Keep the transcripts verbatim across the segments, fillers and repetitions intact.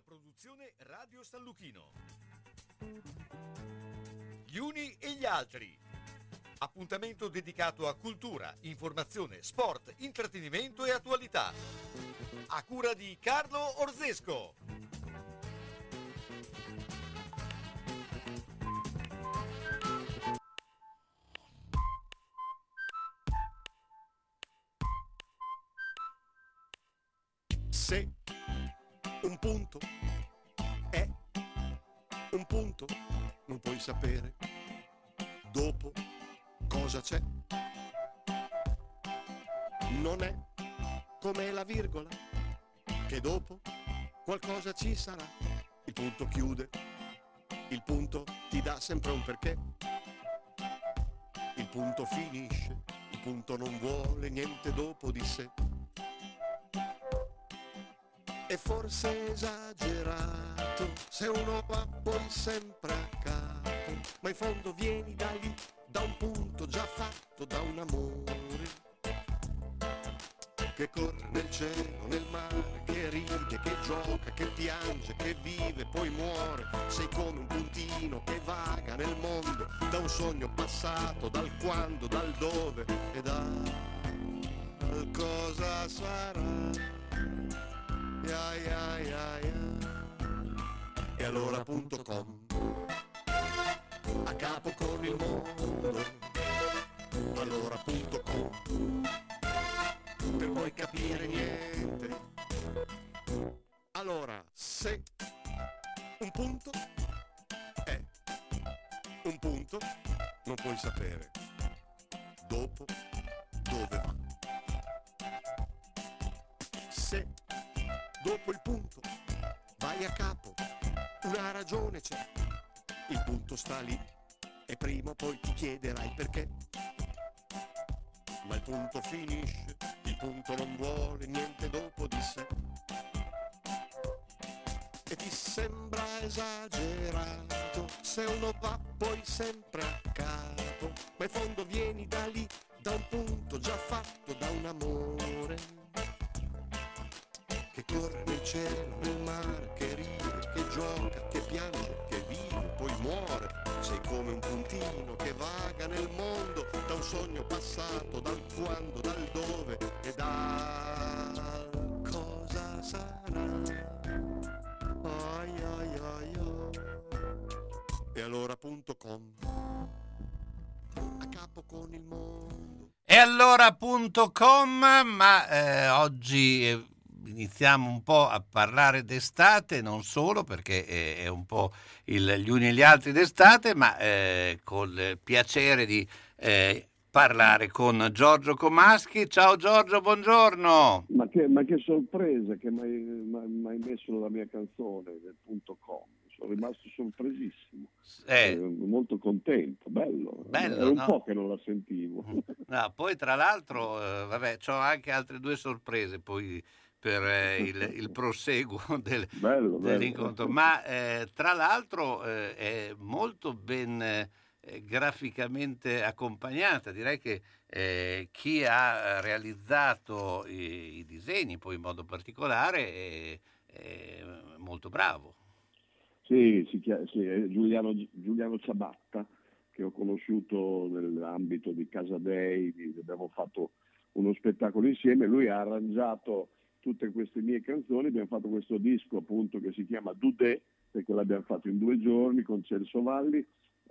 produzione Radio San Luchino. Gli uni e gli altri. Appuntamento dedicato a cultura, informazione, sport, intrattenimento e attualità. A cura di Carlo Orzesco. Se un punto è un punto, non puoi sapere dopo cosa c'è. Non è come la virgola, che dopo qualcosa ci sarà. Il punto chiude, il punto ti dà sempre un perché. Il punto finisce, il punto non vuole niente dopo di sé. E forse esagerato se uno va poi sempre a capo, ma in fondo vieni da lì, da un punto già fatto, da un amore che corre nel cielo, nel mare, che ride, che gioca, che piange, che vive, poi muore. Sei come un puntino che vaga nel mondo, da un sogno passato, dal quando, dal dove e dal cosa sarà. Ya, ya, ya, ya. E allora punto com, a capo con il mondo. Allora punto com, per poi capire niente. Allora, se un punto è un punto, non puoi sapere dopo dove va. Se dopo il punto vai a capo, una ragione c'è. Il punto sta lì e prima o poi ti chiederai perché. Ma il punto finisce, il punto non vuole niente dopo di sé. E ti sembra esagerato se uno va poi sempre a capo, ma in fondo vieni da lì, da un punto già fatto, da un amore che corre nel cielo, nel mare, che ride, che gioca, che piange, che vive, poi muore. Sei come un puntino che vaga nel mondo, da un sogno passato, dal quando, dal dove e dal cosa sarà. Ai ai ai ai. E allora punto com, a capo con il mondo. E allora punto com, ma eh, oggi eh, iniziamo un po' a parlare d'estate, non solo perché è, è un po' il, gli uni e gli altri d'estate, ma eh, con il piacere di eh, parlare con Giorgio Comaschi. Ciao Giorgio, buongiorno. Ma che, ma che sorpresa che mi hai messo la mia canzone del punto com, sono rimasto sorpresissimo, Eh. eh, molto contento, bello, Bello, era un no? po' che non la sentivo. No, poi tra l'altro, eh, vabbè, c'ho anche altre due sorprese poi per eh, il, il proseguo del, bello, dell'incontro, bello. ma eh, tra l'altro eh, è molto ben eh, graficamente accompagnata. Direi che eh, chi ha realizzato i, i disegni, poi in modo particolare, è, è molto bravo. Sì, si chiama, sì, è Giuliano, Giuliano Ciabatta, che ho conosciuto nell'ambito di Casa Dei, di, abbiamo fatto uno spettacolo insieme, lui ha arrangiato tutte queste mie canzoni, abbiamo fatto questo disco appunto che si chiama Dudè, perché l'abbiamo fatto in due giorni con Celso Valli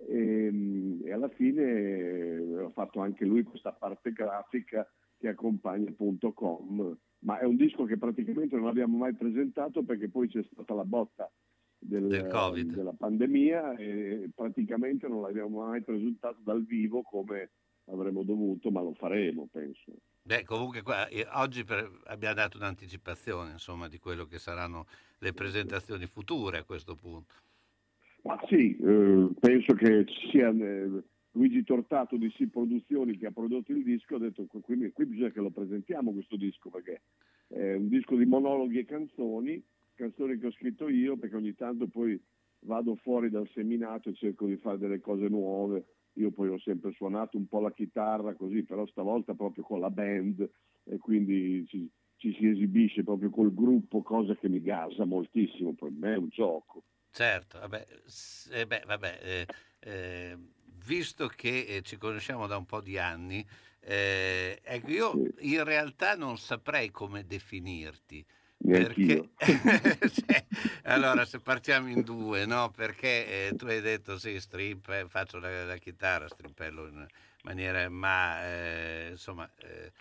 e, e alla fine ha fatto anche lui questa parte grafica che accompagna punto com, ma è un disco che praticamente non abbiamo mai presentato perché poi c'è stata la botta Del, del Covid, della pandemia e praticamente non l'abbiamo mai presentato dal vivo come avremmo dovuto, ma lo faremo, penso. Beh, comunque qua, eh, oggi per, abbiamo dato un'anticipazione, insomma, di quello che saranno le presentazioni future a questo punto. Ma sì, eh, penso che sia eh, Luigi Tortato di Sì Produzioni che ha prodotto il disco, ha detto qui, qui bisogna che lo presentiamo questo disco, perché è un disco di monologhi e canzoni, canzoni che ho scritto io, perché ogni tanto poi vado fuori dal seminato e cerco di fare delle cose nuove. Io poi ho sempre suonato un po' la chitarra così, però stavolta proprio con la band, e quindi ci, ci si esibisce proprio col gruppo, cosa che mi gasa moltissimo, per me è un gioco. Certo, vabbè, s- eh, beh, vabbè eh, eh, visto che eh, ci conosciamo da un po' di anni, eh, ecco, io Sì, in realtà non saprei come definirti, perché, neanch'io. cioè, allora se partiamo in due, no? Perché eh, tu hai detto sì, strip, eh, faccio la, la chitarra, strimpello in maniera, ma eh, insomma, eh,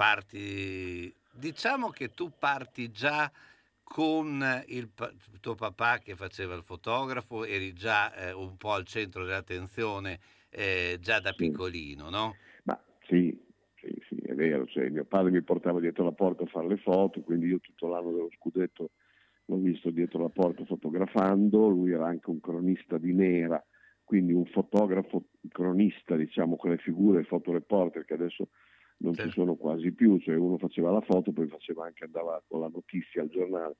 parti, diciamo che tu parti già con il pa- tuo papà che faceva il fotografo, eri già eh, un po' al centro dell'attenzione eh, già da Sì. piccolino, no? Ma sì, sì, sì, è vero, cioè, mio padre mi portava dietro la porta a fare le foto, quindi io tutto l'anno dello scudetto l'ho visto dietro la porta fotografando, lui era anche un cronista di Nera, quindi un fotografo cronista, diciamo, con le figure, fotoreporter che adesso non Sì. ci sono quasi più, cioè uno faceva la foto, poi faceva anche, andava con la notizia al giornale.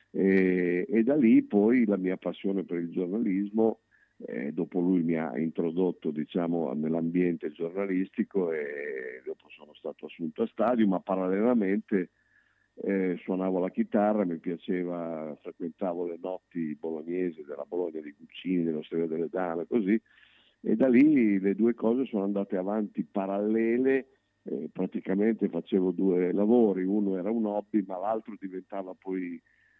E, e da lì poi la mia passione per il giornalismo, eh, dopo lui mi ha introdotto, diciamo, nell'ambiente giornalistico e dopo sono stato assunto a Stadio, ma parallelamente eh, suonavo la chitarra, mi piaceva, frequentavo le notti bolognesi della Bologna di Guccini, dell'Osteria delle Dame, così, e da lì le due cose sono andate avanti parallele. Eh, praticamente facevo due lavori, uno era un hobby, ma l'altro diventava poi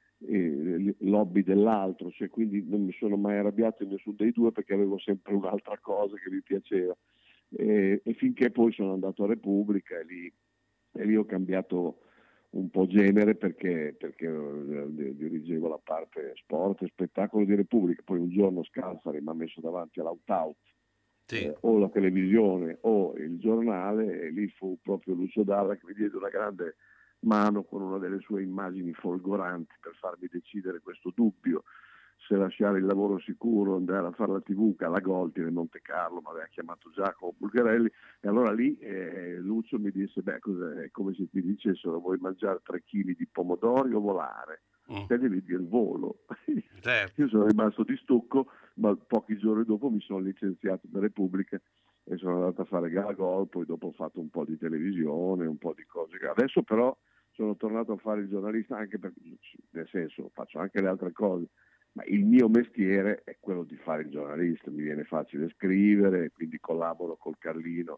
eh, l'hobby dell'altro, cioè, quindi non mi sono mai arrabbiato in nessuno dei due perché avevo sempre un'altra cosa che mi piaceva. E, e finché poi sono andato a Repubblica e lì, e lì ho cambiato un po' genere perché, perché eh, dirigevo la parte sport e spettacolo di Repubblica, poi un giorno Scalfari mi ha messo davanti all'out-out, Sì. eh, o la televisione o il giornale, e lì fu proprio Lucio Dalla che mi diede una grande mano con una delle sue immagini folgoranti per farmi decidere questo dubbio se lasciare il lavoro sicuro, andare a fare la tivù alla Golti nel Monte Carlo, mi aveva chiamato Giacomo Bulgarelli, e allora lì eh, Lucio mi disse, beh, cos'è? È come se ti dicessero, vuoi mangiare tre chili di pomodori o volare? Mm. Te devi dire il volo. Certo. Io sono rimasto di stucco, ma pochi giorni dopo mi sono licenziato da Repubblica e sono andato a fare Galagol, poi dopo ho fatto un po' di televisione, un po' di cose. Adesso però sono tornato a fare il giornalista, anche perché, nel senso, faccio anche le altre cose, ma il mio mestiere è quello di fare il giornalista, mi viene facile scrivere, quindi collaboro col Carlino,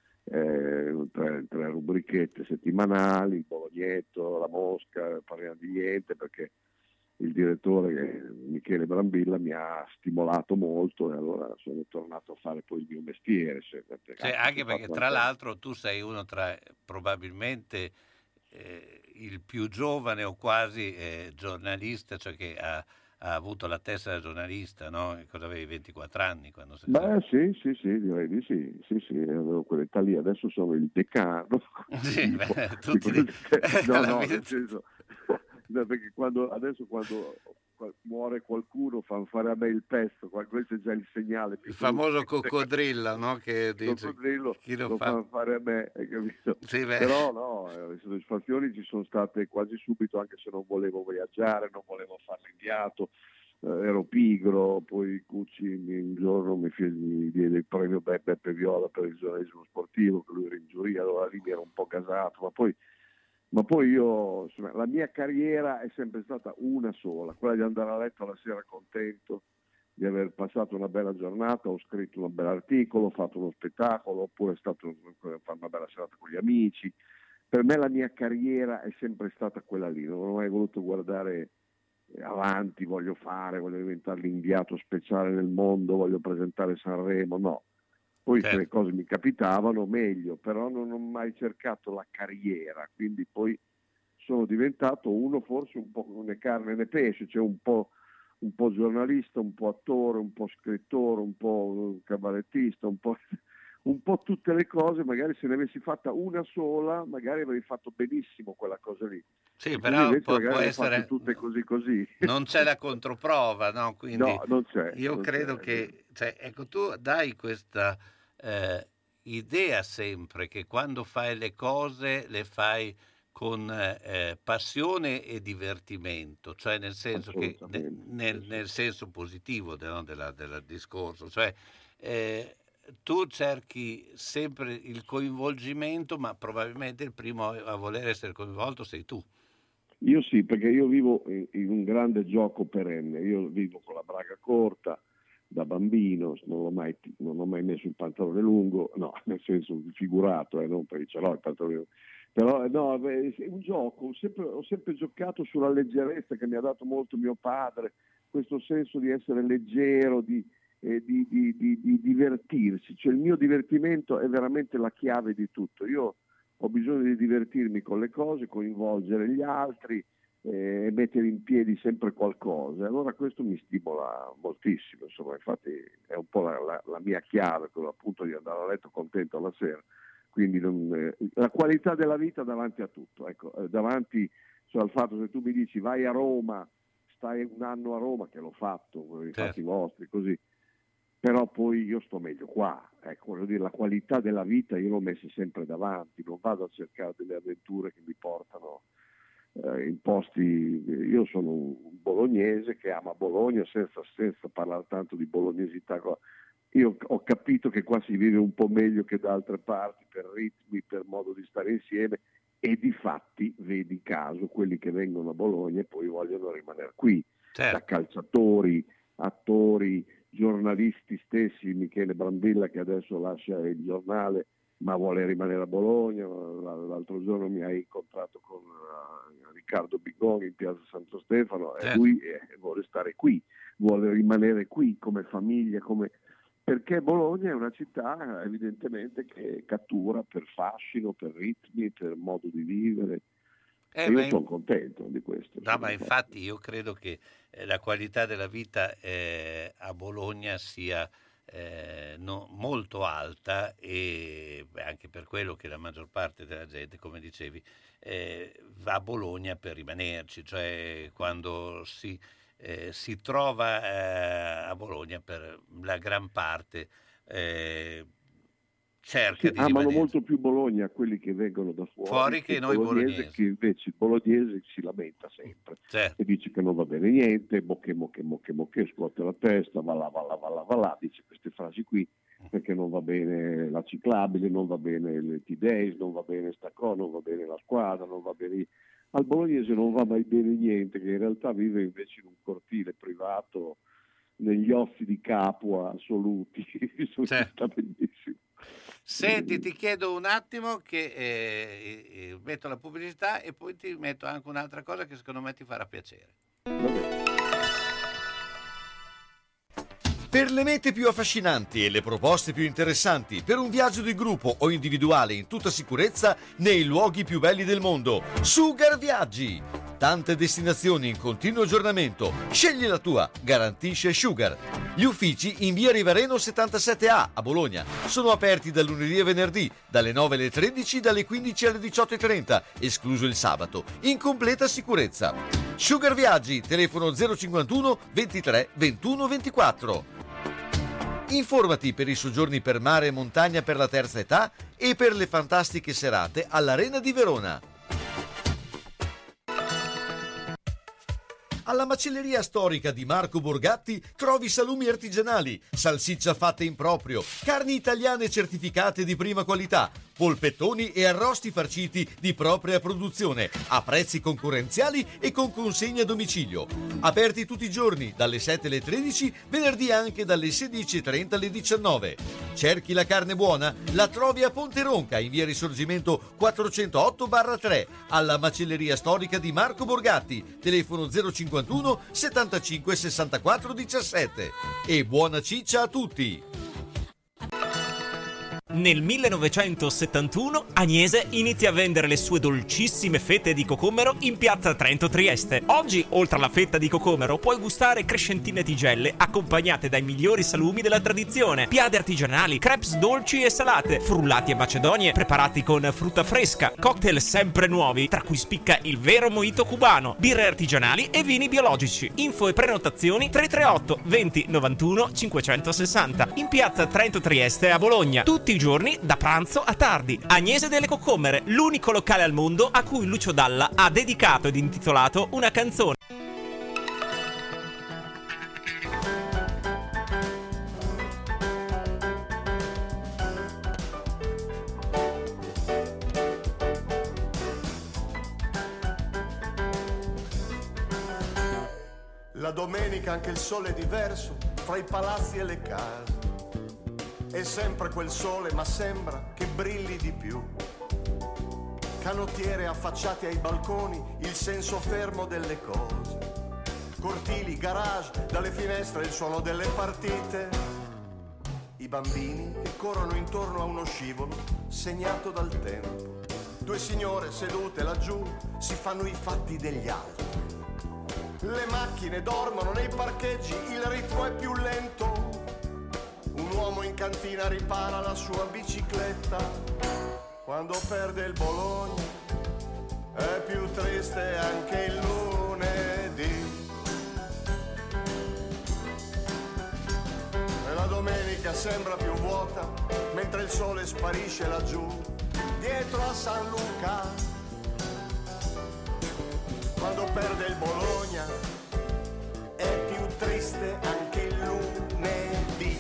eh, tre, tre rubrichette settimanali, il Bolognetto, la Mosca, parliamo di niente, perché il direttore Michele Brambilla mi ha stimolato molto e allora sono tornato a fare poi il mio mestiere. Se, Cioè, anche, se anche ho perché fatto tra anche... l'altro tu sei uno tra probabilmente eh, il più giovane o quasi eh, giornalista, cioè che ha, ha avuto la testa da giornalista, no? E cosa avevi, ventiquattro anni quando sei... Beh sì, sì, sì, direi di sì, sì, sì, avevo quell'età lì, adesso sono il decano, Sì, tipo, beh, tipo, tutti... no, alla no, fine... nel senso, no, perché quando, adesso quando muore qualcuno fanno fare a me il pesto, questo è già il segnale Il più brutto. famoso coccodrillo, no? Che Il dice coccodrillo chi lo lo fa... fanno fare a me, hai capito? Sì, beh. Però no, eh, le soddisfazioni ci sono state quasi subito, anche se non volevo viaggiare, non volevo fare l'inviato, eh, ero pigro, poi Cucci un giorno mi, fie- mi diede il premio Be- Beppe Viola per il giornalismo sportivo, che lui era in giuria, allora lì mi ero un po' gasato, ma poi, ma poi io, insomma, la mia carriera è sempre stata una sola, quella di andare a letto la sera contento di aver passato una bella giornata, ho scritto un bel articolo, ho fatto uno spettacolo, oppure è stato fare una bella serata con gli amici. Per me la mia carriera è sempre stata quella lì, non ho mai voluto guardare avanti, voglio fare, voglio diventare l'inviato speciale nel mondo, voglio presentare Sanremo, no. Poi se Certo. le cose mi capitavano meglio, però non ho mai cercato la carriera, quindi poi sono diventato uno forse un po' né carne né pesce, cioè un po', un po' giornalista, un po' attore, un po' scrittore, un po' cabarettista, un po', un po' tutte le cose, magari se ne avessi fatta una sola, magari avrei fatto benissimo quella cosa lì. Sì, E così però invece può, può magari le ho fatte essere... tutte così così. Non c'è la controprova, no? Quindi No, non c'è, io non credo c'è. che... Cioè, ecco, tu dai questa eh, idea sempre che quando fai le cose le fai con eh, passione e divertimento, cioè nel senso che ne- Assolutamente. nel, Sì, sì. nel senso positivo de- no, della- del discorso, cioè eh, tu cerchi sempre il coinvolgimento, ma probabilmente il primo a voler essere coinvolto sei tu. Io sì, perché io vivo in, in un grande gioco perenne, io vivo con la braga corta da bambino, non, l'ho mai, non ho mai messo il pantalone lungo, no, nel senso figurato, eh, non perché ce l'ho il pantalone lungo. Però no, beh, è un gioco, ho sempre, ho sempre giocato sulla leggerezza che mi ha dato molto mio padre, questo senso di essere leggero, di, eh, di, di, di, di divertirsi, cioè il mio divertimento è veramente la chiave di tutto. Io ho bisogno di divertirmi con le cose, coinvolgere gli altri e eh, mettere in piedi sempre qualcosa. Allora questo mi stimola moltissimo, insomma, infatti è un po' la, la, la mia chiave, quello appunto di andare a letto contento alla sera. Quindi non, eh, la qualità della vita davanti a tutto, ecco, eh, davanti cioè, al fatto se tu mi dici vai a Roma, stai un anno a Roma, che l'ho fatto, per i fatti vostri, così. Però poi io sto meglio qua, ecco, voglio dire, la qualità della vita io l'ho messa sempre davanti, non vado a cercare delle avventure che mi portano eh, in posti, io sono un bolognese che ama Bologna senza, senza parlare tanto di bolognesità, io ho capito che qua si vive un po' meglio che da altre parti per ritmi, per modo di stare insieme e di fatti, vedi caso, quelli che vengono a Bologna e poi vogliono rimanere qui, certo. Da calciatori, attori, giornalisti stessi, Michele Brambilla che adesso lascia il giornale ma vuole rimanere a Bologna, l'altro giorno mi hai incontrato con uh, Riccardo Bigoni in Piazza Santo Stefano e lui eh, vuole stare qui, vuole rimanere qui come famiglia, come... perché Bologna è una città evidentemente che cattura per fascino, per ritmi, per modo di vivere. Eh, io sono contento di questo. No, ma infatti io credo che eh, la qualità della vita eh, a Bologna sia eh, no, molto alta e beh, anche per quello che la maggior parte della gente, come dicevi, eh, va a Bologna per rimanerci, cioè quando si, eh, si trova eh, a Bologna per la gran parte eh, cerca sì, di amano rimanere. Molto più Bologna quelli che vengono da fuori, fuori che, che noi bolognesi, che invece il bolognese si lamenta sempre, certo. E dice che non va bene niente, mocche mocche mocche mocche, scuote la testa, va là va là va là va là, dice queste frasi qui perché non va bene la ciclabile, non va bene le T-Days, non va bene sta cosa, non va bene la squadra, non va bene. Al bolognese non va mai bene niente, che in realtà vive invece in un cortile privato negli ozzi di Capua assoluti, certo. Sta benissimo. Senti, ti chiedo un attimo che eh, eh, metto la pubblicità e poi ti metto anche un'altra cosa che secondo me ti farà piacere. Per le mete più affascinanti e le proposte più interessanti, per un viaggio di gruppo o individuale in tutta sicurezza nei luoghi più belli del mondo, Sugar Viaggi! Tante destinazioni in continuo aggiornamento. Scegli la tua, garantisce Sugar. Gli uffici in via Rivareno settantasette A a Bologna sono aperti da lunedì a venerdì, dalle nove alle tredici, dalle quindici alle diciotto e trenta, escluso il sabato, in completa sicurezza. Sugar Viaggi, telefono zero cinquantuno ventitré ventuno ventiquattro. Informati per i soggiorni per mare e montagna per la terza età e per le fantastiche serate all'Arena di Verona. Alla macelleria storica di Marco Borgatti trovi salumi artigianali, salsiccia fatta in proprio, carni italiane certificate di prima qualità, polpettoni e arrosti farciti di propria produzione, a prezzi concorrenziali e con consegna a domicilio. Aperti tutti i giorni, dalle sette alle tredici, venerdì anche dalle sedici e trenta alle diciannove. Cerchi la carne buona? La trovi a Ponte Ronca, in via Risorgimento quattrocentootto tre, alla macelleria storica di Marco Borgatti, telefono zero cinquantuno settantacinque sessantaquattro diciassette. E buona ciccia a tutti! Nel millenovecentosettantuno Agnese inizia a vendere le sue dolcissime fette di cocomero in piazza Trento Trieste. Oggi, oltre alla fetta di cocomero, puoi gustare crescentine tigelle accompagnate dai migliori salumi della tradizione, piade artigianali, crepes dolci e salate, frullati e macedonie preparati con frutta fresca, cocktail sempre nuovi, tra cui spicca il vero mojito cubano, birre artigianali e vini biologici. Info e prenotazioni tre tre otto venti novantuno cinquecentosessanta in piazza Trento Trieste a Bologna. Tutti i giorni da pranzo a tardi. Agnese delle Cocomere, l'unico locale al mondo a cui Lucio Dalla ha dedicato ed intitolato una canzone. La domenica anche il sole è diverso fra i palazzi e le case. È sempre quel sole ma sembra che brilli di più. Canottiere affacciate ai balconi, il senso fermo delle cose. Cortili, garage, dalle finestre il suono delle partite. I bambini che corrono intorno a uno scivolo segnato dal tempo. Due signore sedute laggiù si fanno i fatti degli altri. Le macchine dormono nei parcheggi, il ritmo è più lento. Un uomo in cantina ripara la sua bicicletta. Quando perde il Bologna è più triste anche il lunedì. E la domenica sembra più vuota mentre il sole sparisce laggiù dietro a San Luca. Quando perde il Bologna è più triste anche il lunedì.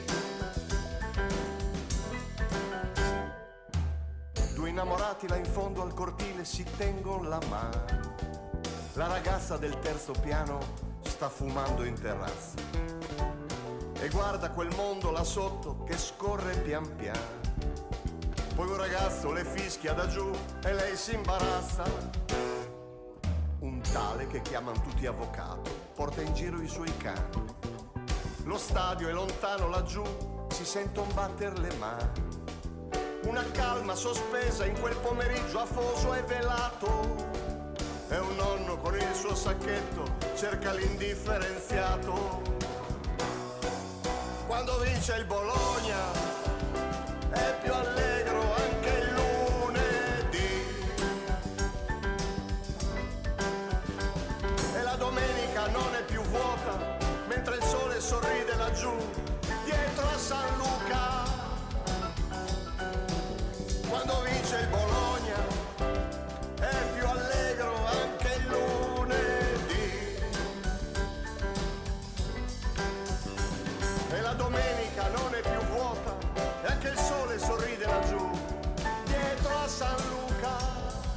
Due innamorati là in fondo al cortile si tengono la mano. La ragazza del terzo piano sta fumando in terrazza e guarda quel mondo là sotto che scorre pian piano. Poi un ragazzo le fischia da giù e lei si imbarazza. Un tale che chiamano tutti avvocato porta in giro i suoi cani. Lo stadio è lontano laggiù, si senton batter le mani. Una calma sospesa in quel pomeriggio afoso e velato. E un nonno con il suo sacchetto cerca l'indifferenziato. Quando vince il Bologna è più allegro anche il lunedì. E la domenica non è più vuota mentre il sole sorride laggiù dietro a San Luca. Quando vince il Bologna è più allegro anche il lunedì. E la domenica non è più vuota e anche il sole sorride laggiù dietro a San Luca.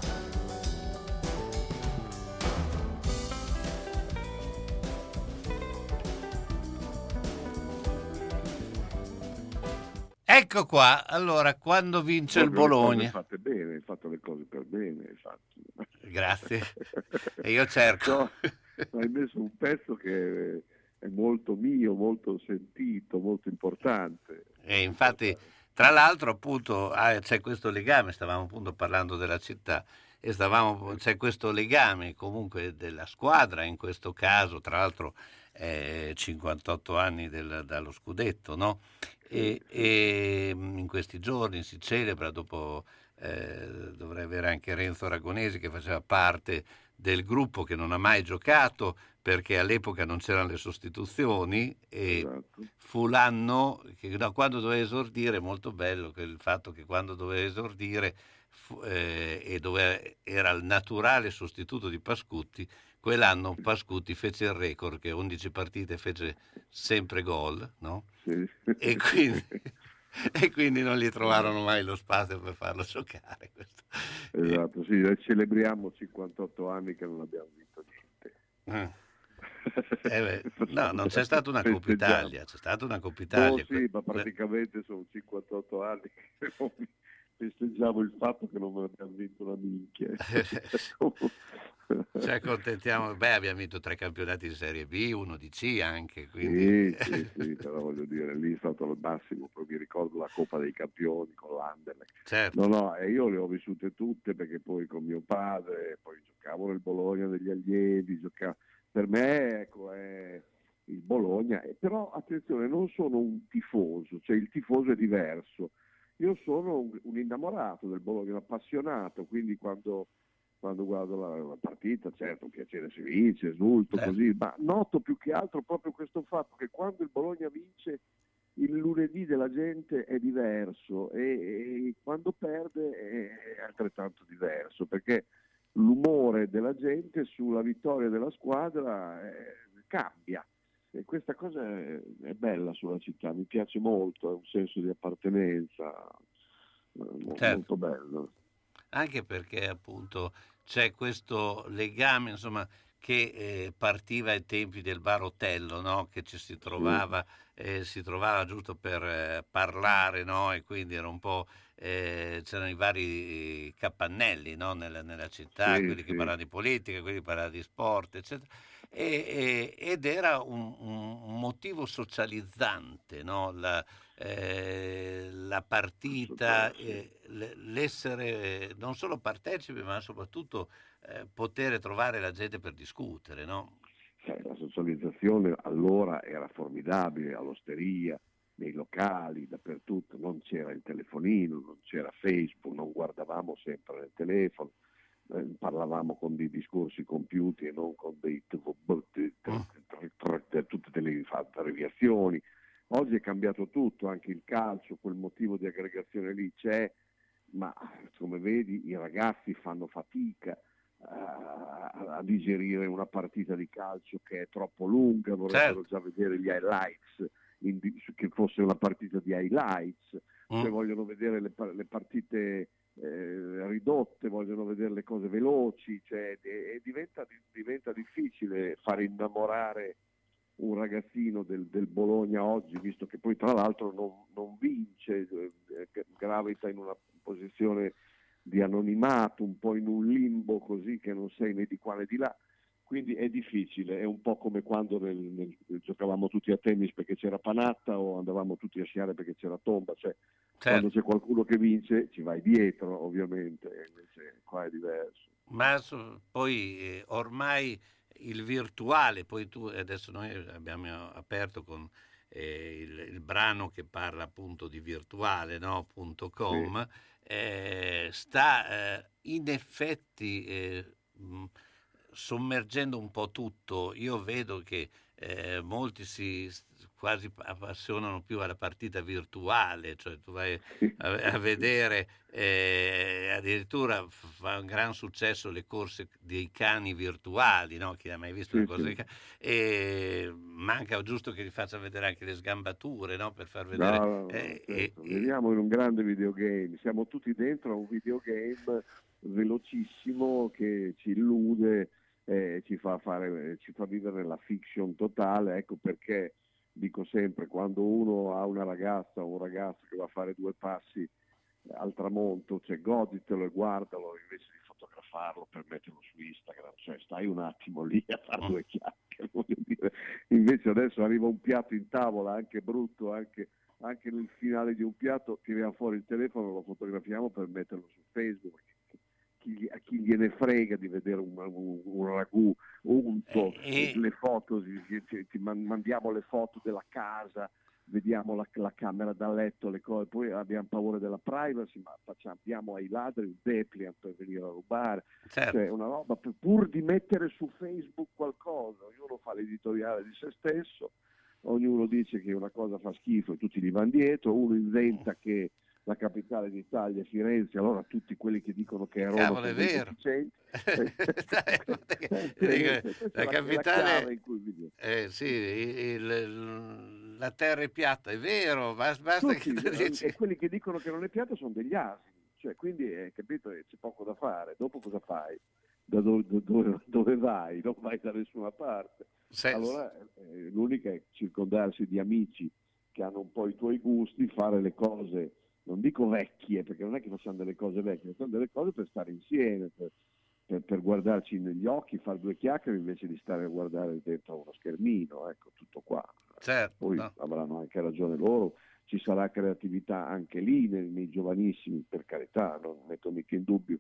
Ecco qua, allora, quando vince il Bologna... Le fatte bene, hai fatto le cose per bene, hai fatto. Grazie, e io cerco. No, hai messo un pezzo che è molto mio, molto sentito, molto importante. E infatti, tra l'altro, appunto, ah, c'è questo legame, stavamo appunto parlando della città, e stavamo, c'è questo legame comunque della squadra, in questo caso, tra l'altro, eh, cinquantotto anni del, dallo scudetto, no? E, e in questi giorni si celebra, dopo eh, dovrei avere anche Renzo Aragonesi che faceva parte del gruppo che non ha mai giocato perché all'epoca non c'erano le sostituzioni e Esatto. fu l'anno che no, quando doveva esordire, molto bello che il fatto che quando doveva esordire fu, eh, e dove era il naturale sostituto di Pascutti, quell'anno Pascutti fece il record che undici partite fece sempre gol, no? Sì. E quindi, e quindi non gli trovarono mai lo spazio per farlo giocare. Questo. Esatto, sì, celebriamo cinquantotto anni che non abbiamo vinto niente. Eh beh, no, non c'è stata una Coppa Italia, c'è stata una Coppa Italia. Oh, sì, ma praticamente sono cinquantotto anni che non festeggiamo il fatto che non abbiamo vinto una minchia. Ci accontentiamo, beh, abbiamo vinto tre campionati di Serie B, uno di C anche, quindi... Sì, sì, sì, però voglio dire, lì è stato il massimo, poi mi ricordo la Coppa dei Campioni con l'Anderlecht. Certo. No, no, e io le ho vissute tutte perché poi con mio padre, poi giocavo nel Bologna degli allievi, giocavo... per me, ecco, è il Bologna, però attenzione, non sono un tifoso, cioè il tifoso è diverso. Io sono un, un innamorato del Bologna, un appassionato, quindi quando... quando guardo la, la partita, certo, un piacere se vince, esulto, certo. Così, ma noto più che altro proprio questo fatto che quando il Bologna vince il lunedì della gente è diverso e, e quando perde è altrettanto diverso, perché l'umore della gente sulla vittoria della squadra eh, cambia e questa cosa è, è bella sulla città, mi piace molto, è un senso di appartenenza eh, certo. molto bello. Anche perché appunto c'è questo legame, insomma, che eh, partiva ai tempi del Barotello, no? Che ci si trovava, eh, si trovava giusto per eh, parlare, no? E quindi era un po', eh, c'erano i vari capannelli, no? nella, nella città, Sì, quelli che sì. parlavano di politica, quelli che parlavano di sport, eccetera. E, e- ed era un, un- un motivo socializzante, no? La, eh, la partita, Assolutamente, eh, l- l'essere non solo partecipi, ma soprattutto eh, poter trovare la gente per discutere, no? sai, la socializzazione allora era formidabile, all'osteria, nei locali, dappertutto, non c'era il telefonino, non c'era Facebook, non guardavamo sempre nel telefono, eh, parlavamo con dei discorsi compiuti e non con dei tv Mm. tutte delle abbreviazioni. Oggi è cambiato tutto, anche il calcio, quel motivo di aggregazione lì c'è, ma come vedi i ragazzi fanno fatica a, a digerire una partita di calcio che è troppo lunga, vorrebbero Certo. già vedere gli highlights, in, che fosse una partita di highlights, Mm. cioè vogliono vedere le, le partite eh, ridotte, vogliono vedere le cose veloci, cioè, e, e diventa, diventa difficile far innamorare un ragazzino del, del Bologna oggi, visto che poi tra l'altro non, non vince, eh, gravita in una posizione di anonimato, un po' in un limbo così che non sei né di qua né di là, quindi è difficile, è un po' come quando nel, nel, giocavamo tutti a tennis perché c'era Panatta o andavamo tutti a sciare perché c'era Tomba, cioè quando Certo. c'è qualcuno che vince ci vai dietro ovviamente, invece qua è diverso. Ma so- poi eh, ormai il virtuale, poi tu adesso noi abbiamo aperto con eh, il, il brano che parla appunto di virtuale, no? Punto Sì. com, eh, sta eh, in effetti eh, mh, sommergendo un po' tutto. Io vedo che eh, molti si s- quasi appassionano più alla partita virtuale, cioè tu vai a, a vedere, eh, addirittura f- fa un gran successo le corse dei cani virtuali, no? Chi ha mai visto una Sì, cosa sì. dei cani? E manca giusto che gli faccia vedere anche le sgambature, no? Per far vedere. No, no, no, eh, e- certo. e- Viviamo in un grande videogame, siamo tutti dentro a un videogame velocissimo che ci illude, eh, ci fa fare, ci fa vivere la fiction totale, ecco perché dico sempre, quando uno ha una ragazza o un ragazzo che va a fare due passi al tramonto, cioè goditelo e guardalo invece di fotografarlo per metterlo su Instagram, cioè stai un attimo lì a fare due chiacchiere, voglio dire. Invece adesso arriva un piatto in tavola, anche brutto, anche, anche nel finale di un piatto tiriamo fuori il telefono, lo fotografiamo per metterlo su Facebook. Chi, a chi gliene frega di vedere un, un, un ragù unto, e- le foto, ti, ti- ti man- mandiamo le foto della casa, vediamo la, la camera da letto, le cose, poi abbiamo paura della privacy, ma facciamo, abbiamo ai ladri un Depliant per venire a rubare, certo. cioè una roba per- pur di mettere su Facebook qualcosa, ognuno fa l'editoriale di se stesso, ognuno dice che una cosa fa schifo e tutti gli vanno dietro, uno inventa che la capitale d'Italia è Firenze, allora tutti quelli che dicono che è Roma Cavolo, sono è dei vero. deficienti. Dai, guarda che- Questa dico, è la la, è la chiave in capitale, cui viviamo. eh, sì, il- il- la terra è piatta, è vero, bas- basta che Tutti, tu dici. e quelli che dicono che non è piatto sono degli asini, cioè, quindi eh, capito, eh, c'è poco da fare, dopo cosa fai? Da dove, dove, dove vai? Non vai da nessuna parte. Se- Allora eh, l'unica è circondarsi di amici che hanno un po' i tuoi gusti, fare le cose, non dico vecchie, perché non è che facciamo delle cose vecchie, facciamo delle cose per stare insieme, per, per, per guardarci negli occhi, fare due chiacchiere invece di stare a guardare dentro uno schermino, ecco, tutto qua. certo, Poi no. avranno anche ragione loro, ci sarà creatività anche lì nei, nei giovanissimi, per carità, non metto mica in dubbio,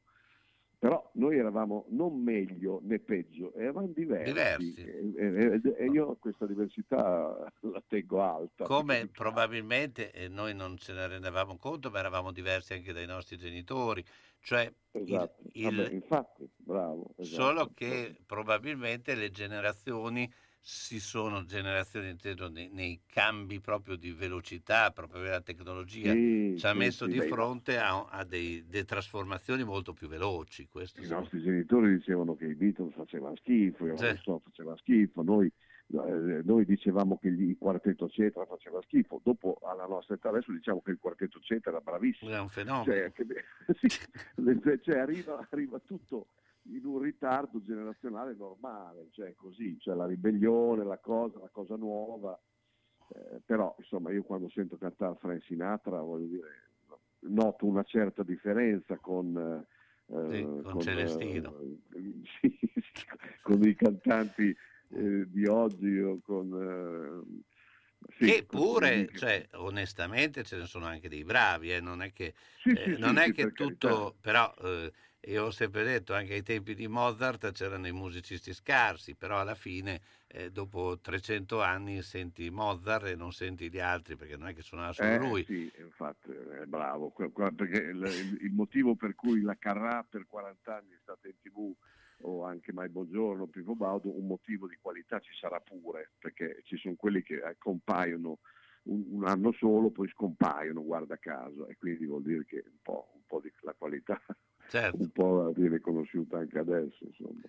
però noi eravamo non meglio né peggio, eravamo diversi, Diversi. e, e- e io questa diversità la tengo alta. perché Come mi piace. probabilmente eh, noi non ce ne rendevamo conto, ma eravamo diversi anche dai nostri genitori, cioè il, Esatto, vabbè, il- infatti, bravo. solo Esatto. che probabilmente le generazioni si sono, generazioni intendo nei, nei cambi proprio di velocità, proprio della tecnologia, Sì, ci ha sì, messo sì, di beh, fronte a, a dei, delle trasformazioni molto più veloci. Questo i siamo- nostri genitori dicevano che i Beatles facevano schifo, io Cioè, non so, faceva schifo, noi, eh, noi dicevamo che il quartetto Cetra faceva schifo, dopo alla nostra età adesso diciamo che il quartetto Cetra era bravissimo, è un fenomeno. cioè, che- sì, cioè, arriva, arriva tutto in un ritardo generazionale normale, cioè così, cioè la ribellione, la cosa, la cosa nuova. Eh, però insomma io quando sento cantare Frank Sinatra, voglio dire, noto una certa differenza con, eh, sì, con, con Celestino, eh, sì, con i cantanti eh, di oggi o con eh, sì, che con pure, che... cioè, onestamente ce ne sono anche dei bravi, eh, non è che, sì, eh, sì, non sì, è sì, che per tutto, carità. però eh, io ho sempre detto, anche ai tempi di Mozart c'erano i musicisti scarsi, però alla fine eh, dopo trecento anni senti Mozart e non senti gli altri, perché non è che suonava solo Eh, lui. sì, infatti è bravo, Qua- qua- perché il, il- il motivo per cui la Carrà per quaranta anni è stata in tv, o anche Mai Buongiorno, Pippo Baudo, un motivo di qualità ci sarà pure, perché ci sono quelli che eh, compaiono un, un anno solo, poi scompaiono, guarda caso, e quindi vuol dire che un po', un po' di la qualità Certo. un po' viene conosciuta anche adesso, insomma.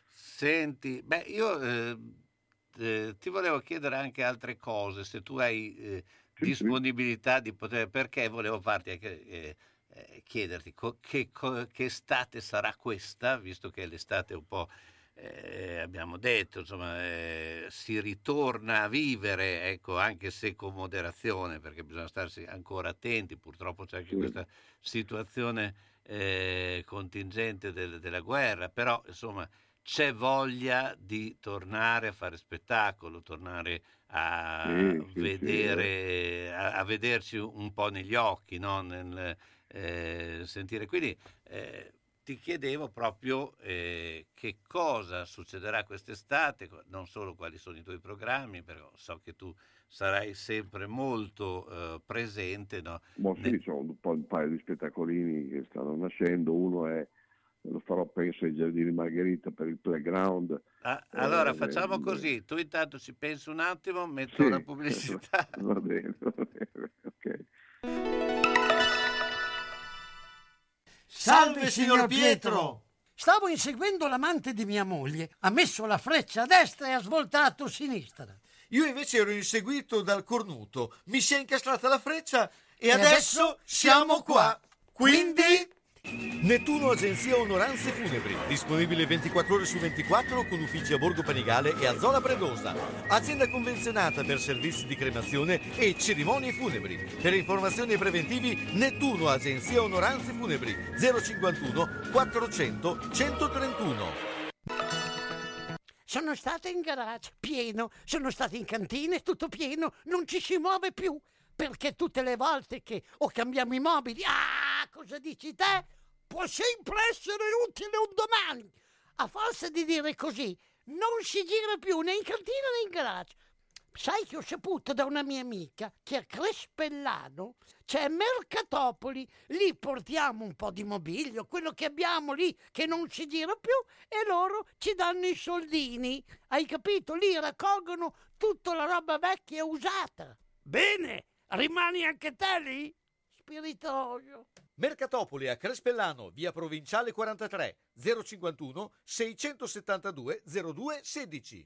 Senti, beh, io eh, eh, ti volevo chiedere anche altre cose, se tu hai eh, Sì, sì. disponibilità di poter, perché volevo farti anche eh, eh, chiederti co- che, co- che estate sarà questa, visto che l'estate un po', eh, abbiamo detto, insomma, eh, si ritorna a vivere, ecco, anche se con moderazione, perché bisogna starsi ancora attenti, purtroppo c'è anche Sì. questa situazione eh, contingente del- della guerra, però insomma c'è voglia di tornare a fare spettacolo, tornare a Sì, sì, vedere, a, a vederci un po' negli occhi, no? Nel eh, sentire. Quindi eh, ti chiedevo proprio eh, che cosa succederà quest'estate, non solo quali sono i tuoi programmi, però so che tu sarai sempre molto eh, presente, no? Ma sì, Ne- c'ho un, po', un paio di spettacolini che stanno nascendo, uno è, lo farò penso ai Giardini Margherita per il playground. Ah, allora Eh, facciamo eh, così, tu intanto ci pensi un attimo, metto sì, la pubblicità. va bene, va bene, ok. Salve signor Pietro! Stavo inseguendo l'amante di mia moglie. Ha messo la freccia a destra e ha svoltato a sinistra. Io invece ero inseguito dal cornuto, mi si è incastrata la freccia e, E adesso, adesso siamo qua. Quindi... Nettuno Agenzia Onoranze Funebri, disponibile ventiquattro ore su ventiquattro con uffici a Borgo Panigale e a Zola Predosa. Azienda convenzionata per servizi di cremazione e cerimonie funebri. Per informazioni e preventivi Nettuno Agenzia Onoranze Funebri zero cinquantuno quattrocento centotrentuno. Sono stata in garage, pieno. Sono stata in cantina, tutto pieno. Non ci si muove più. Perché tutte le volte che o cambiamo i mobili, ah, cosa dici te? Può sempre essere utile un domani. A forza di dire così, non si gira più né in cantina né in garage. Sai che ho saputo da una mia amica che a Crespellano c'è Mercatopoli, lì portiamo un po' di mobilio, quello che abbiamo lì che non si gira più, e loro ci danno i soldini. Hai capito? Lì raccolgono tutta la roba vecchia e usata. Bene! Rimani anche te lì? Spiritoso. Mercatopoli a Crespellano, via Provinciale quarantatré, zero cinquantuno seicentosettantadue zero due sedici.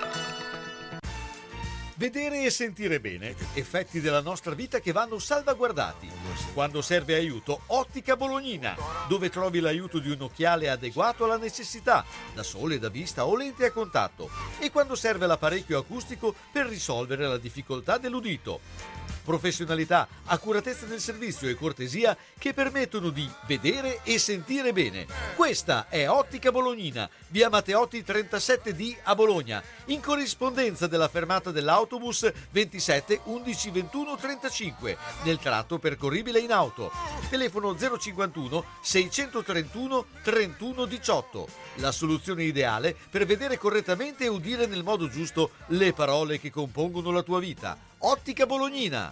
Vedere e sentire bene, effetti della nostra vita che vanno salvaguardati. Quando serve aiuto, Ottica Bolognina, dove trovi l'aiuto di un occhiale adeguato alla necessità, da sole, da vista o lente a contatto, e quando serve l'apparecchio acustico per risolvere la difficoltà dell'udito. Professionalità, accuratezza del servizio e cortesia che permettono di vedere e sentire bene. Questa è Ottica Bolognina, via Matteotti trentasette D a Bologna, in corrispondenza della fermata dell'autobus ventisette undici ventuno trentacinque, nel tratto percorribile in auto. Telefono zero cinquantuno seicentotrentuno trentuno diciotto. La soluzione ideale per vedere correttamente e udire nel modo giusto le parole che compongono la tua vita. Ottica Bolognina.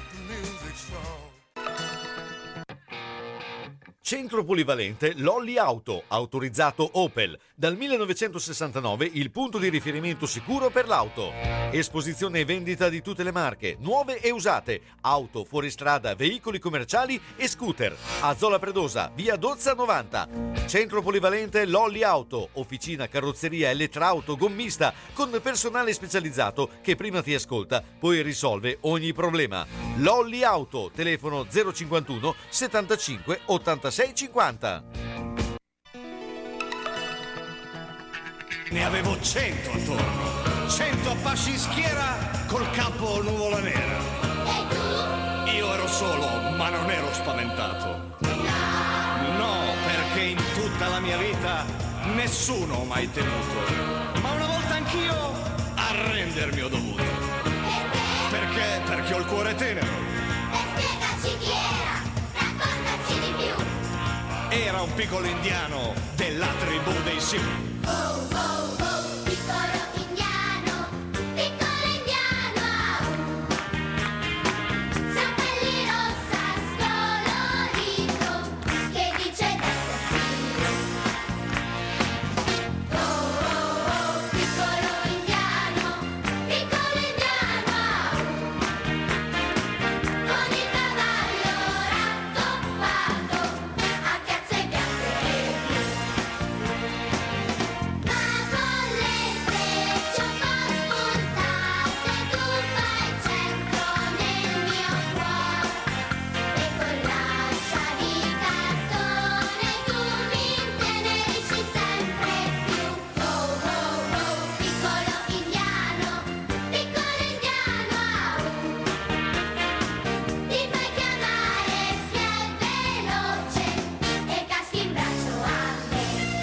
Centro polivalente Lolli Auto, autorizzato Opel. Dal millenovecentosessantanove il punto di riferimento sicuro per l'auto. Esposizione e vendita di tutte le marche, nuove e usate, auto, fuoristrada, veicoli commerciali e scooter. A Zola Predosa, via Dozza novanta. Centro polivalente Lolli Auto, officina, carrozzeria, elettrauto, gommista, con personale specializzato che prima ti ascolta, poi risolve ogni problema. Lolli Auto, telefono zero cinquantuno settantacinque ottantasei cinquanta. Ne avevo cento attorno, cento Apache in schiera col capo nuvola nera. E tu? Io ero solo, ma non ero spaventato. No! No, perché in tutta la mia vita nessuno ho mai temuto. Ma una volta anch'io a rendermi ho dovuto. Perché? Perché ho il cuore tenero. E spiegaci chi era, raccontaci di più. Era un piccolo indiano della tribù dei Sioux. Oh, oh, oh, piccolo indiano, piccolo indiano, Zappelli rossa scolorito, che dice adesso sì. Oh, oh, oh, piccolo indiano, piccolo indiano, con il cavallo rattoppato, a chiazze bianche e blu. Ma con le frecce un po' spuntate tu fai centro nel mio cuore, e con l'ascia di cartone tu mi intenerisci sempre più. Oh, oh, oh, piccolo indiano, piccolo indiano, ti fai chiamare più veloce e caschi in braccio a me.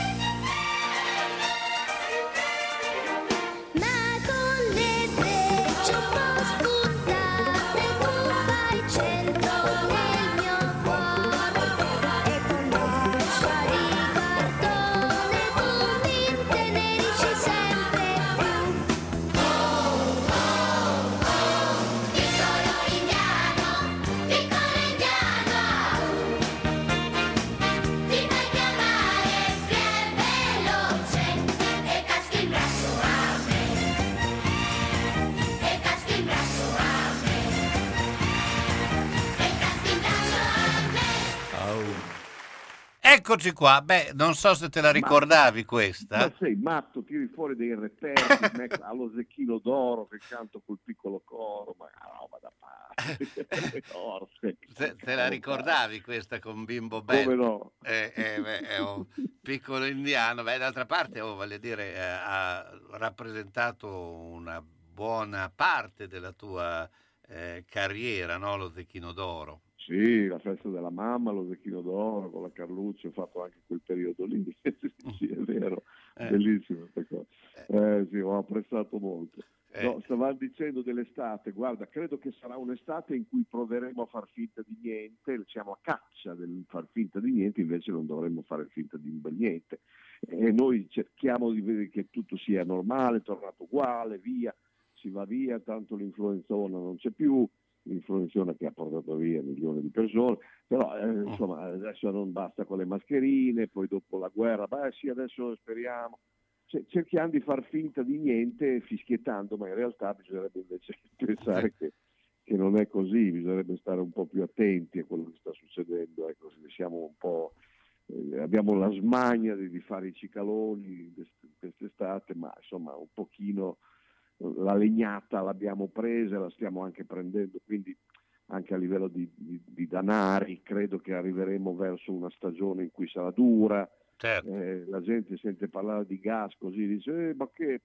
Ma con le frecce un po' spuntate tu fai centro nel mio cuore, e con l'ascia di cartone tu mi intenerisci sempre più. Oh, oh, oh, piccolo indiano, piccolo indiano, ti fai chiamare più veloce e caschi in braccio a me, e caschi in braccio a me, e caschi in braccio a me. Eccoci qua. Beh, non so se te la ricordavi questa. Ma sei matto, tiri fuori dei reperti, me- allo Zecchino d'Oro che canto col piccolo coro, ma roba da parte. Orse. Te, te la ricordavi questa con Bimbo Bello? Come no? Eh, eh, beh, è un piccolo indiano. Beh, d'altra parte, oh, voglio dire, eh, ha rappresentato una buona parte della tua eh, carriera, no? Lo Zecchino d'Oro. Sì, la festa della mamma, lo Zecchino d'Oro con la Carlucci, ho fatto anche quel periodo lì. Sì, è vero, Eh. bellissima questa cosa. Eh, sì, ho apprezzato molto. Eh. No, stavamo dicendo dell'estate, guarda, credo che sarà un'estate in cui proveremo a far finta di niente, siamo a caccia del far finta di niente, invece non dovremmo fare finta di un bel niente. E noi cerchiamo di vedere che tutto sia normale, tornato uguale, via, si va via, tanto l'influenzona non c'è più, l'influenzona che ha portato via milioni di persone, però eh, insomma adesso non basta con le mascherine, poi dopo la guerra, beh sì adesso speriamo, C- cerchiamo di far finta di niente fischiettando, ma in realtà bisognerebbe invece pensare che, che non è così, bisognerebbe stare un po' più attenti a quello che sta succedendo, ecco, se siamo un po', eh, abbiamo la smania di, di fare i cicaloni quest'estate, ma insomma un pochino la legnata l'abbiamo presa, la stiamo anche prendendo, quindi anche a livello di, di, di danari credo che arriveremo verso una stagione in cui sarà dura. Certo. Eh, la gente sente parlare di gas così, dice eh, ma che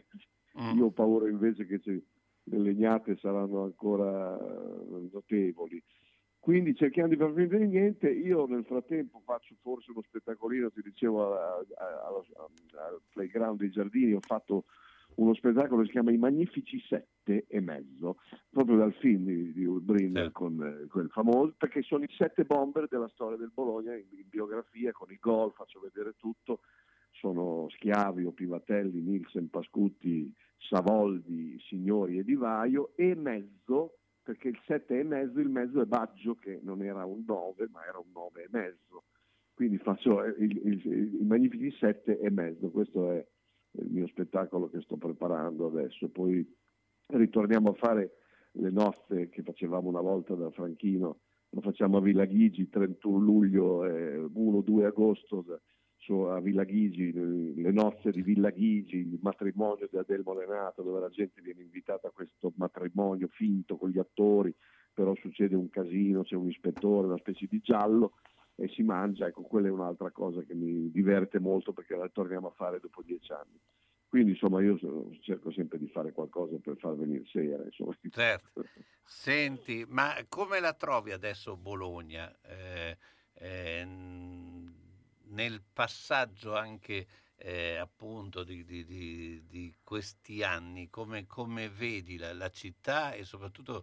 Mm. io ho paura invece che ci- le legnate saranno ancora eh, notevoli, quindi cerchiamo di far finta di niente. Io nel frattempo faccio forse uno spettacolino, ti dicevo a- a- allo- al playground dei giardini, ho fatto uno spettacolo che si chiama I Magnifici Sette e Mezzo, proprio dal film di, di Ulbriner, Sì. con eh, quel famoso, perché sono i sette bomber della storia del Bologna in, in biografia, con i gol, faccio vedere tutto, sono Schiavio, Pivatelli, Nielsen, Pascutti, Savoldi, Signori e Di Vaio, e mezzo, perché il sette e mezzo, il mezzo è Baggio, che non era un nove, ma era un nove e mezzo, quindi faccio eh, il, il, i Magnifici Sette e Mezzo, questo è il mio spettacolo che sto preparando adesso. Poi ritorniamo a fare le nozze che facevamo una volta da Franchino, lo facciamo a Villa Ghigi, trentuno luglio e uno due agosto da- su- a Villa Ghigi, le le nozze di Villa Ghigi, il matrimonio di Adelmo Lenato, dove la gente viene invitata a questo matrimonio finto con gli attori, però succede un casino, c'è un ispettore, una specie di giallo, e si mangia. Ecco, quella è un'altra cosa che mi diverte molto, perché la torniamo a fare dopo dieci anni. Quindi insomma io so- cerco sempre di fare qualcosa per far venire sera. Insomma. Certo. Senti, ma come la trovi adesso Bologna? Eh, eh, n- nel passaggio anche eh, appunto di, di- di- di questi anni, come, come vedi la, la città e soprattutto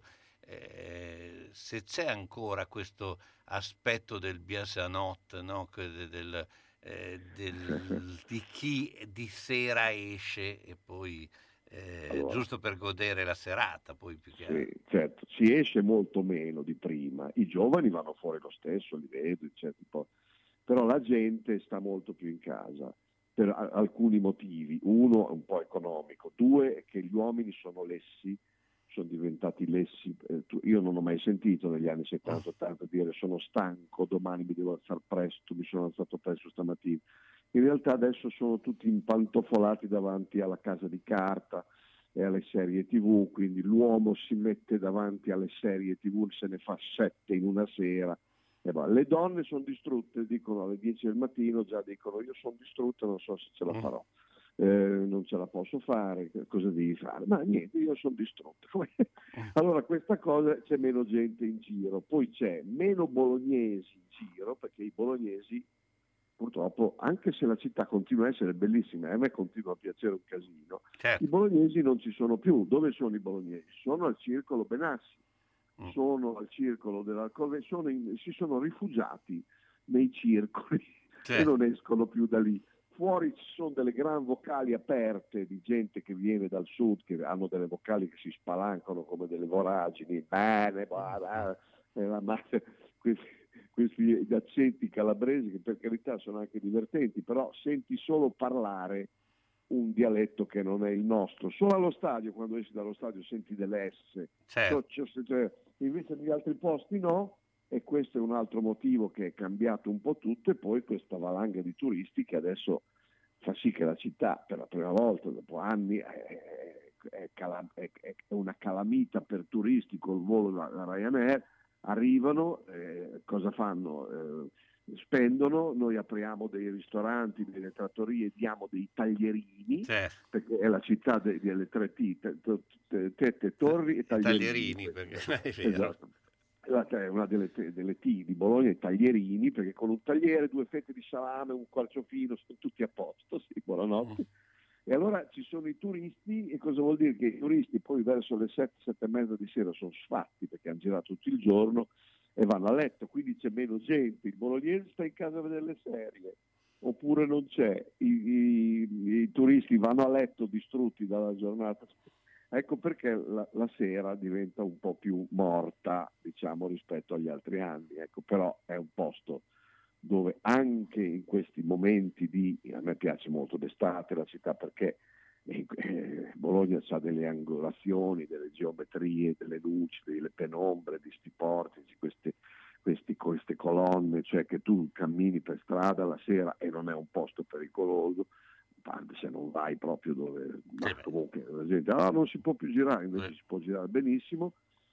eh, se c'è ancora questo aspetto del biasanot, no? Que- del, eh, del- di chi di sera esce e poi eh, Allora, giusto per godere la serata, poi più che sì, altro. certo, si esce molto meno di prima, i giovani vanno fuori lo stesso, li vedo, certi po'. Però la gente sta molto più in casa per a- alcuni motivi. Uno è un po' economico, due è che gli uomini sono lessi, sono diventati lessi. Eh, tu- io non ho mai sentito negli anni settanta ottanta dire sono stanco, domani mi devo alzare presto, mi sono alzato presto stamattina. In realtà adesso sono tutti impantofolati davanti alla casa di carta e alle serie tivù, quindi l'uomo si mette davanti alle serie tivù, se ne fa sette in una sera. E va. Le donne sono distrutte, dicono alle dieci del mattino, già dicono io sono distrutta, non so se ce la farò, eh, non ce la posso fare, cosa devi fare? Ma niente, io sono distrutta. Allora questa cosa, c'è meno gente in giro, poi c'è meno bolognesi in giro, perché i bolognesi purtroppo, anche se la città continua a essere bellissima e a me continua a piacere un casino, Certo. i bolognesi non ci sono più. Dove sono i bolognesi? Sono al circolo Benassi, Mm. sono al circolo della Corve, sono in- si sono rifugiati nei circoli Certo. e non escono più da lì. Fuori ci sono delle gran vocali aperte di gente che viene dal sud, che hanno delle vocali che si spalancano come delle voragini, bene, guarda, eh, ma- ma- questi, questi accenti calabresi che per carità sono anche divertenti, però senti solo parlare un dialetto che non è il nostro. Solo allo stadio, quando esci dallo stadio senti delle S, Certo. cioè, cioè, cioè, invece negli altri posti no, e questo è un altro motivo che è cambiato un po' tutto, e poi questa valanga di turisti che adesso fa sì che la città per la prima volta dopo anni è, è, cala- è- è una calamita per turisti col volo da, da Ryanair, arrivano, eh, cosa fanno? Eh, spendono, noi apriamo dei ristoranti, delle trattorie, diamo dei taglierini, Certo. perché è la città de- delle tre T, te- te- tette, torri e taglierini. Taglierini, perché è vero. Esatto. Esatto, è una delle, te- delle T di Bologna, i taglierini, perché con un tagliere, due fette di salame, un carciofino, sono tutti a posto, sì, buonanotte. E allora ci sono i turisti, e cosa vuol dire? Che i turisti poi verso le sette, sette e mezza di sera sono sfatti perché hanno girato tutto il giorno e vanno a letto, quindi c'è meno gente. Il bolognese sta in casa a vedere le serie, oppure non c'è. I, i- i turisti vanno a letto distrutti dalla giornata. Ecco perché la, la sera diventa un po' più morta, diciamo, rispetto agli altri anni. Ecco, però è un posto dove anche in questi momenti di, a me piace molto d'estate la città, perché eh, eh, Bologna ha delle angolazioni, delle geometrie, delle luci, delle penombre, di sti portici, queste, questi- queste colonne, cioè che tu cammini per strada la sera e non è un posto pericoloso, anche se non vai proprio dove, ma Sì, beh. comunque la gente ah, non si può più girare, invece Sì. si può girare benissimo.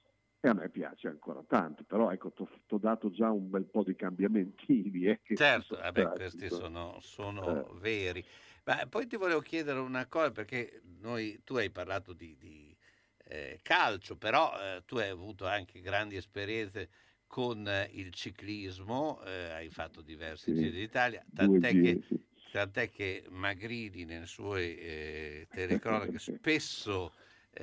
E a me piace ancora tanto, però ecco, ti ho dato già un bel po' di cambiamentini. Eh, che ci Certo, sono eh beh, stati, questi insomma. sono, sono Eh, veri. Ma poi ti volevo chiedere una cosa, perché noi, tu hai parlato di, di, eh, calcio, però eh, tu hai avuto anche grandi esperienze con eh, il ciclismo, eh, hai fatto diversi sì, giri d'Italia, due tant'è che, giri, sì. tant'è che Magrini nelle sue eh, telecronache spesso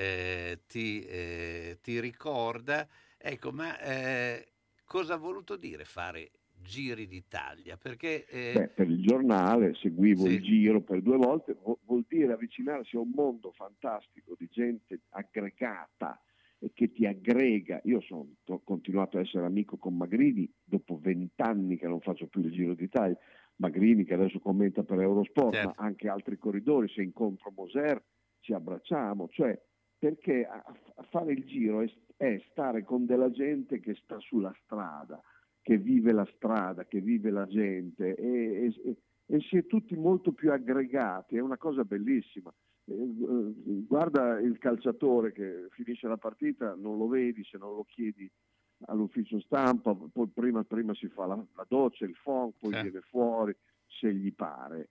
eh, ti, eh, ti ricorda. Ecco, ma eh, cosa ha voluto dire fare Giri d'Italia? Perché eh, Beh, per il giornale seguivo sì, il giro per due volte, vu- vuol dire avvicinarsi a un mondo fantastico di gente aggregata e che ti aggrega. Io sono ho continuato a essere amico con Magrini dopo vent'anni che non faccio più il Giro d'Italia. Magrini che adesso commenta per Eurosport, certo. ma anche altri corridori, se incontro Moser ci abbracciamo, cioè perché a, a fare il giro è, è stare con della gente che sta sulla strada, che vive la strada, che vive la gente, e, e, e si è tutti molto più aggregati, è una cosa bellissima. Eh, eh, guarda il calciatore che finisce la partita, non lo vedi se non lo chiedi all'ufficio stampa, poi prima, prima si fa la, la doccia, il phon, poi Sì. viene fuori se gli pare.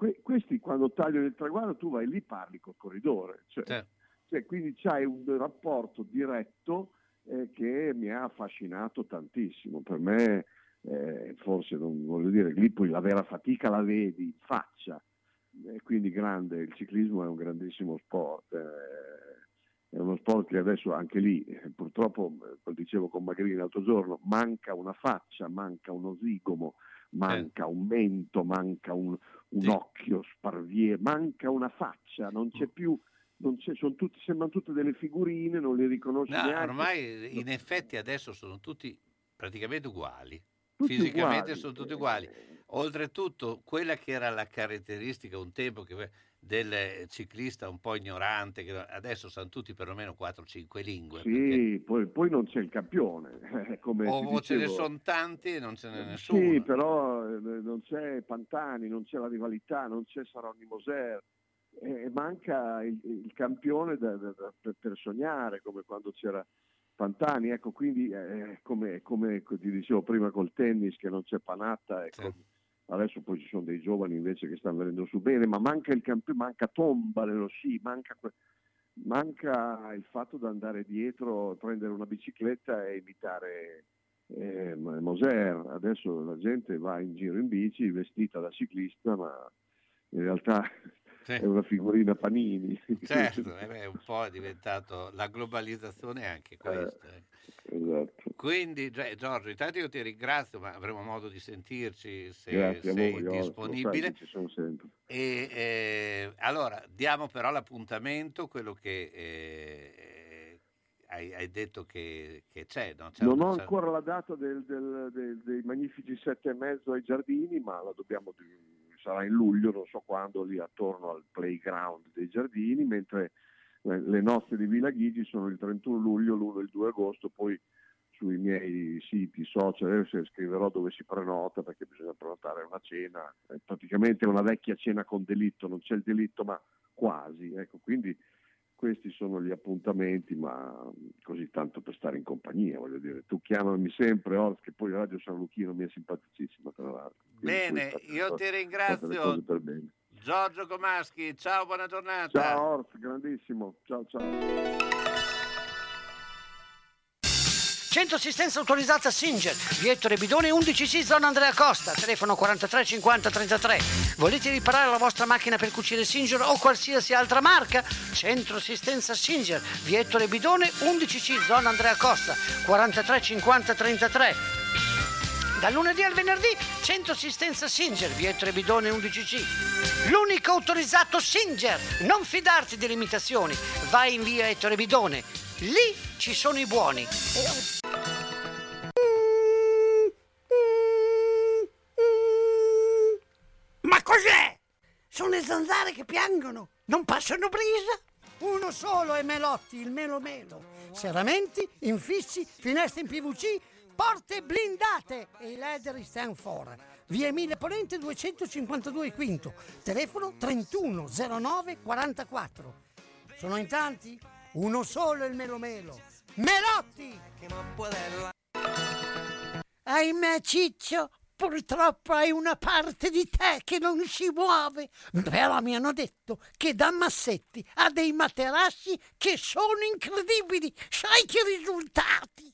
que- questi quando tagliano il traguardo tu vai lì, parli col corridore, cioè, Certo. cioè, quindi c'hai un rapporto diretto eh, che mi ha affascinato tantissimo. Per me eh, forse non voglio dire, lì poi la vera fatica la vedi in faccia, eh, quindi grande, il ciclismo è un grandissimo sport, eh, è uno sport che adesso anche lì eh, purtroppo, eh, lo dicevo con Magrini l'altro giorno, manca una faccia, manca uno zigomo, manca un mento, manca un, un Sì. occhio sparviere, manca una faccia, non c'è più, non c'è, sono tutti, sembrano tutte delle figurine, non le riconosci No, neanche. ormai in effetti adesso sono tutti praticamente uguali. Tutti Fisicamente uguali. sono tutti uguali. Oltretutto, quella che era la caratteristica un tempo che, del ciclista un po' ignorante, che adesso sanno tutti perlomeno quattro cinque lingue. Sì, poi, poi non c'è il campione, eh, come O, ti o ce ne dicevo. sono tanti e non ce n'è nessuno. Sì, però eh, non c'è Pantani, non c'è la rivalità, non c'è Saronni Moser, eh, manca il, il campione da- da- da- per, per sognare, come quando c'era Pantani, ecco, quindi eh, come, come ti dicevo prima col tennis che non c'è Panatta, ecco, adesso poi ci sono dei giovani invece che stanno venendo su bene, ma manca il campione, manca Tomba nello sci, manca, que- manca il fatto di andare dietro, prendere una bicicletta e imitare eh, Moser. Adesso la gente va in giro in bici vestita da ciclista, ma in realtà Sì. è una figurina Panini. Certo, eh beh, un po' è diventato la globalizzazione è anche questa. eh. Esatto. Quindi, cioè, Giorgio, intanto io ti ringrazio, ma avremo modo di sentirci se Grazie a sei voi, Oscar, lo sai disponibile. che ci sono sempre. E, eh, allora, diamo però l'appuntamento, quello che eh, hai, hai detto che, che c'è. No? C'è Non un- ho c'è- ancora la data del- del- del- dei magnifici sette e mezzo ai giardini, ma la dobbiamo, sarà in luglio, non so quando, lì attorno al playground dei giardini, mentre eh, le nozze di Villa Ghigi sono il trentuno luglio, l'uno e il due agosto, poi sui miei siti social adesso scriverò dove si prenota, perché bisogna prenotare una cena, è praticamente una vecchia cena con delitto, non c'è il delitto ma quasi, ecco, quindi questi sono gli appuntamenti, ma così tanto per stare in compagnia, voglio dire, tu chiamami sempre, Ors, che poi Radio San Luchino mi è simpaticissima, tra l'altro. Quindi Bene, poi fate- io ti fate le ringrazio. cose per bene. Giorgio Comaschi, ciao, buona giornata. Ciao Ors, grandissimo, ciao ciao. Centro assistenza autorizzata Singer, via Ettore Bidone undici C, zona Andrea Costa, telefono quarantatré cinquanta trentatré. Volete riparare la vostra macchina per cucire Singer o qualsiasi altra marca? Centro assistenza Singer, via Ettore Bidone undici C, zona Andrea Costa, quarantatré cinquanta trentatré. Dal lunedì al venerdì, centro assistenza Singer, via Ettore Bidone undici C. L'unico autorizzato Singer. Non fidarti delle imitazioni. Vai in via Ettore Bidone. Lì ci sono i buoni. Ma cos'è? Sono le zanzare che piangono. Non passano brisa? Uno solo è Melotti, il Melo Melo. Serramenti, infissi, finestre in P V C, porte blindate e i leder stand for. Via Emilia Ponente duecentocinquantadue Quinto, telefono trentuno zero nove quarantaquattro. Sono in tanti? Uno solo è il Melo Melo. Melotti! Ahimè Ciccio, purtroppo hai una parte di te che non si muove. Però mi hanno detto che da Massetti ha dei materassi che sono incredibili. Sai che risultati?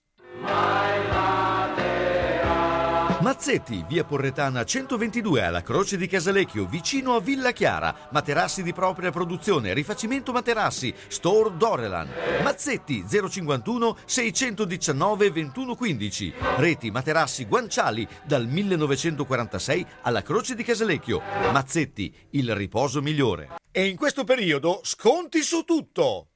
Mazzetti, via Porretana centoventidue alla Croce di Casalecchio, vicino a Villa Chiara. Materassi di propria produzione, rifacimento materassi, Store Dorelan. Mazzetti zero cinquantuno seicentodiciannove ventuno quindici. Reti materassi guanciali dal millenovecentoquarantasei alla Croce di Casalecchio. Mazzetti, il riposo migliore. E in questo periodo sconti su tutto.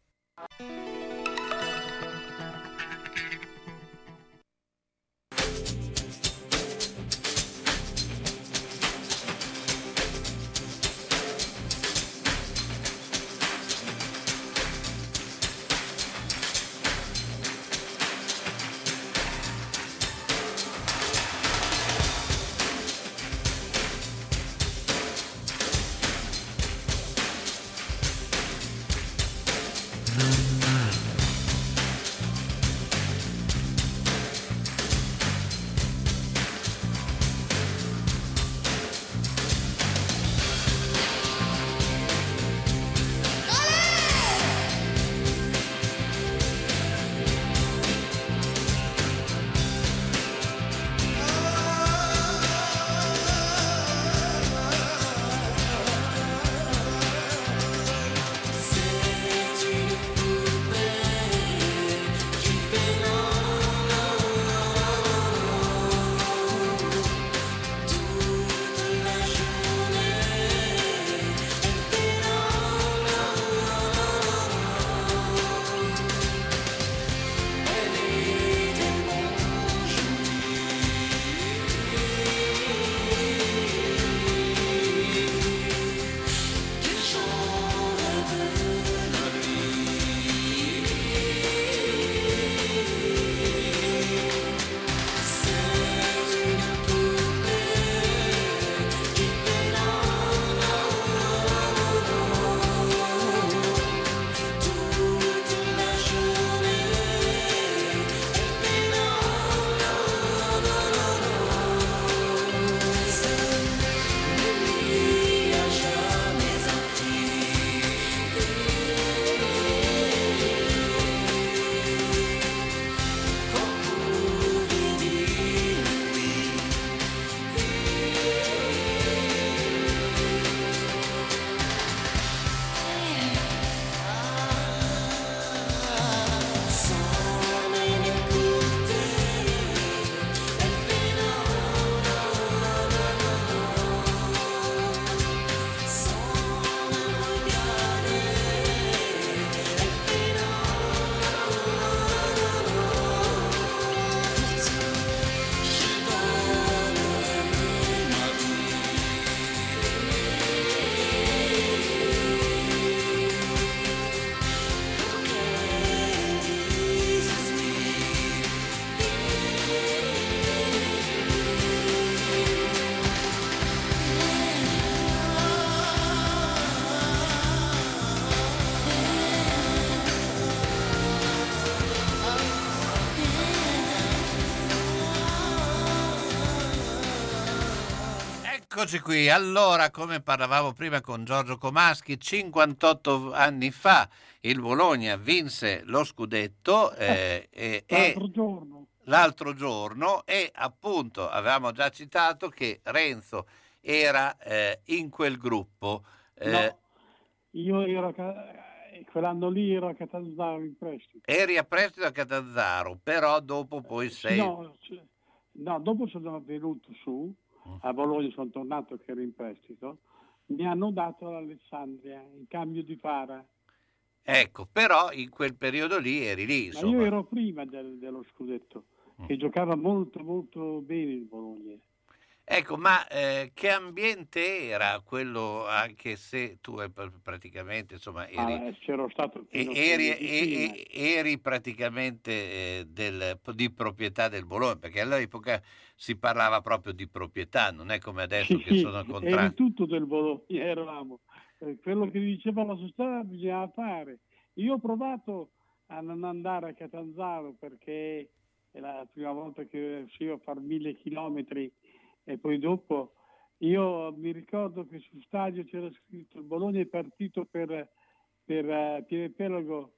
Eccoci qui. Allora, come parlavamo prima con Giorgio Comaschi, cinquantotto anni fa il Bologna vinse lo scudetto eh, e, L'altro e giorno. l'altro giorno e appunto avevamo già citato che Renzo era eh, in quel gruppo. Eh, No, io ero a Ca- eh, quell'anno lì ero a Catanzaro in prestito. Eri a prestito a Catanzaro, però dopo poi sei... No, c- no, dopo sono venuto su, a Bologna sono tornato che ero in prestito, mi hanno dato l'Alessandria in cambio di Fara. Ecco, però in quel periodo lì eri lì, Ma insomma. io ero prima del- dello scudetto, che giocava molto molto bene il Bologna. Ecco, ma eh, che ambiente era quello, anche se tu hai pr- praticamente, insomma, eri, Ah, eh, c'ero stato e- fino a eri, sei mesi prima. e- e- eri praticamente eh, del- di proprietà del Bologna, perché all'epoca si parlava proprio di proprietà, non è come adesso Sì, che sì, sono eri contratti. tutto del Bologna, eravamo. Eh, quello che diceva la società bisognava fare. Io ho provato a non andare a Catanzaro perché è la prima volta che riuscivo a fare mille chilometri e poi dopo io mi ricordo che sul stadio c'era scritto il Bologna è partito per, per uh, Pievepelago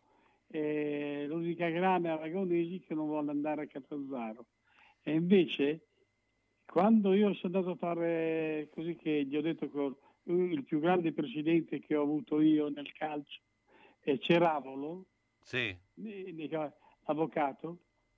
e l'unica grana è Aragonesi che non vuole andare a Catanzaro. E invece quando io sono andato a fare così che gli ho detto che il più grande presidente che ho avuto io nel calcio è Ceravolo, Sì. avvocato,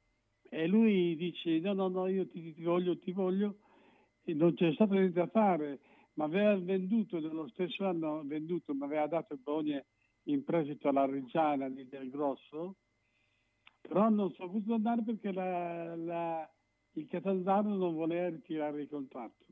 e lui dice no no no io ti, ti voglio ti voglio e non c'è stato niente da fare, ma aveva venduto nello stesso anno venduto mi aveva dato il Bologna in prestito alla Reggiana di Del Grosso, però non sono potuto andare perché la, la, il Catanzaro non voleva ritirare il contratto.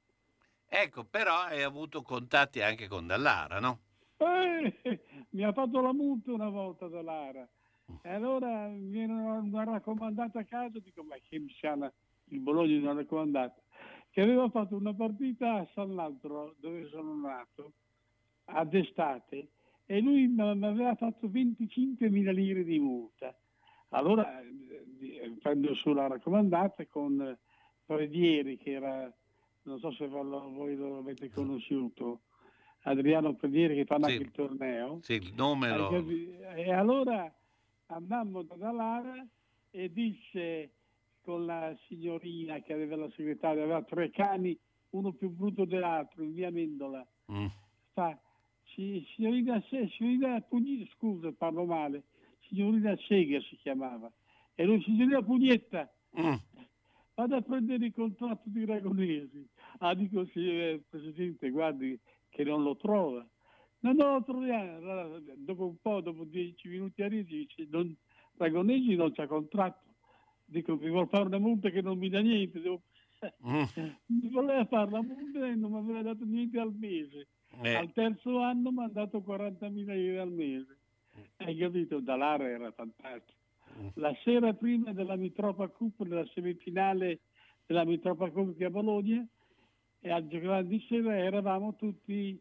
Ecco, però hai avuto contatti anche con Dallara, no? Eh, mi ha fatto la multa una volta Dallara e allora mi viene una, una raccomandata a casa, dico ma che mi sana il Bologna di una raccomandata, che aveva fatto una partita a San Lazzaro dove sono nato ad estate e lui mi aveva fatto venticinquemila lire di multa. Allora eh, prendo sulla raccomandata con Predieri che era, non so se voi lo avete conosciuto, Adriano Predieri che fanno Sì. anche il torneo. Sì, il nome Hai lo... capi- E allora andammo da Dallara e disse con la signorina che aveva la segretaria, aveva tre cani, uno più brutto dell'altro, in via Mendola. Mm. Fa, "Si- signorina, Se- signorina Pugni- scusa, parlo male, signorina Sega si chiamava. E lui, signorina Pugnetta, Mm. vado a prendere il contratto di Ragonesi. Ah, dico, sì, eh, Presidente, guardi che non lo trova. No, no, lo troviamo. Allora, dopo un po', dopo dieci minuti a risi, dice, non, Ragonesi non c'ha contratto. Dico, mi vuol fare una multa che non mi dà niente. Devo... Mm. mi voleva fare la multa e non mi aveva dato niente al mese. Eh. Al terzo anno mi ha dato quarantamila euro al mese. Hai capito? Dallara era fantastico. La sera prima della Mitropa Cup, nella semifinale della Mitropa Cup che a Bologna, e al giocare di sera eravamo tutti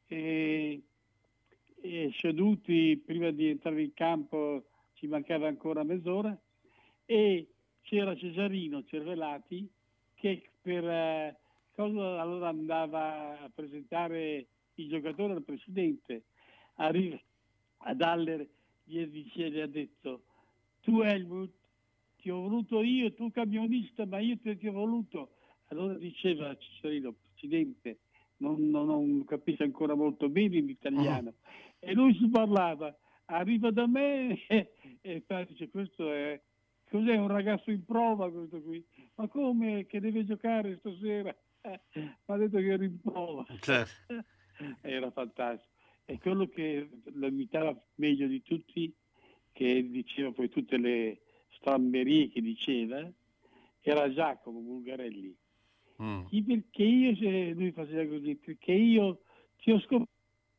eh, eh, seduti prima di entrare in campo, ci mancava ancora mezz'ora, e c'era Cesarino Cervelati che per eh, cosa allora andava a presentare i giocatori al presidente. Arriva ad Haller, gli dice- gli ha detto tu Helmut ti ho voluto io, tu camionista, ma io ti, ti ho voluto. Allora diceva Cesarino, presidente, non, non, non capisce ancora molto bene l'italiano. E lui si parlava, arriva da me e, e fa, dice, questo è, cos'è un ragazzo in prova questo qui? Ma come che deve giocare stasera? Mi ha detto che era in prova. Certo. Era fantastico. E quello che lo imitava meglio di tutti, che diceva poi tutte le stramberie che diceva, era Giacomo Bulgarelli. Mm. Sì, perché io, se lui faceva così, perché io ti ho scoperto.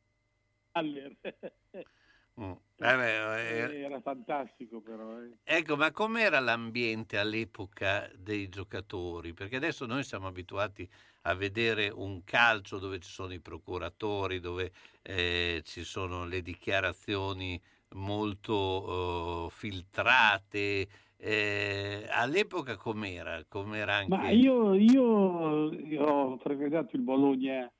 Mm. Eh beh, eh, Era fantastico però. Eh. Ecco, ma com'era l'ambiente all'epoca dei giocatori? Perché adesso noi siamo abituati a vedere un calcio dove ci sono i procuratori, dove eh, ci sono le dichiarazioni molto eh, filtrate, eh, all'epoca com'era? Com'era anche... Ma io, io, io ho frequentato il Bologna,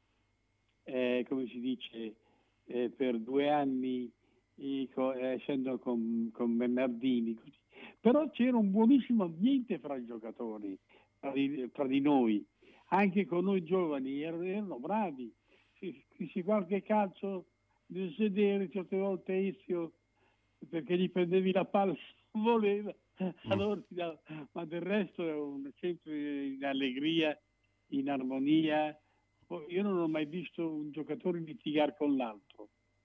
eh, come si dice, eh, per due anni, eh, co- eh, essendo con, con Bernardini, così. Però c'era un buonissimo ambiente fra i giocatori, fra di, fra di noi, anche con noi giovani, erano, erano bravi. Se, se qualche calcio nel sedere, certe volte Ezio, perché gli prendevi la palla se non voleva, allora ti dava- ma del resto è un- sempre in allegria, in armonia. Poi io non ho mai visto un giocatore litigare con l'altro.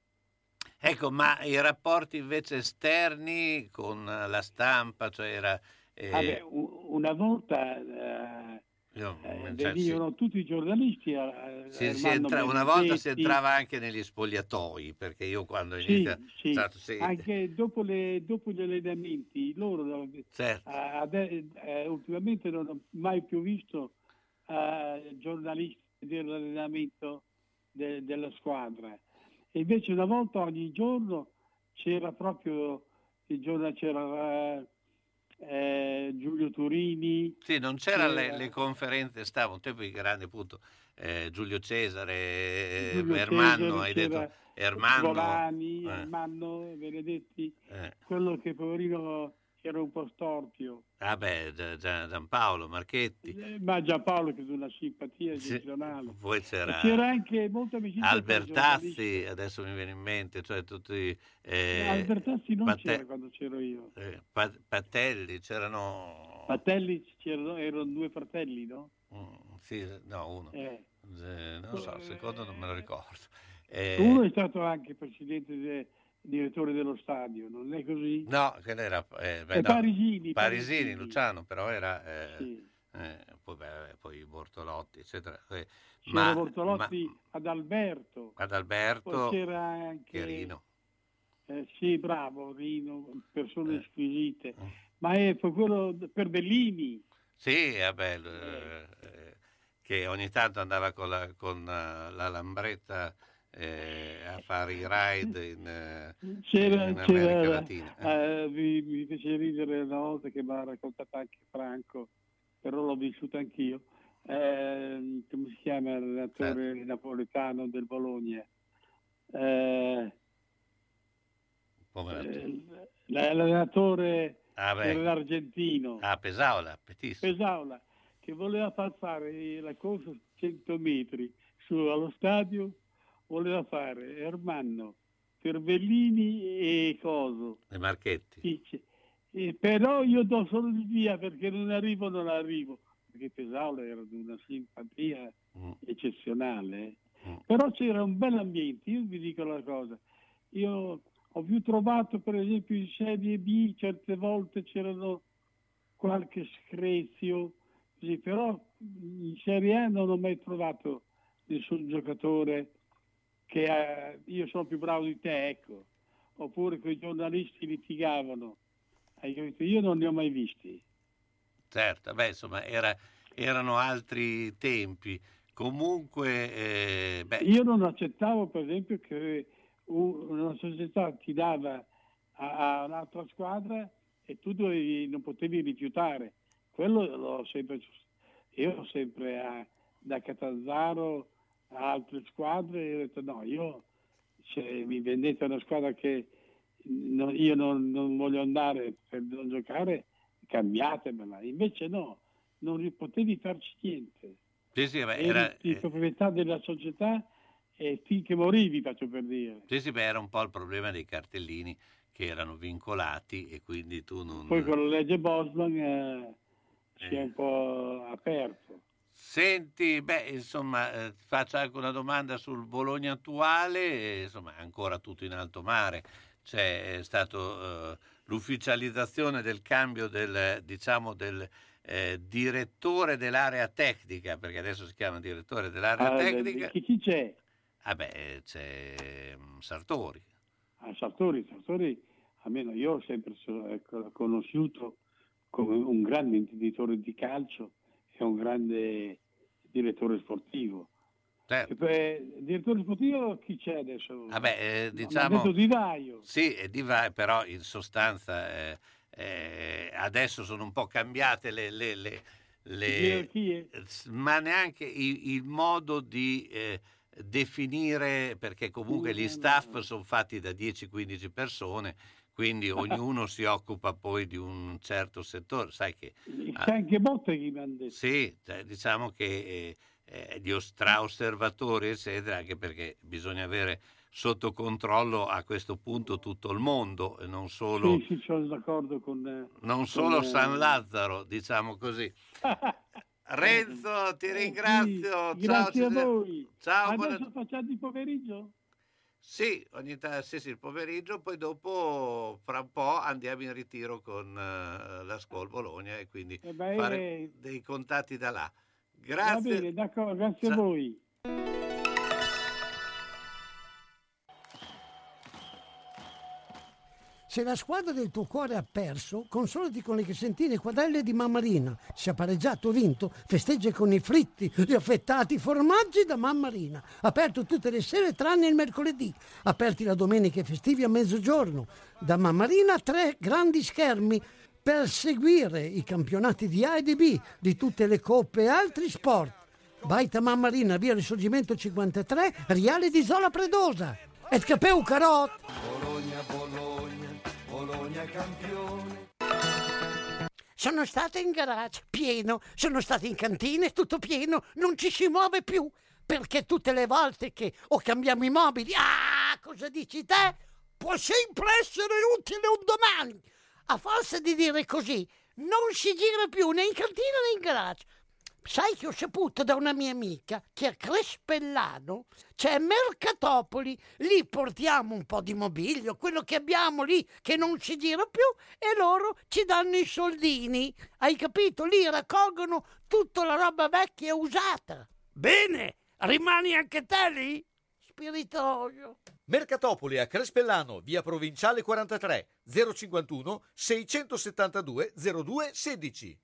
Ecco, ma i rapporti invece esterni con la stampa, cioè era... eh, Vabbè, u- una volta eh, io- eh, cioè, sì. venivano tutti i giornalisti a, a Si- si Ermanno entra- una volta si Benedetti. entrava anche negli spogliatoi, perché io quando Sì, inizia... sì. stato- sì, Anche dopo, le- dopo gli allenamenti, loro certo. eh, ade- eh, ultimamente non ho mai più visto eh, giornalisti dell'allenamento de- della squadra. E invece una volta ogni giorno c'era proprio il giorno c'era eh, eh, Giulio Turini. Sì, non c'erano le, c'era- le conferenze stampa, un tempo i grandi appunto, eh, Giulio Cesare, eh, Giulio Ermanno, Cesare, hai c'era detto Ermanno. Volani, eh, Ermanno, Benedetti, eh. quello che poverino era un po' storpio. Ah beh, Gia- Gia- Giampaolo, Marchetti, Eh, Ma Giampaolo che è di una simpatia Sì, eccezionale. poi E c'era, c'era anche molta amicizia tra i giornalisti. Albertazzi, adesso mi viene in mente, cioè tutti... eh, Albertazzi non Patte- c'era quando c'ero io. eh, Pa- Patelli, c'erano... Patelli c'erano, erano due fratelli, no? Mm, sì, no, uno. Eh. Eh, non so, secondo non me lo ricordo. Eh, Uno è stato anche presidente de- direttore dello stadio, non è così? No, che era eh, beh, E no, Parisini, Parisini, Parisini. Luciano, però era eh, Sì. eh, poi, beh, poi Bortolotti, eccetera. Eh, C'era ma, Bortolotti ma ad Alberto, ad poi Alberto c'era anche che Rino. eh, sì, bravo Rino, persone Eh. squisite, ma è poi quello per Bellini. Sì, vabbè, l- eh, che ogni tanto andava con la, con eh, la lambretta eh, a fare i ride in, eh, C'era, in America c'era, Latina. eh, mi, mi fece ridere una volta che mi ha raccontato anche Franco, però l'ho vissuto anch'io. Eh, come si chiama l'allenatore Certo. napoletano del Bologna? Eh, Come eh, l'allenatore Ah, beh. era l'argentino, Ah, Pesaola, appetissimo. Pesaola, che voleva far fare la corsa cento metri su, allo stadio, voleva fare Ermanno, Cervellini e Coso. E Marchetti. Dice, "Eh, però io do solo di via perché non arrivo, non arrivo", perché Pesaola era di una simpatia Mm, eccezionale. eh. mm. Però c'era un bel ambiente, io vi dico una cosa, io ho più trovato per esempio in Serie B, certe volte c'erano qualche screzio, così, però in Serie A non ho mai trovato nessun giocatore che eh, io sono più bravo di te, ecco, oppure quei giornalisti litigavano, hai capito? Io non ne ho mai visti. Certo, beh, insomma, era- erano altri tempi. Comunque, eh, beh, Io non accettavo per esempio che u- una società ti dava a, a un'altra squadra e tu dovevi, non potevi rifiutare. Quello l'ho sempre, io ho sempre a- da Catanzaro a altre squadre e ho detto no, io se mi vendete una squadra che non- io non, non voglio andare per non giocare, cambiatemela. Invece no, non ri- potevi farci niente. sì, sì, beh, Eri era, di eh, proprietà della società e finché morivi, faccio per dire. sì, sì, beh, era un po' il problema dei cartellini che erano vincolati e quindi tu non... Poi con la legge Bosman eh, si è Eh. un po' aperto. Senti, beh, insomma, eh, ti faccio anche una domanda sul Bologna attuale, eh, insomma, è ancora tutto in alto mare. C'è stato eh, l'ufficializzazione del cambio del, diciamo, del eh, direttore dell'area tecnica, perché adesso si chiama direttore dell'area Ah, tecnica. chi, chi c'è? Ah beh, c'è mm, Sartori. A Sartori, Sartori, almeno io ho sempre so- eh, conosciuto come un grande intenditore di calcio e un grande direttore sportivo. Certo. E poi, direttore sportivo chi c'è adesso? Vabbè, eh, Mi ha diciamo... detto Di Vaio. Sì, è Di Vai, però in sostanza eh, eh, adesso sono un po' cambiate le, le, le, le gerarchie. ma neanche il, il modo di eh, definire, perché comunque gli staff sono fatti da dieci quindici persone, quindi ognuno si occupa poi di un certo settore, sai che C'è anche Botteghi, mi hanno detto. sì, cioè, diciamo che eh, eh, di tra osservatori eccetera, anche perché bisogna avere sotto controllo a questo punto tutto il mondo e non solo, Sì, sì, sono d'accordo con... eh, non con, solo eh, San Lazzaro, diciamo così. Renzo, ti ringrazio. Sì, grazie ciao, a voi. Ciao, Adesso buona- facciamo di pomeriggio? Sì, ogni ta- sì, sì, il pomeriggio, poi dopo fra un po' andiamo in ritiro con eh, la Scol Bologna e quindi Eh beh, fare dei contatti da là. Va Grazie. bene, d'accordo, grazie a Ciao. voi. Se la squadra del tuo cuore ha perso, consolati con le crescentine quadrelle di Mamma Rina. Se ha pareggiato o vinto, festeggia con i fritti, gli affettati formaggi da Mamma Rina. Aperto tutte le sere tranne il mercoledì. Aperti la domenica e festivi a mezzogiorno. Da Mamma Rina tre grandi schermi per seguire i campionati di A e di B, di tutte le coppe e altri sport. Baita Mamma Rina, via Risorgimento cinquantatré, Riale di Zola Predosa. Et capeu carot! Bologna, Bologna, Bologna campione. Sono stata in garage, pieno. Sono stata in cantina, tutto pieno. Non ci si muove più. Perché tutte le volte che o cambiamo i mobili, ah, cosa dici te? Può sempre essere utile un domani. A forza di dire così, non si gira più né in cantina né in garage. Sai che ho saputo da una mia amica che a Crespellano c'è Mercatopoli, lì portiamo un po' di mobilio, quello che abbiamo lì che non si gira più e loro ci danno i soldini, hai capito? Lì raccolgono tutta la roba vecchia e usata. Bene, rimani anche te lì? Spiritoso. Mercatopoli a Crespellano, via Provinciale quarantatré, zero cinquantuno seicentosettantadue zero due sedici.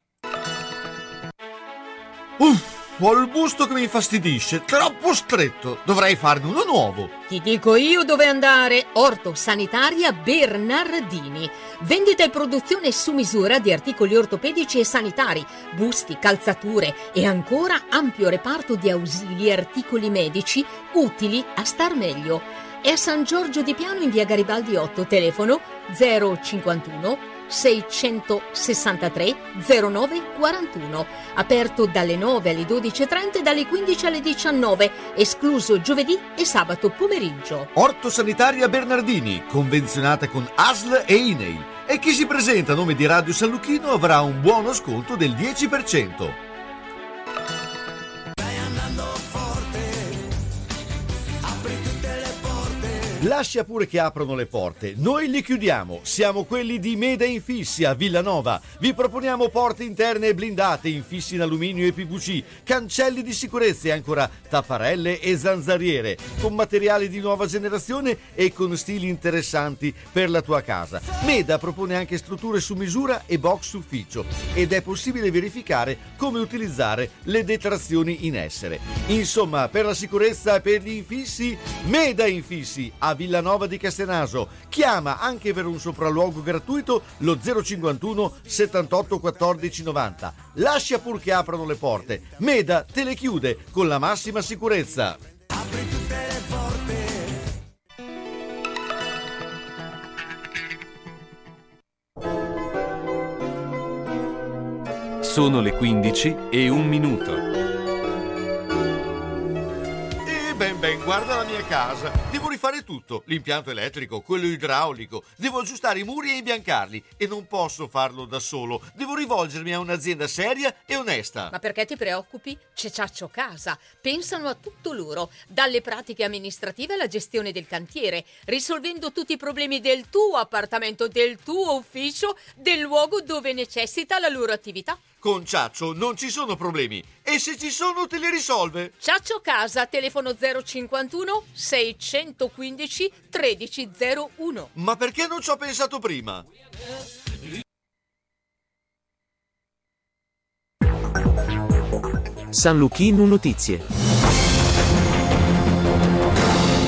Uff, ho il busto che mi infastidisce, troppo stretto, dovrei farne uno nuovo. Ti dico io dove andare. Orto Sanitaria Bernardini. Vendita e produzione su misura di articoli ortopedici e sanitari, busti, calzature e ancora ampio reparto di ausili e articoli medici utili a star meglio. È a San Giorgio di Piano in via Garibaldi otto, telefono zero cinquantuno seicentosessantatré zero nove quarantuno, aperto dalle nove alle dodici e trenta e dalle quindici alle diciannove, escluso giovedì e sabato pomeriggio. Orto Sanitaria Bernardini, convenzionata con A S L e I N E I L, e chi si presenta a nome di Radio San Lucchino avrà un buono sconto del dieci per cento. Lascia pure che aprono le porte, noi li chiudiamo. Siamo quelli di Meda Infissi a Villanova. Vi proponiamo porte interne e blindate, infissi in alluminio e P V C, cancelli di sicurezza e ancora tapparelle e zanzariere, con materiali di nuova generazione e con stili interessanti per la tua casa. Meda propone anche strutture su misura e box ufficio ed è possibile verificare come utilizzare le detrazioni in essere. Insomma, per la sicurezza e per gli infissi, Meda Infissi a Villanova di Castenaso. Chiama anche per un sopralluogo gratuito lo zero cinquantuno settantotto quattordici novanta. Lascia pur che aprano le porte. Meda te le chiude con la massima sicurezza. Apri tutte le porte. Sono le quindici e un minuto. Ben ben, guarda la mia casa. Devo rifare tutto, l'impianto elettrico, quello idraulico. Devo aggiustare i muri e imbiancarli e non posso farlo da solo. Devo rivolgermi a un'azienda seria e onesta. Ma perché ti preoccupi? C'è Ciaccio Casa. Pensano a tutto loro, dalle pratiche amministrative alla gestione del cantiere, risolvendo tutti i problemi del tuo appartamento, del tuo ufficio, del luogo dove necessita la loro attività. Con Ciaccio non ci sono problemi e se ci sono te li risolve. Ciaccio Casa, telefono zero cinquantuno seicentoquindici tredici zero uno. Ma perché non ci ho pensato prima? San Lucchino Notizie.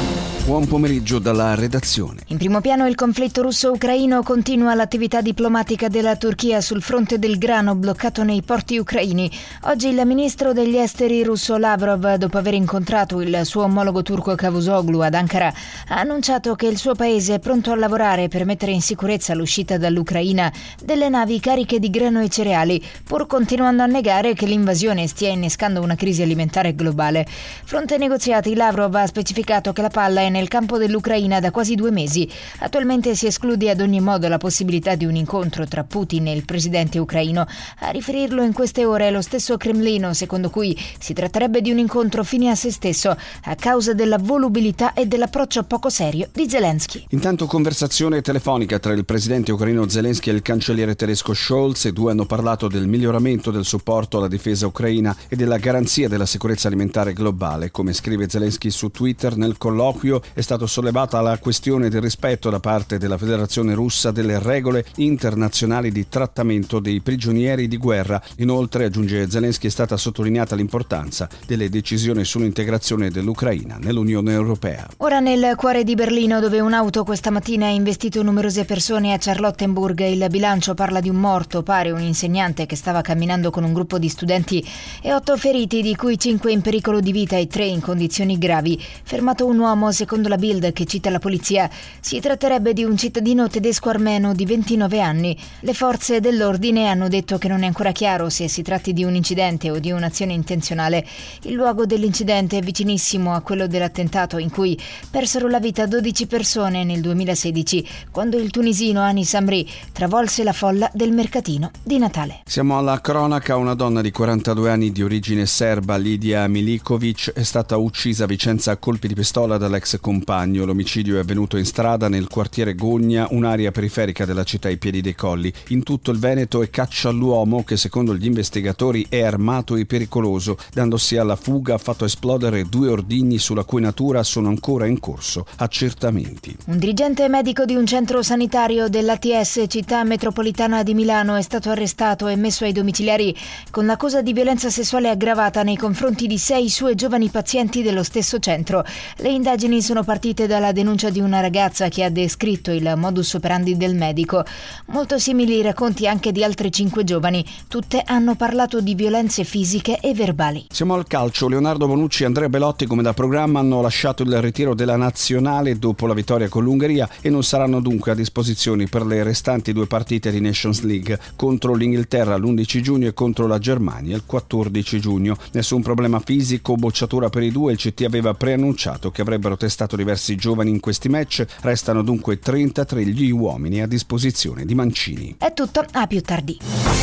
Buon pomeriggio dalla redazione. In primo piano il conflitto russo-ucraino, continua l'attività diplomatica della Turchia sul fronte del grano bloccato nei porti ucraini. Oggi il ministro degli esteri russo Lavrov, dopo aver incontrato il suo omologo turco Cavusoglu ad Ankara, ha annunciato che il suo paese è pronto a lavorare per mettere in sicurezza l'uscita dall'Ucraina delle navi cariche di grano e cereali, pur continuando a negare che l'invasione stia innescando una crisi alimentare globale. Fronte ai negoziati, Lavrov ha specificato che la palla è nel campo dell'Ucraina da quasi due mesi. Attualmente si esclude ad ogni modo la possibilità di un incontro tra Putin e il presidente ucraino. A riferirlo in queste ore è lo stesso Cremlino, secondo cui si tratterebbe di un incontro fine a se stesso a causa della volubilità e dell'approccio poco serio di Zelensky. Intanto conversazione telefonica tra il presidente ucraino Zelensky e il cancelliere tedesco Scholz. I due hanno parlato del miglioramento del supporto alla difesa ucraina e della garanzia della sicurezza alimentare globale. Come scrive Zelensky su Twitter, nel colloquio è stata sollevata la questione del rispetto da parte della Federazione Russa delle regole internazionali di trattamento dei prigionieri di guerra. Inoltre, aggiunge Zelensky, è stata sottolineata l'importanza delle decisioni sull'integrazione dell'Ucraina nell'Unione Europea. Ora nel cuore di Berlino, dove un'auto questa mattina ha investito numerose persone a Charlottenburg, il bilancio parla di un morto, pare un insegnante che stava camminando con un gruppo di studenti, e otto feriti, di cui cinque in pericolo di vita e tre in condizioni gravi. Fermato un uomo, secondo la Bild, che cita la polizia. Si tratterebbe di un cittadino tedesco-armeno di ventinove anni. Le forze dell'ordine hanno detto che non è ancora chiaro se si tratti di un incidente o di un'azione intenzionale. Il luogo dell'incidente è vicinissimo a quello dell'attentato in cui persero la vita dodici persone nel duemilasedici, quando il tunisino Anis Amri travolse la folla del mercatino di Natale. Siamo alla cronaca. Una donna di quarantadue anni di origine serba, Lidia Milikovic, è stata uccisa a Vicenza a colpi di pistola dall'ex compagno. L'omicidio è avvenuto in strada nel quartiere Gogna, un'area periferica della città ai piedi dei colli. In tutto il Veneto è caccia all'uomo che, secondo gli investigatori, è armato e pericoloso. Dandosi alla fuga ha fatto esplodere due ordigni sulla cui natura sono ancora in corso accertamenti. Un dirigente medico di un centro sanitario dell'A T S città metropolitana di Milano è stato arrestato e messo ai domiciliari con l'accusa di violenza sessuale aggravata nei confronti di sei suoi giovani pazienti dello stesso centro. Le indagini sono partite dalla denuncia di una ragazza che ha descritto il modus operandi del medico. Molto simili i racconti anche di altre cinque giovani. Tutte hanno parlato di violenze fisiche e verbali. Siamo al calcio. Leonardo Bonucci e Andrea Belotti, come da programma, hanno lasciato il ritiro della nazionale dopo la vittoria con l'Ungheria e non saranno dunque a disposizione per le restanti due partite di Nations League, contro l'Inghilterra l'undici giugno e contro la Germania il quattordici giugno. Nessun problema fisico, bocciatura per i due. Il C T aveva preannunciato che avrebbero testato diversi giovani in questi match. Restano dunque trentatré gli uomini a disposizione di Mancini. È tutto, a più tardi.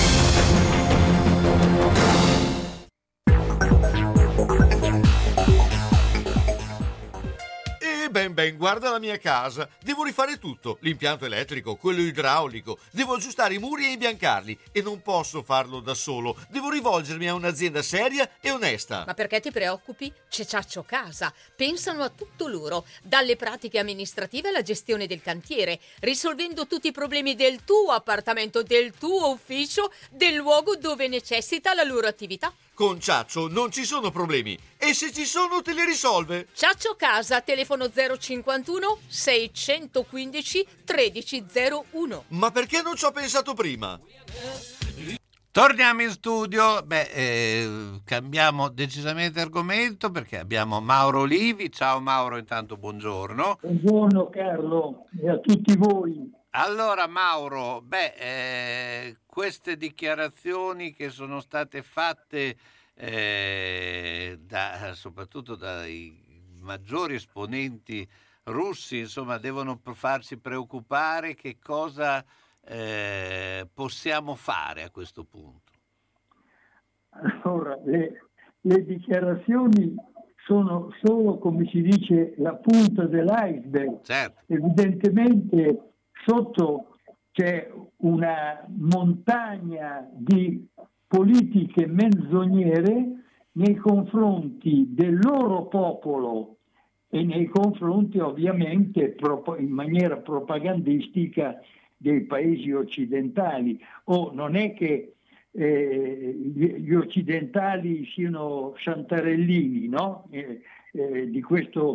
Ben ben, guarda la mia casa. Devo rifare tutto, l'impianto elettrico, quello idraulico. Devo aggiustare i muri e imbiancarli e non posso farlo da solo. Devo rivolgermi a un'azienda seria e onesta. Ma perché ti preoccupi? C'è Ciaccio Casa. Pensano a tutto loro, dalle pratiche amministrative alla gestione del cantiere, risolvendo tutti i problemi del tuo appartamento, del tuo ufficio, del luogo dove necessita la loro attività. Con Ciaccio non ci sono problemi e se ci sono te li risolve. Ciaccio Casa, telefono zero cinquantuno seicentoquindici tredici zero uno. Ma perché non ci ho pensato prima? Torniamo in studio. Beh, eh, cambiamo decisamente argomento perché abbiamo Mauro Olivi. Ciao Mauro, intanto buongiorno. Buongiorno Carlo e a tutti voi. Allora Mauro, beh, eh, queste dichiarazioni che sono state fatte eh, da, soprattutto dai maggiori esponenti russi, insomma, devono farci preoccupare. Che cosa eh, possiamo fare a questo punto? Allora, le, le dichiarazioni sono solo, come si dice, la punta dell'iceberg. Certo. Evidentemente sotto c'è una montagna di politiche menzognere nei confronti del loro popolo e nei confronti ovviamente in maniera propagandistica dei paesi occidentali. O non è che eh, gli occidentali siano santarellini, no? Eh, eh, di questo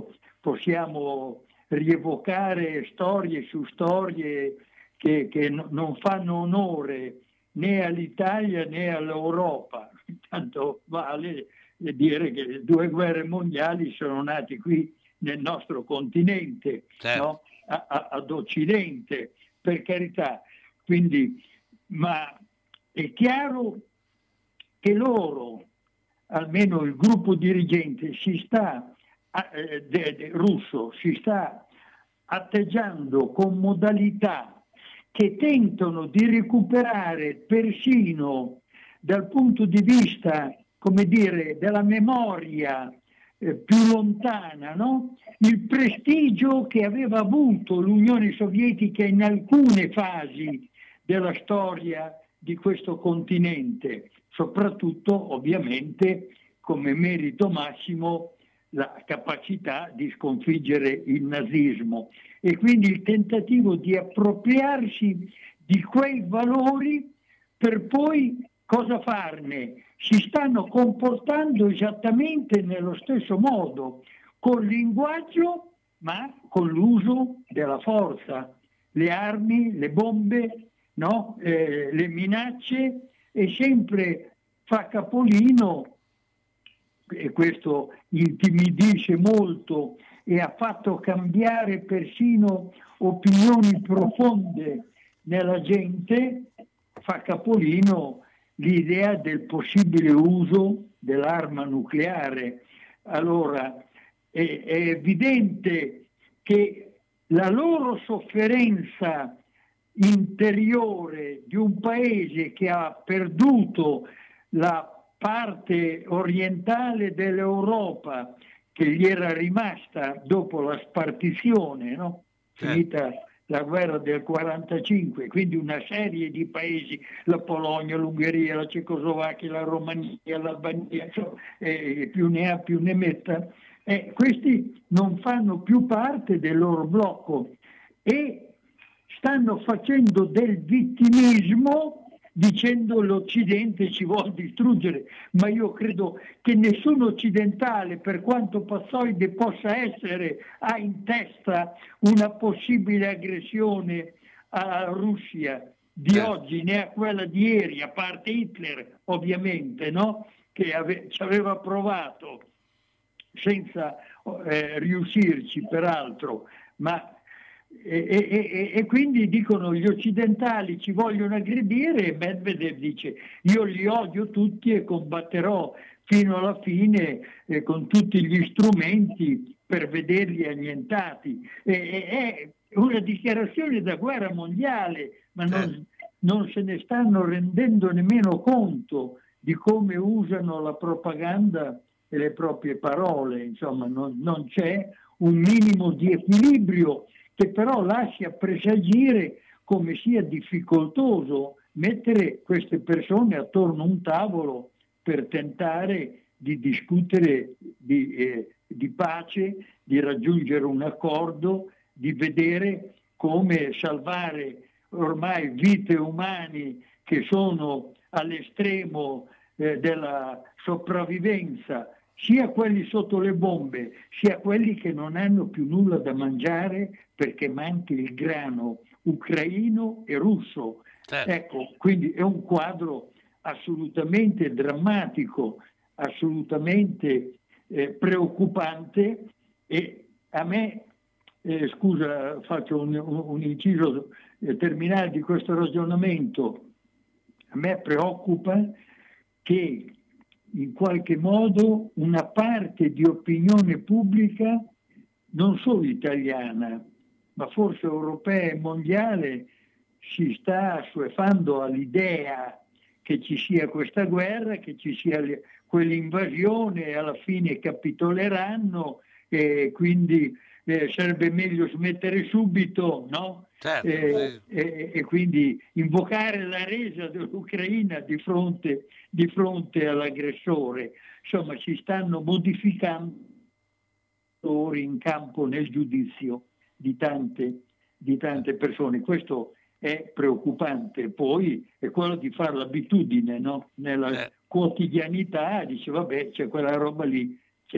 possiamo rievocare storie su storie che, che no- non fanno onore né all'Italia né all'Europa. Tanto vale dire che le due guerre mondiali sono nate qui nel nostro continente, Certo. no? A- a- ad Occidente, per carità. Quindi, ma è chiaro che loro, almeno il gruppo dirigente, si sta eh, de- de- russo, si sta atteggiando con modalità che tentano di recuperare persino dal punto di vista, come dire, della memoria eh, più lontana, no? Il prestigio che aveva avuto l'Unione Sovietica in alcune fasi della storia di questo continente, soprattutto ovviamente come merito massimo la capacità di sconfiggere il nazismo, e quindi il tentativo di appropriarsi di quei valori per poi cosa farne? Si stanno comportando esattamente nello stesso modo, col linguaggio ma con l'uso della forza, le armi, le bombe, no? Eh, le minacce, e sempre fa capolino, e questo intimidisce molto e ha fatto cambiare persino opinioni profonde nella gente, fa capolino l'idea del possibile uso dell'arma nucleare. Allora è, è evidente che la loro sofferenza interiore di un paese che ha perduto la parte orientale dell'Europa che gli era rimasta dopo la spartizione, no? Finita la guerra del quarantacinque, quindi una serie di paesi, la Polonia, l'Ungheria, la Cecoslovacchia, la Romania, l'Albania, insomma, eh, più ne ha più ne metta, eh, questi non fanno più parte del loro blocco e stanno facendo del vittimismo dicendo l'Occidente ci vuole distruggere, ma io credo che nessun occidentale, per quanto passoide possa essere, ha in testa una possibile aggressione alla Russia di oggi, né a quella di ieri, a parte Hitler ovviamente, no? Che ave- ci aveva provato senza eh, riuscirci peraltro, ma E, e, e quindi dicono gli occidentali ci vogliono aggredire, e Medvedev dice io li odio tutti e combatterò fino alla fine eh, con tutti gli strumenti per vederli annientati. E, e, è una dichiarazione da guerra mondiale, ma non, non se ne stanno rendendo nemmeno conto di come usano la propaganda e le proprie parole. Insomma, non, non c'è un minimo di equilibrio, che però lascia presagire come sia difficoltoso mettere queste persone attorno a un tavolo per tentare di discutere di, eh, di pace, di raggiungere un accordo, di vedere come salvare ormai vite umane che sono all'estremo eh, della sopravvivenza, sia quelli sotto le bombe, sia quelli che non hanno più nulla da mangiare perché manca il grano ucraino e russo. Certo. Ecco, quindi è un quadro assolutamente drammatico, assolutamente eh, preoccupante, e a me, eh, scusa, faccio un, un, un inciso eh, terminale di questo ragionamento, a me preoccupa che in qualche modo una parte di opinione pubblica, non solo italiana, ma forse europea e mondiale, si sta assuefando all'idea che ci sia questa guerra, che ci sia le, quell'invasione, e alla fine capitoleranno, e quindi eh, sarebbe meglio smettere subito, no? Certo, Eh, sì. e, e quindi invocare la resa dell'Ucraina di fronte, di fronte all'aggressore. Insomma, si stanno modificando in campo nel giudizio di tante, di tante persone. Questo è preoccupante. Poi è quello di fare l'abitudine, no? Nella Eh. quotidianità, dice vabbè, c'è quella roba lì, c'è-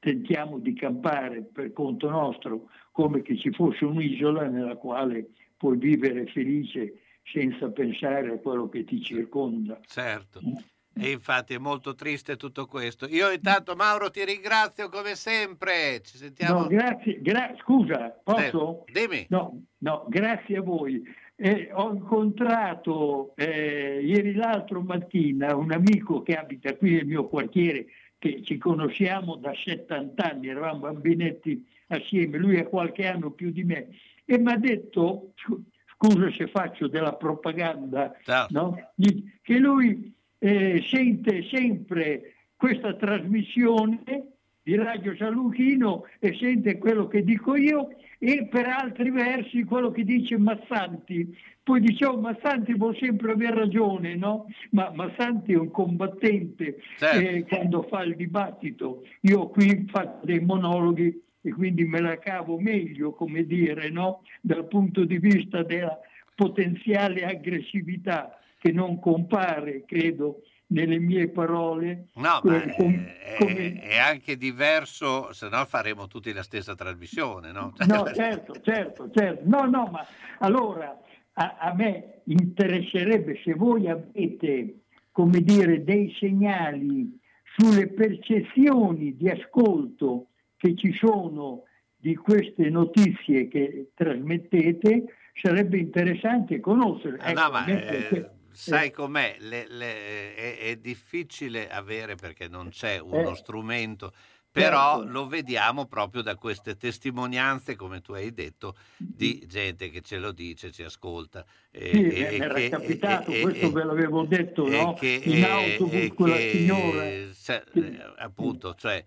tentiamo di campare per conto nostro, come che ci fosse un'isola nella quale puoi vivere felice senza pensare a quello che ti circonda. Certo. E infatti è molto triste tutto questo. Io intanto, Mauro, ti ringrazio come sempre. Ci sentiamo. No, grazie. Gra- scusa, posso? Eh, dimmi. No, no, grazie a voi. Eh, ho incontrato eh, ieri l'altro mattina un amico che abita qui nel mio quartiere, che ci conosciamo da settanta anni, eravamo bambinetti assieme, lui ha qualche anno più di me, e mi ha detto, scusa se faccio della propaganda, no? Che lui eh, sente sempre questa trasmissione di Radio San Luchino e sente quello che dico io e per altri versi quello che dice Massanti. Poi dicevo, Massanti vuol sempre aver ragione, no? Ma Massanti è un combattente, certo. eh, quando fa il dibattito. Io qui faccio dei monologhi e quindi me la cavo meglio, come dire, no? Dal punto di vista della potenziale aggressività che non compare, credo, nelle mie parole. No, ma è, come, come... è anche diverso, se no faremo tutti la stessa trasmissione, no? No, certo, certo, certo. No, no, ma allora a, a me interesserebbe se voi avete, come dire, dei segnali sulle percezioni di ascolto che ci sono di queste notizie che trasmettete, sarebbe interessante conoscere. Ah, ecco, no, ma mentre... eh, sai com'è? Le, le, è, è difficile avere perché non c'è uno Eh. strumento, però Certo. lo vediamo proprio da queste testimonianze, come tu hai detto, di gente che ce lo dice, ci ascolta. E, Sì, e- mi era che- capitato, e- questo e- ve l'avevo detto, e no? che- In e- autobus e con la che- signora. cioè, eh, appunto, cioè,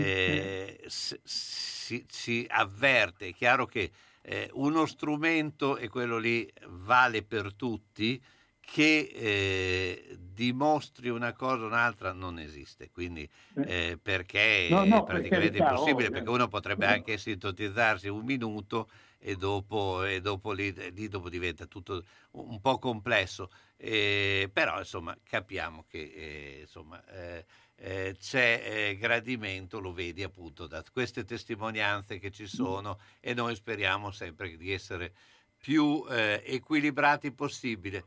eh, s- si, si avverte, è chiaro che eh, uno strumento, e quello lì vale per tutti, che eh, dimostri una cosa o un'altra non esiste, quindi eh, perché No, no, è per praticamente carità, impossibile, ovvio. perché uno potrebbe No. anche sintetizzarsi un minuto e dopo, e dopo lì, lì dopo diventa tutto un po' complesso, eh, però insomma capiamo che eh, insomma eh, eh, c'è eh, gradimento, lo vedi appunto da queste testimonianze che ci sono, e noi speriamo sempre di essere più eh, equilibrati possibile.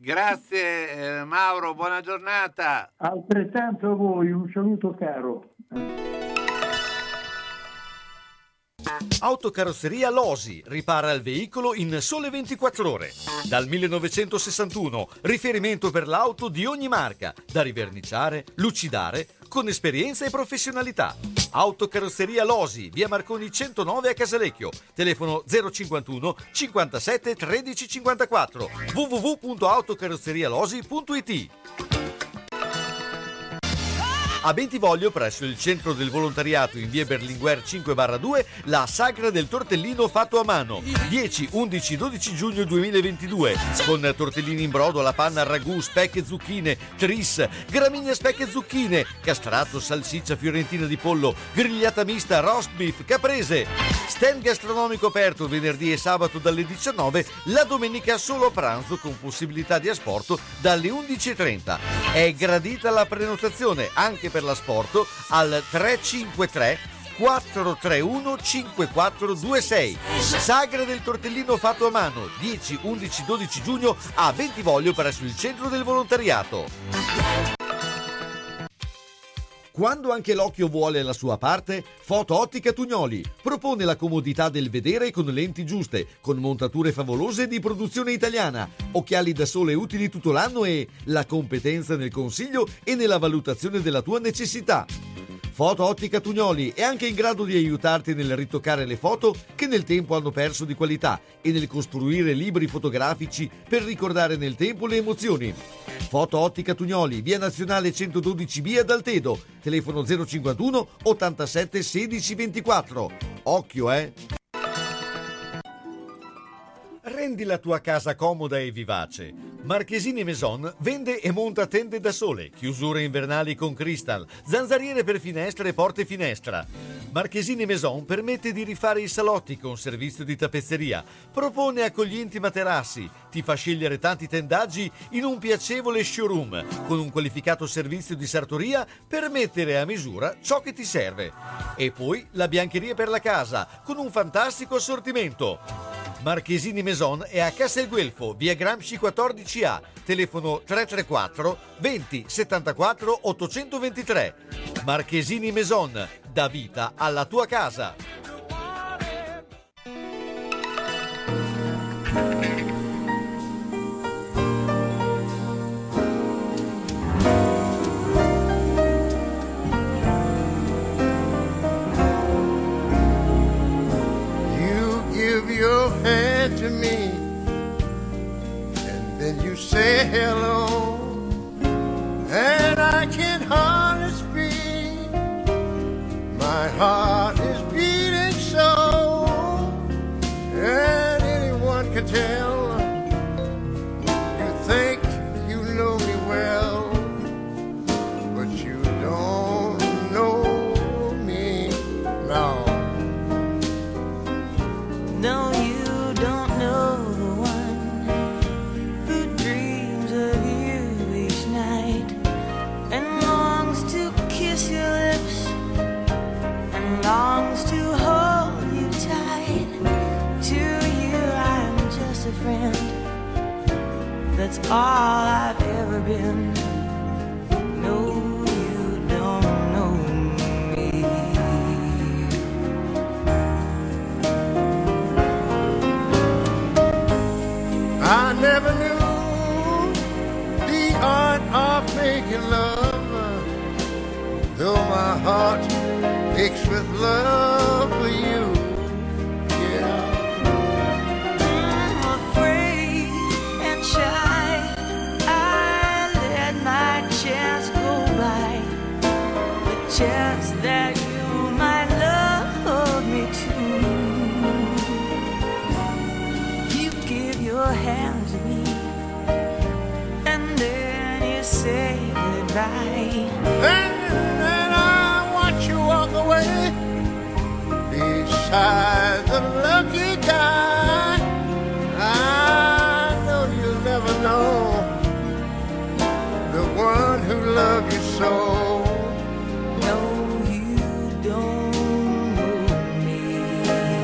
Grazie eh, Mauro, buona giornata. Altrettanto a voi, un saluto caro. Autocarrozzeria Losi ripara il veicolo in sole ventiquattro ore. Dal millenovecentosessantuno, riferimento per l'auto di ogni marca, da riverniciare, lucidare, con esperienza e professionalità. Autocarrozzeria Losi, via Marconi centonove a Casalecchio, telefono zero cinquantuno cinquantasette tredici cinquantaquattro, w w w punto autocarrozzerialosi punto i t. A Bentivoglio, presso il centro del volontariato in via Berlinguer cinque barra due, la sagra del tortellino fatto a mano. dieci, undici, dodici giugno duemilaventidue. Con tortellini in brodo alla panna al ragù, speck e zucchine, tris, gramigna speck e zucchine, castrato, salsiccia fiorentina di pollo, grigliata mista, roast beef, caprese. Stand gastronomico aperto venerdì e sabato dalle diciannove, la domenica solo a pranzo con possibilità di asporto dalle undici e trenta. È gradita la prenotazione anche per l'asporto al tre cinque tre quattro tre uno cinque quattro due sei. Sagra del tortellino fatto a mano, dieci, undici, dodici giugno a Bentivoglio presso il centro del volontariato. Quando anche l'occhio vuole la sua parte, Foto Ottica Tugnoli propone la comodità del vedere con lenti giuste, con montature favolose di produzione italiana, occhiali da sole utili tutto l'anno e la competenza nel consiglio e nella valutazione della tua necessità. Foto Ottica Tugnoli è anche in grado di aiutarti nel ritoccare le foto che nel tempo hanno perso di qualità e nel costruire libri fotografici per ricordare nel tempo le emozioni. Foto Ottica Tugnoli, via Nazionale centododici B ad Altedo, telefono zero cinquantuno ottantasette sedici ventiquattro. Occhio, eh! Rendi la tua casa comoda e vivace. Marchesini Maison vende e monta tende da sole, chiusure invernali con crystal, zanzariere per finestre e porte finestra. Marchesini Maison permette di rifare i salotti con servizio di tappezzeria, propone accoglienti materassi, ti fa scegliere tanti tendaggi in un piacevole showroom, con un qualificato servizio di sartoria per mettere a misura ciò che ti serve. E poi la biancheria per la casa, con un fantastico assortimento. Marchesini Maison è a Castelguelfo, via Gramsci quattordici A, telefono tre tre quattro venti settantaquattro ottocentoventitré. Marchesini Maison, dà vita alla tua casa. Your hand to me, and then you say hello, and I can hardly speak. My heart is beating so, and anyone can tell. You think you know me well, but you don't know me now. No, you don't know the one who dreams of you each night and longs to kiss your lips and longs to hold you tight. To you I'm just a friend, that's all I've ever been. No, you don't know me. I never knew the art of making love, though my heart aches with love for you. Yeah. I'm afraid and shy, I let my chance go by, the chance that you might love me too. You give your hand to me, and then you say goodbye. And then I watch you walk away beside the lucky guy. I know you'll never know the one who loved you so. No, you don't know me,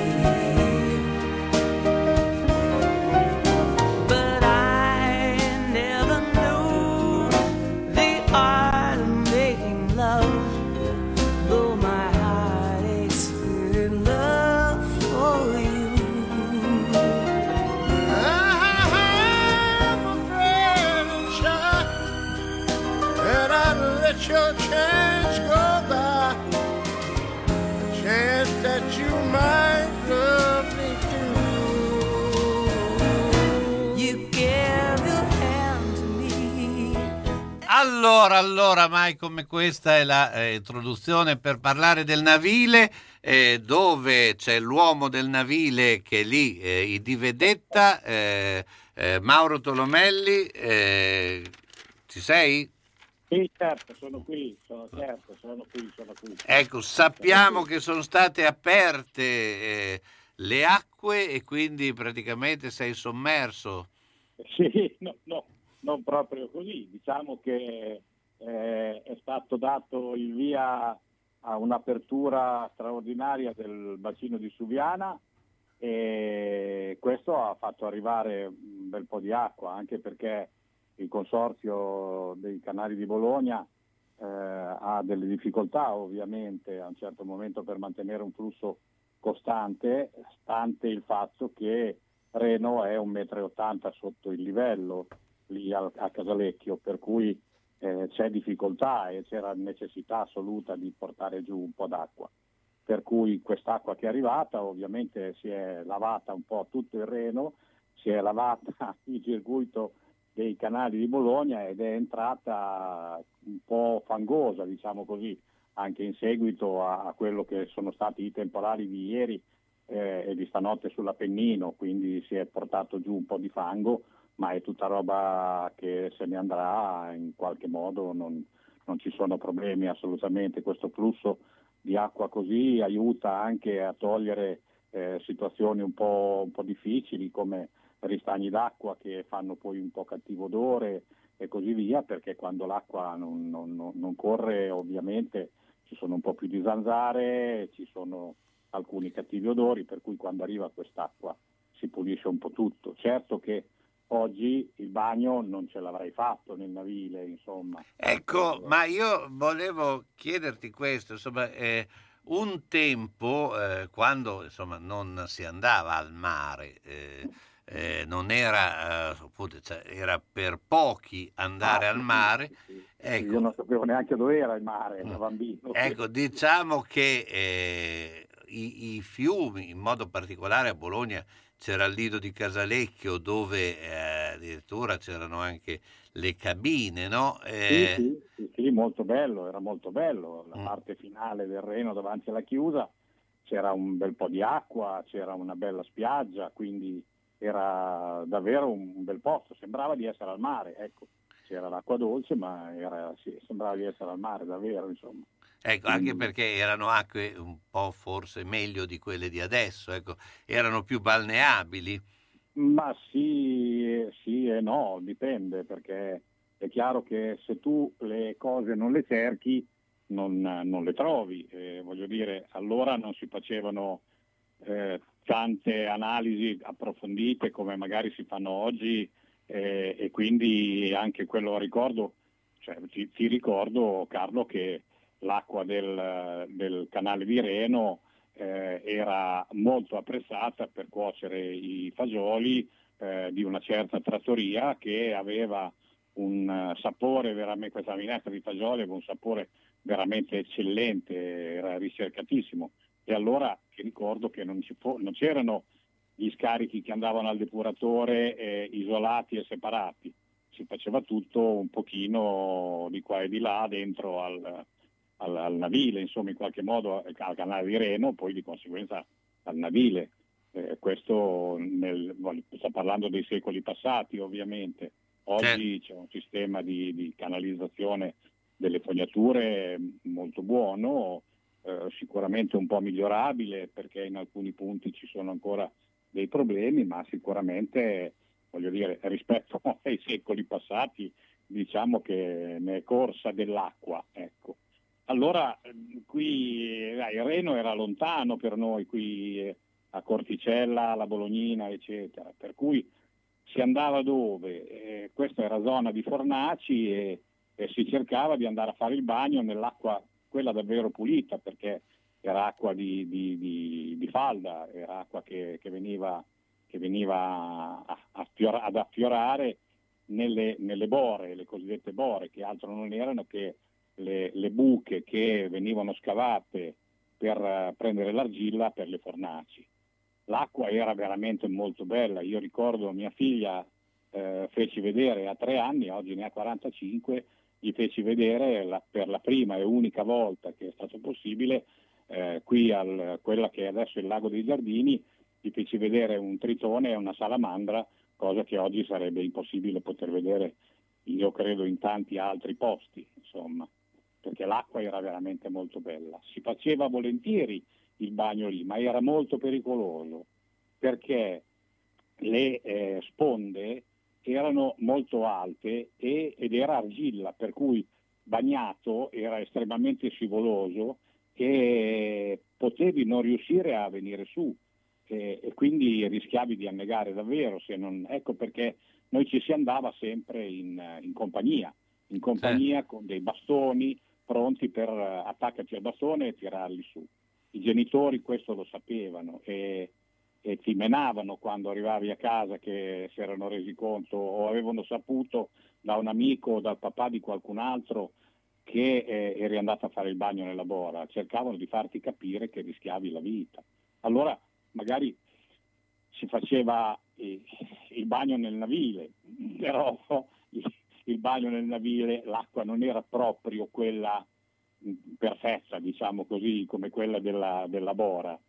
but I never knew the art of making love, though my heart aches with love for you. I'm afraid and shy, and I'd let your chance go by, a chance that you might love me too. You gave your hand to me. Allora, allora, mai come questa è la eh, introduzione per parlare del navile, eh, dove c'è l'uomo del navile che è lì, eh, i di vedetta, eh, eh, Mauro Tolomelli, eh, ci sei? Sì, certo, sono qui, sono certo, sono qui, sono qui. Ecco, sappiamo che sono state aperte eh, le acque e quindi praticamente sei sommerso. Sì, no, no, non proprio così. Diciamo che eh, è stato dato il via a un'apertura straordinaria del bacino di Suviana e questo ha fatto arrivare un bel po' di acqua, anche perché il consorzio dei canali di Bologna eh, ha delle difficoltà ovviamente a un certo momento per mantenere un flusso costante, stante il fatto che Reno è un metro e ottanta sotto il livello lì a, a Casalecchio, per cui eh, c'è difficoltà e c'era necessità assoluta di portare giù un po' d'acqua. Per cui quest'acqua che è arrivata ovviamente si è lavata un po' tutto il Reno, si è lavata il circuito dei canali di Bologna ed è entrata un po' fangosa, diciamo così, anche in seguito a, a quello che sono stati i temporali di ieri eh, e di stanotte sull'Appennino, quindi si è portato giù un po' di fango, ma è tutta roba che se ne andrà in qualche modo, non, non ci sono problemi assolutamente. Questo flusso di acqua così aiuta anche a togliere eh, situazioni un po', un po' difficili come ristagni d'acqua che fanno poi un po' cattivo odore e così via, perché quando l'acqua non, non, non- non corre ovviamente ci sono un po' più di zanzare, ci sono alcuni cattivi odori, per cui quando arriva quest'acqua si pulisce un po' tutto. Certo che oggi il bagno non ce l'avrei fatto nel navile, insomma. Ecco, ma io volevo chiederti questo, insomma, eh, un tempo, eh, quando insomma non si andava al mare, eh, eh, non era, eh, appunto, cioè, era per pochi andare Ah, al sì, mare, sì, sì. ecco, Io non sapevo neanche dove era il mare da bambino. ecco, diciamo che eh, i, i fiumi, in modo particolare a Bologna c'era il Lido di Casalecchio dove eh, addirittura c'erano anche le cabine, no? Sì, Eh, sì, sì, sì, molto bello, era molto bello. Mm. La parte finale del Reno davanti alla chiusa c'era un bel po' di acqua, c'era una bella spiaggia, quindi era davvero un, un bel posto, sembrava di essere al mare, ecco. C'era l'acqua dolce, ma era, sì, sembrava di essere al mare, davvero, insomma. Ecco, anche perché erano acque un po' forse meglio di quelle di adesso, ecco, erano più balneabili. Ma sì, eh, sì e no, dipende, perché è chiaro che se tu le cose non le cerchi non, non le trovi. Eh, voglio dire, allora non si facevano eh, tante analisi approfondite come magari si fanno oggi, eh, e quindi anche quello ricordo, cioè, ti, ti ricordo Carlo che l'acqua del, del canale di Reno eh, era molto apprezzata per cuocere i fagioli eh, di una certa trattoria che aveva un eh, sapore veramente, questa minestra di fagioli aveva un sapore veramente eccellente, era ricercatissimo. E allora ti ricordo che non, ci fo- non c'erano gli scarichi che andavano al depuratore eh, isolati e separati, si faceva tutto un pochino di qua e di là dentro al, al, al navile, insomma in qualche modo al canale di Reno, poi di conseguenza al navile. Eh, questo nel, sto parlando dei secoli passati ovviamente. Oggi c'è un sistema di, di canalizzazione delle fognature molto buono, eh, sicuramente un po' migliorabile perché in alcuni punti ci sono ancora dei problemi, ma sicuramente, voglio dire, rispetto ai secoli passati, diciamo che ne è corsa dell'acqua, ecco. Allora, eh, qui eh, il Reno era lontano per noi, qui eh, a Corticella, alla Bolognina, eccetera, per cui si andava dove? Eh, questa era zona di Fornaci e, e si cercava di andare a fare il bagno nell'acqua, quella davvero pulita, perché era acqua di, di- di- di falda, era acqua che, che veniva, che veniva a- a fiora- ad affiorare nelle, nelle bore, le cosiddette bore, che altro non erano che le, le buche che venivano scavate per eh, prendere l'argilla per le fornaci. L'acqua era veramente molto bella, io ricordo mia figlia eh, feci vedere a tre anni, oggi ne ha quarantacinque, gli feci vedere la- per la prima e unica volta che è stato possibile eh, qui al quella che è adesso il lago dei Giardini, gli feci vedere un tritone e una salamandra, cosa che oggi sarebbe impossibile poter vedere, io credo, in tanti altri posti, insomma, perché l'acqua era veramente molto bella. Si faceva volentieri il bagno lì, ma era molto pericoloso perché le eh, sponde erano molto alte e- ed era argilla, per cui bagnato era estremamente scivoloso e potevi non riuscire a venire su e, e quindi rischiavi di annegare davvero. Se non, ecco perché noi ci si andava sempre in, in compagnia, in compagnia con dei bastoni pronti per eh, attaccarci al bastone e tirarli su. I genitori questo lo sapevano e, e ti menavano quando arrivavi a casa, che si erano resi conto o avevano saputo da un amico o dal papà di qualcun altro che eh, eri andato a fare il bagno nella bora, cercavano di farti capire che rischiavi la vita. Allora magari si faceva eh, il bagno nel navile, però il, il bagno nel navile, l'acqua non era proprio quella mh, perfetta, diciamo così, come quella della, della bora.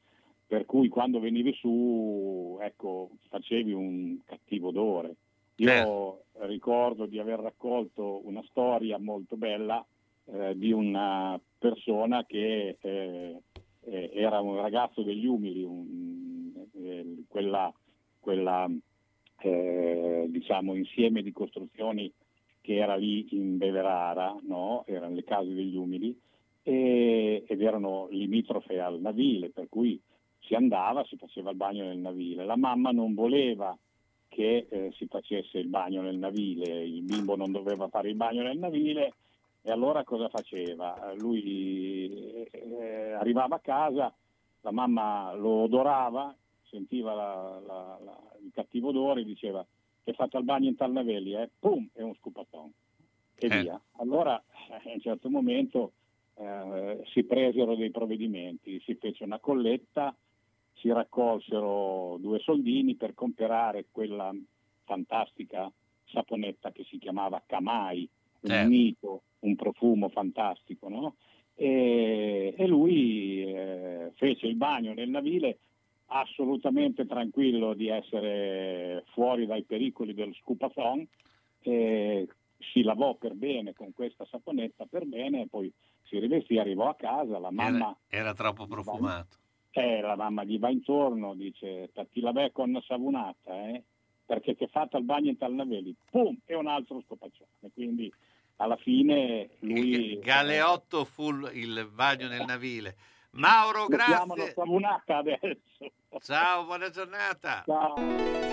per cui quando venivi su, ecco, facevi un cattivo odore. Io Certo. ricordo di aver raccolto una storia molto bella eh, di una persona che eh, eh, era un ragazzo degli umili, un, eh, quella, quella eh, diciamo insieme di costruzioni che era lì in Beverara, no? Erano le case degli umili e, ed erano limitrofe al navile, per cui si andava, si faceva il bagno nel navile. La mamma non voleva che eh, si facesse il bagno nel navile, il bimbo non doveva fare il bagno nel navile, e allora cosa faceva? Lui eh, arrivava a casa, la mamma lo odorava, sentiva la, la, la, il cattivo odore, diceva: "Hai fatto il bagno in tal navelli, eh?" Pum, è un scopaton e Eh. via. Allora a un certo momento eh, si presero dei provvedimenti, si fece una colletta, si raccolsero due soldini per comprare quella fantastica saponetta che si chiamava Camai, un Certo. mito, un profumo fantastico, no? E, e lui eh, fece il bagno nel navile assolutamente tranquillo di essere fuori dai pericoli del scopaton, e si lavò per bene con questa saponetta per bene, e poi si rivestì, arrivò a casa, la mamma... Era, era troppo profumato. Eh, la mamma gli va intorno, dice: "Ti la vai con una savonata, eh? Perché ti è fatta il bagno in tal navelli", pum, e un altro scopaccione. Quindi alla fine lui... Galeotto fu il bagno nel navile. Mauro, Lo chiamano grazie. savonata adesso. Ciao, buona giornata. Ciao.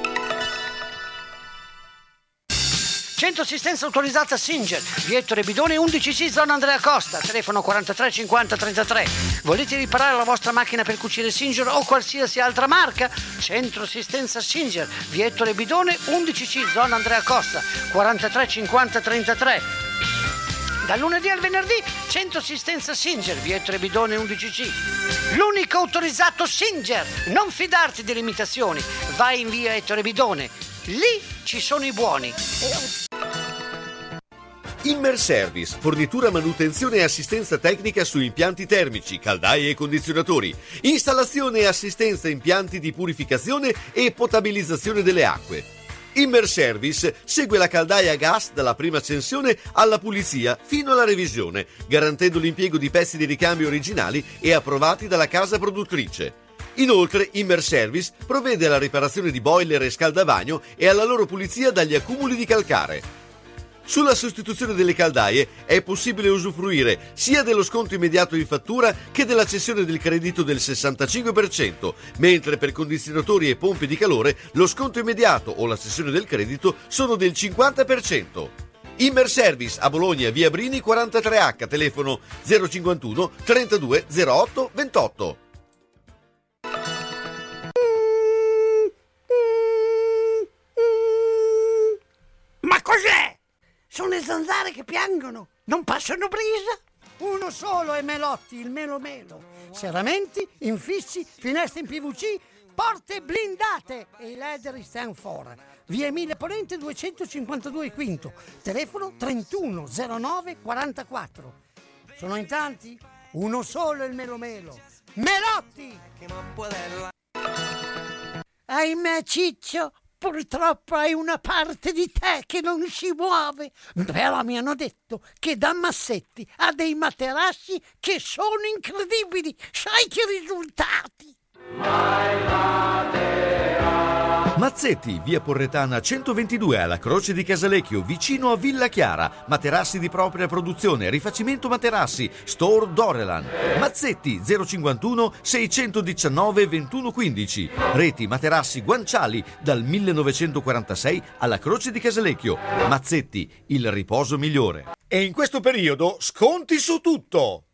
Centro assistenza autorizzata Singer, via Ettore Bidone undici C, zona Andrea Costa, telefono quarantatré cinquanta trentatré. Volete riparare la vostra macchina per cucire Singer o qualsiasi altra marca? Centro assistenza Singer, via Ettore Bidone undici C, zona Andrea Costa, quarantatré cinquanta trentatré. Dal lunedì al venerdì, centro assistenza Singer, via Ettore Bidone undici C. L'unico autorizzato Singer. Non fidarti delle imitazioni. Vai in via Ettore Bidone. Lì ci sono i buoni. Immerservice, fornitura, manutenzione e assistenza tecnica su impianti termici, caldaie e condizionatori, installazione e assistenza impianti di purificazione e potabilizzazione delle acque. Immerservice segue la caldaia a gas dalla prima accensione alla pulizia fino alla revisione, garantendo l'impiego di pezzi di ricambio originali e approvati dalla casa produttrice. Inoltre, Immerservice provvede alla riparazione di boiler e scaldabagno e alla loro pulizia dagli accumuli di calcare. Sulla sostituzione delle caldaie è possibile usufruire sia dello sconto immediato in fattura che della cessione del credito del sessantacinque per cento, mentre per condizionatori e pompe di calore lo sconto immediato o la cessione del credito sono del cinquanta per cento. Immerservice a Bologna, via Brini quarantatré H, telefono zero cinquantuno trentadue zero otto ventotto. Ma cos'è? Sono le zanzare che piangono, non passano brisa. Uno solo è Melotti, il Melo Melo. Serramenti, infissi, finestre in P V C, porte blindate e i leder stand for. Via Emile Ponente duecentocinquantadue Quinto, telefono trentuno zero nove quarantaquattro. Sono in tanti? Uno solo è il Melo Melo. Melotti! Ahimè Ciccio, purtroppo hai una parte di te che non si muove, però mi hanno detto che da Massetti ha dei materassi che sono incredibili. Sai che risultati? Mazzetti, via Porretana centoventidue alla Croce di Casalecchio, vicino a Villa Chiara. Materassi di propria produzione, rifacimento materassi, Store Dorelan. Mazzetti zero cinquantuno seicentodiciannove ventuno quindici. Reti materassi guanciali dal millenovecentoquarantasei alla Croce di Casalecchio. Mazzetti, il riposo migliore. E in questo periodo sconti su tutto.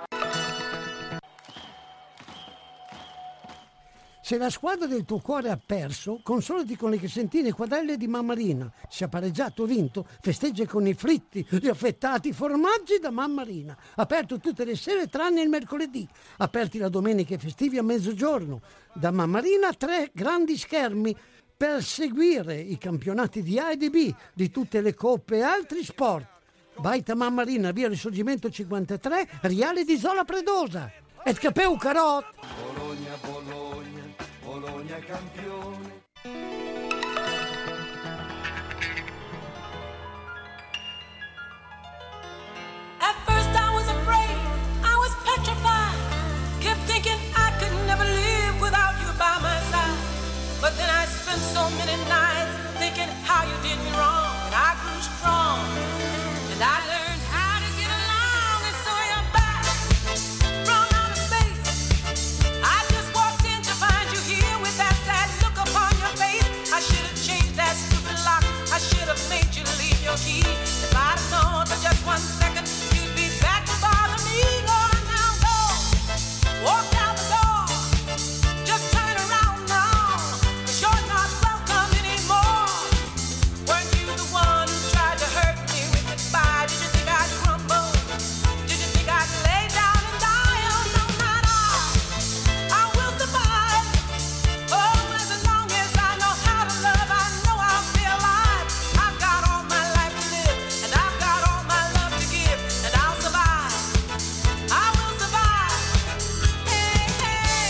Se la squadra del tuo cuore ha perso, consolati con le crescentine e quadrelle di Mammarina. Se ha pareggiato o vinto, festeggia con i fritti, gli affettati formaggi da Mammarina. Aperto tutte le sere tranne il mercoledì. Aperti la domenica e festivi a mezzogiorno. Da Mammarina tre grandi schermi per seguire i campionati di A e di B, di tutte le coppe e altri sport. Baita Mammarina, via Risorgimento cinquantatré, Riale di Zola Predosa. Et capeu carot! Bologna, Bologna. sei campione. At first I was afraid, I was petrified, kept thinking I could never live without you by my side. But then I spent so many nights thinking how you did me wrong, and I grew strong, and I learned how to get along, and so you're back from outer space. I just walked in to find you here with that sad look upon your face. I should have changed that stupid lock, I should have made you leave your key. If I'd have known for just one second you'd be back to bother me. Go on now, go, walk out the door, just turn around now, 'cause you're not welcome anymore. Weren't you the one who tried to hurt me with goodbye? Did you think I'd crumble? Did you think I'd lay down and die? Oh no, not I. I will survive. Oh, as long as I know how to love, I know I'll stay alive. I've got all my life to live, and I've got all my love to give, and I'll survive. I will survive. Hey, hey.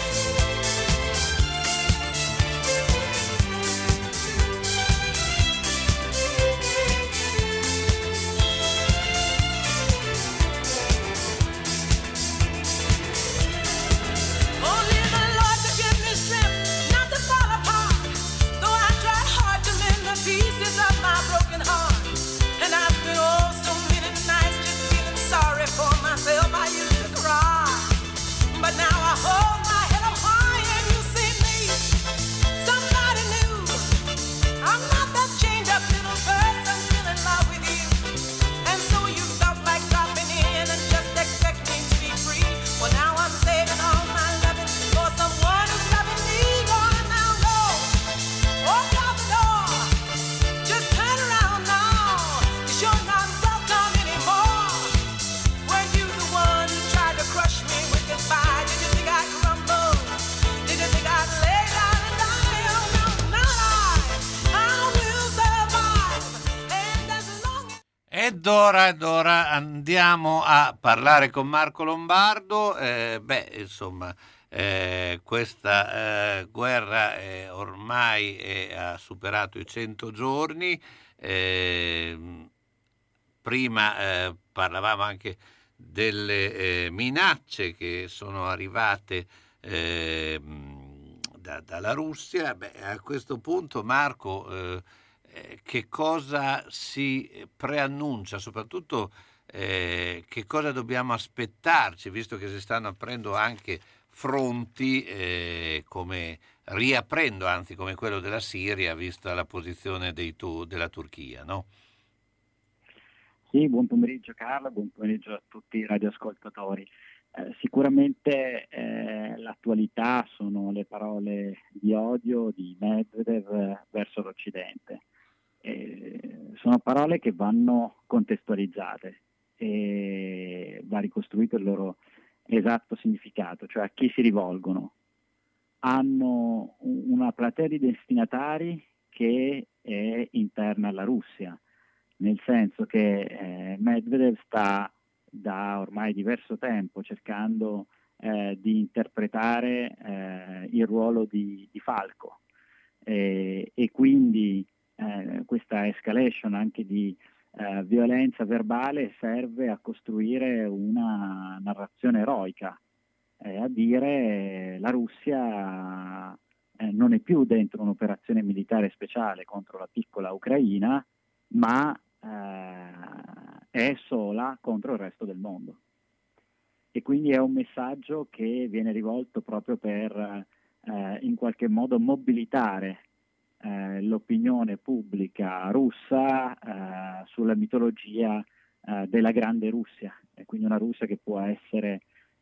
Only the Lord could give me strength not to fall apart. Though I tried hard to mend the pieces of my broken heart, and I spent oh so many nights just feeling sorry for myself. I used to cry, but now I hold my head up high and you see me, somebody new. I'm not that chained up little person still in love with you, and so you felt like dropping in and just expecting to be free. Well, now I'm saving all my loving for someone who's loving me. Go on now, go, walk out the door, just turn around now, 'cause you're not welcome anymore. Were you the one who tried to crush me with goodbye? Did you think I'd crumble? Did you think I'd lay down and die? Oh no, not I. I will survive. And as long as Ed ora, ed ora andiamo a parlare con Marco Lombardo. Eh, beh, insomma, eh, questa eh, guerra eh, ormai eh, ha superato i cento giorni. Eh, prima eh, parlavamo anche delle eh, minacce che sono arrivate eh, da- dalla Russia. Beh, a questo punto, Marco, eh, eh, che cosa si preannuncia, soprattutto eh, che cosa dobbiamo aspettarci, visto che si stanno aprendo anche fronti eh, come riaprendo, anzi come quello della Siria, vista la posizione dei tu- della Turchia, no? Sì, buon pomeriggio Carlo, buon pomeriggio a tutti i radioascoltatori. Eh, sicuramente eh, l'attualità sono le parole di odio di Medvedev eh, verso l'Occidente. Eh, sono parole che vanno contestualizzate e va ricostruito il loro esatto significato, cioè a chi si rivolgono. Hanno un- una platea di destinatari che è interna alla Russia, nel senso che eh, Medvedev sta da ormai diverso tempo cercando eh, di interpretare eh, il ruolo di, di falco e, e quindi eh, questa escalation anche di eh, violenza verbale serve a costruire una narrazione eroica, eh, a dire la Russia eh, non è più dentro un'operazione militare speciale contro la piccola Ucraina, ma eh, è sola contro il resto del mondo. E quindi è un messaggio che viene rivolto proprio per eh, in qualche modo mobilitare eh, l'opinione pubblica russa eh, sulla mitologia eh, della grande Russia, e quindi una Russia che può essere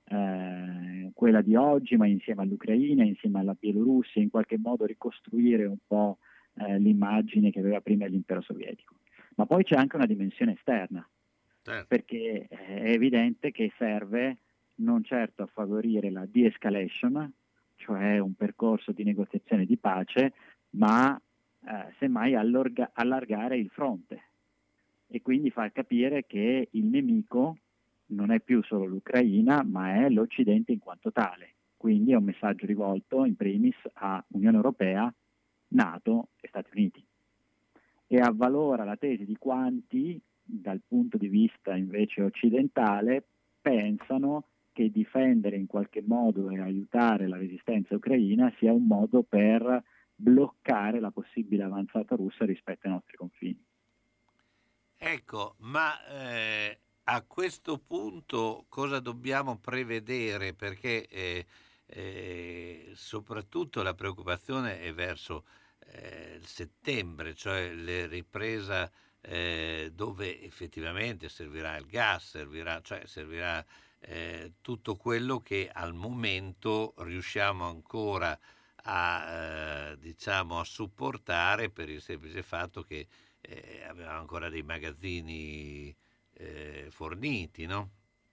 eh, quella di oggi, ma insieme all'Ucraina, insieme alla Bielorussia, in qualche modo ricostruire un po' eh, l'immagine che aveva prima l'impero sovietico. Ma poi c'è anche una dimensione esterna, Certo. perché è evidente che serve non certo a favorire la de-escalation, cioè un percorso di negoziazione di pace, ma eh, semmai allorga- allargare il fronte e quindi far capire che il nemico non è più solo l'Ucraina, ma è l'Occidente in quanto tale, Quindi è un messaggio rivolto in primis a Unione Europea, NATO e Stati Uniti, e avvalora la tesi di quanti, dal punto di vista invece occidentale, pensano che difendere in qualche modo e aiutare la resistenza ucraina sia un modo per bloccare la possibile avanzata russa rispetto ai nostri confini. Ecco, ma eh, a questo punto cosa dobbiamo prevedere? Perché eh, eh, soprattutto la preoccupazione è verso eh, il settembre, cioè la ripresa eh, dove effettivamente servirà il gas, servirà, cioè servirà eh, tutto quello che al momento riusciamo ancora a, eh, diciamo, a supportare, per il semplice fatto che eh, avevamo ancora dei magazzini eh, forniti, no?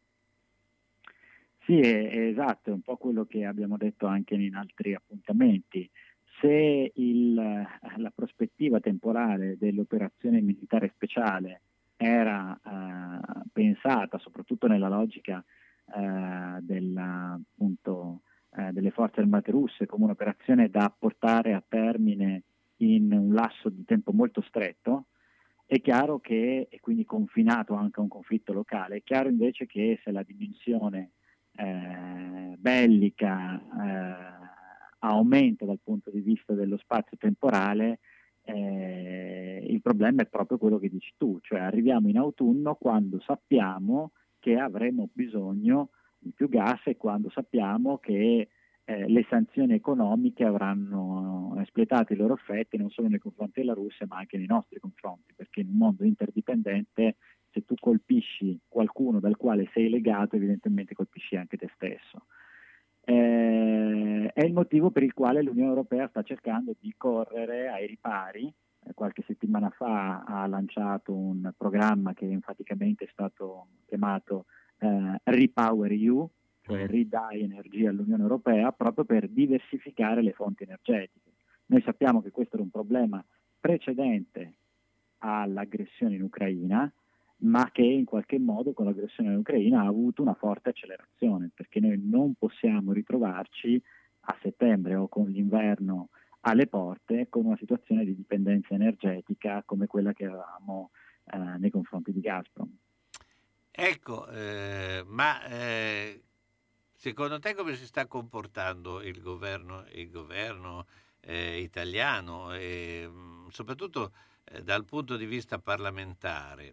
Sì, è, è esatto, è un po' quello che abbiamo detto anche in altri appuntamenti. Se il, la prospettiva temporale dell'operazione militare speciale era eh, pensata soprattutto nella logica eh, della, appunto, eh, delle forze armate russe come un'operazione da portare a termine in un lasso di tempo molto stretto, è chiaro che, e quindi confinato anche a un conflitto locale, è chiaro invece che se la dimensione eh, bellica eh, aumenta dal punto di vista dello spazio temporale, eh, il problema è proprio quello che dici tu, cioè arriviamo in autunno quando sappiamo che avremo bisogno di più gas e quando sappiamo che eh, le sanzioni economiche avranno espletato i loro effetti non solo nei confronti della Russia ma anche nei nostri confronti, perché in un mondo interdipendente se tu colpisci qualcuno dal quale sei legato evidentemente colpisci anche te stesso. Eh, è il motivo per il quale l'Unione Europea sta cercando di correre ai ripari. Eh, qualche settimana fa ha lanciato un programma che enfaticamente è stato chiamato eh, Repower E U, cioè ridai energia all'Unione Europea, proprio per diversificare le fonti energetiche. Noi sappiamo che questo era un problema precedente all'aggressione in Ucraina, ma che in qualche modo con l'aggressione in Ucraina ha avuto una forte accelerazione, perché noi non possiamo ritrovarci a settembre o con l'inverno alle porte con una situazione di dipendenza energetica come quella che avevamo eh, nei confronti di Gazprom. Ecco, eh, ma eh, secondo te come si sta comportando il governo, il governo eh, italiano, e, mh, soprattutto eh, dal punto di vista parlamentare?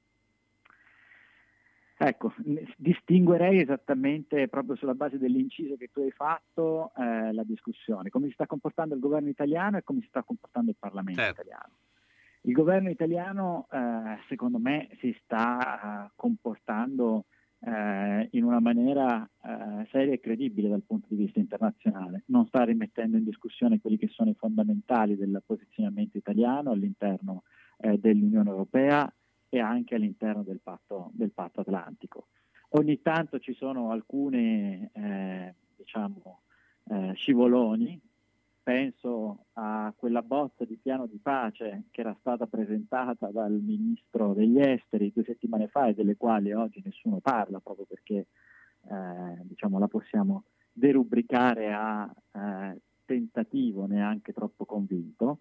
Ecco, distinguerei esattamente proprio sulla base dell'inciso che tu hai fatto eh, la discussione, come si sta comportando il governo italiano e come si sta comportando il Parlamento certo. italiano. Il governo italiano eh, secondo me si sta uh, comportando eh, in una maniera eh, seria e credibile dal punto di vista internazionale, non sta rimettendo in discussione quelli che sono i fondamentali del posizionamento italiano all'interno eh, dell'Unione Europea e anche all'interno del patto, del patto atlantico. Ogni tanto ci sono alcune eh, diciamo eh, scivoloni, penso a quella bozza di piano di pace che era stata presentata dal ministro degli esteri due settimane fa e delle quali oggi nessuno parla proprio perché eh, diciamo la possiamo derubricare a eh, tentativo neanche troppo convinto.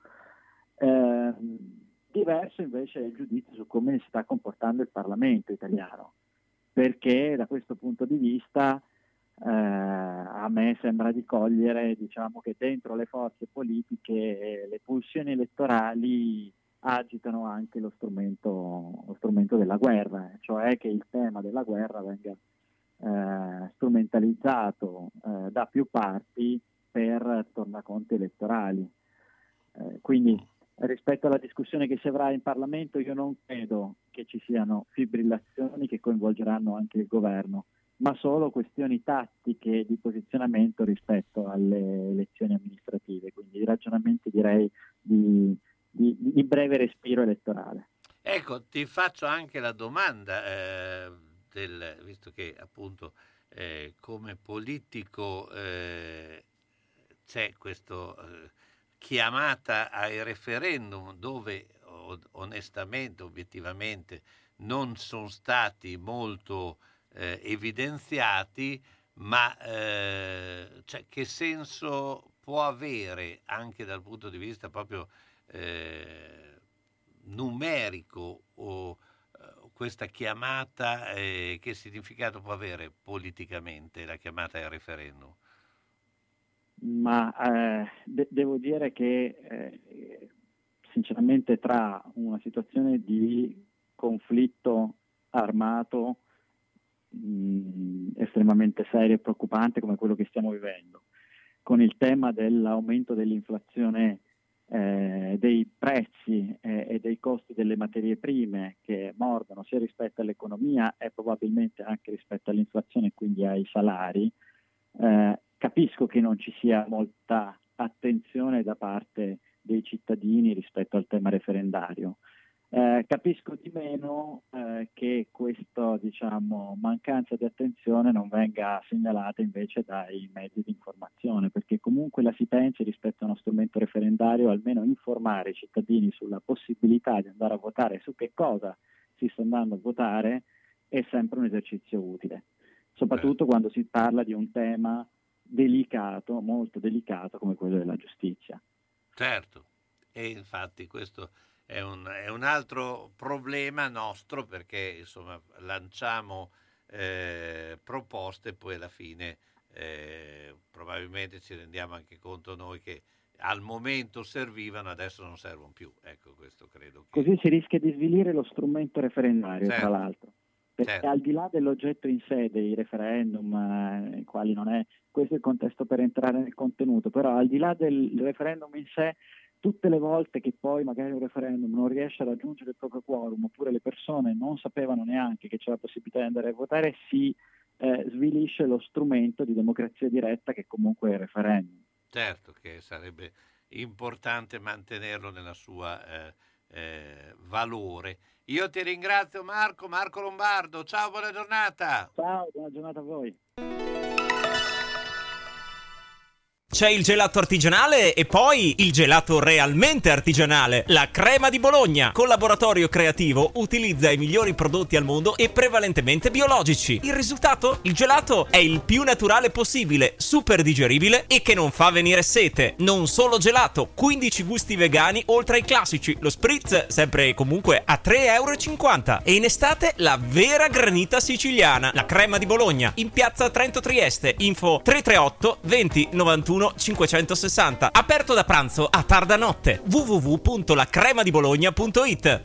Eh, Diverso invece è il giudizio su come si sta comportando il Parlamento italiano, perché da questo punto di vista eh, a me sembra di cogliere diciamo, che dentro le forze politiche eh, le pulsioni elettorali agitano anche lo strumento, lo strumento della guerra, cioè che il tema della guerra venga eh, strumentalizzato eh, da più parti per tornaconti elettorali. Eh, quindi rispetto alla discussione che si avrà in Parlamento io non credo che ci siano fibrillazioni che coinvolgeranno anche il governo, ma solo questioni tattiche di posizionamento rispetto alle elezioni amministrative, quindi ragionamenti direi di, di, di breve respiro elettorale. Ecco, ti faccio anche la domanda, eh, del, visto che appunto eh, come politico eh, c'è questo... Eh, chiamata ai referendum dove onestamente, obiettivamente non sono stati molto eh, evidenziati, ma eh, cioè, che senso può avere anche dal punto di vista proprio eh, numerico o eh, questa chiamata, eh, che significato può avere politicamente la chiamata al referendum? Ma eh, de- devo dire che eh, sinceramente tra una situazione di conflitto armato mh, estremamente serio e preoccupante come quello che stiamo vivendo, con il tema dell'aumento dell'inflazione, eh, dei prezzi eh, e dei costi delle materie prime che mordono sia rispetto all'economia e probabilmente anche rispetto all'inflazione e quindi ai salari, eh, capisco che non ci sia molta attenzione da parte dei cittadini rispetto al tema referendario. Eh, capisco di meno eh, che questa, diciamo, mancanza di attenzione non venga segnalata invece dai mezzi di informazione, perché comunque la si pensi rispetto a uno strumento referendario, almeno informare i cittadini sulla possibilità di andare a votare, su che cosa si sta andando a votare, è sempre un esercizio utile, soprattutto eh. quando si parla di un tema delicato, molto delicato come quello della giustizia. Certo, e infatti questo è un, è un altro problema nostro, perché insomma lanciamo eh, proposte e poi alla fine eh, probabilmente ci rendiamo anche conto noi che al momento servivano, adesso non servono più. Ecco, questo credo che... Così si rischia di svilire lo strumento referendario, certo. tra l'altro. Perché certo. al di là dell'oggetto in sé dei referendum, eh, quali non è, questo è il contesto per entrare nel contenuto, però al di là del referendum in sé, tutte le volte che poi magari un referendum non riesce a raggiungere il proprio quorum, oppure le persone non sapevano neanche che c'era la possibilità di andare a votare, si eh, svilisce lo strumento di democrazia diretta che comunque è il referendum. Certo che sarebbe importante mantenerlo nella sua eh, eh, valore. Io ti ringrazio Marco, Marco Lombardo, ciao, buona giornata. Ciao, buona giornata a voi. C'è il gelato artigianale e poi il gelato realmente artigianale, la Crema di Bologna. Con laboratorio creativo utilizza i migliori prodotti al mondo e prevalentemente biologici. Il risultato? Il gelato è il più naturale possibile, super digeribile e che non fa venire sete. Non solo gelato, quindici gusti vegani oltre ai classici. Lo spritz sempre e comunque a tre virgola cinquanta euro. E in estate la vera granita siciliana, la Crema di Bologna, in piazza Trento Trieste. Info tre tre otto venti novantuno cinquecentosessanta. Aperto da pranzo a tarda notte. w w w punto la crema di bologna punto i t.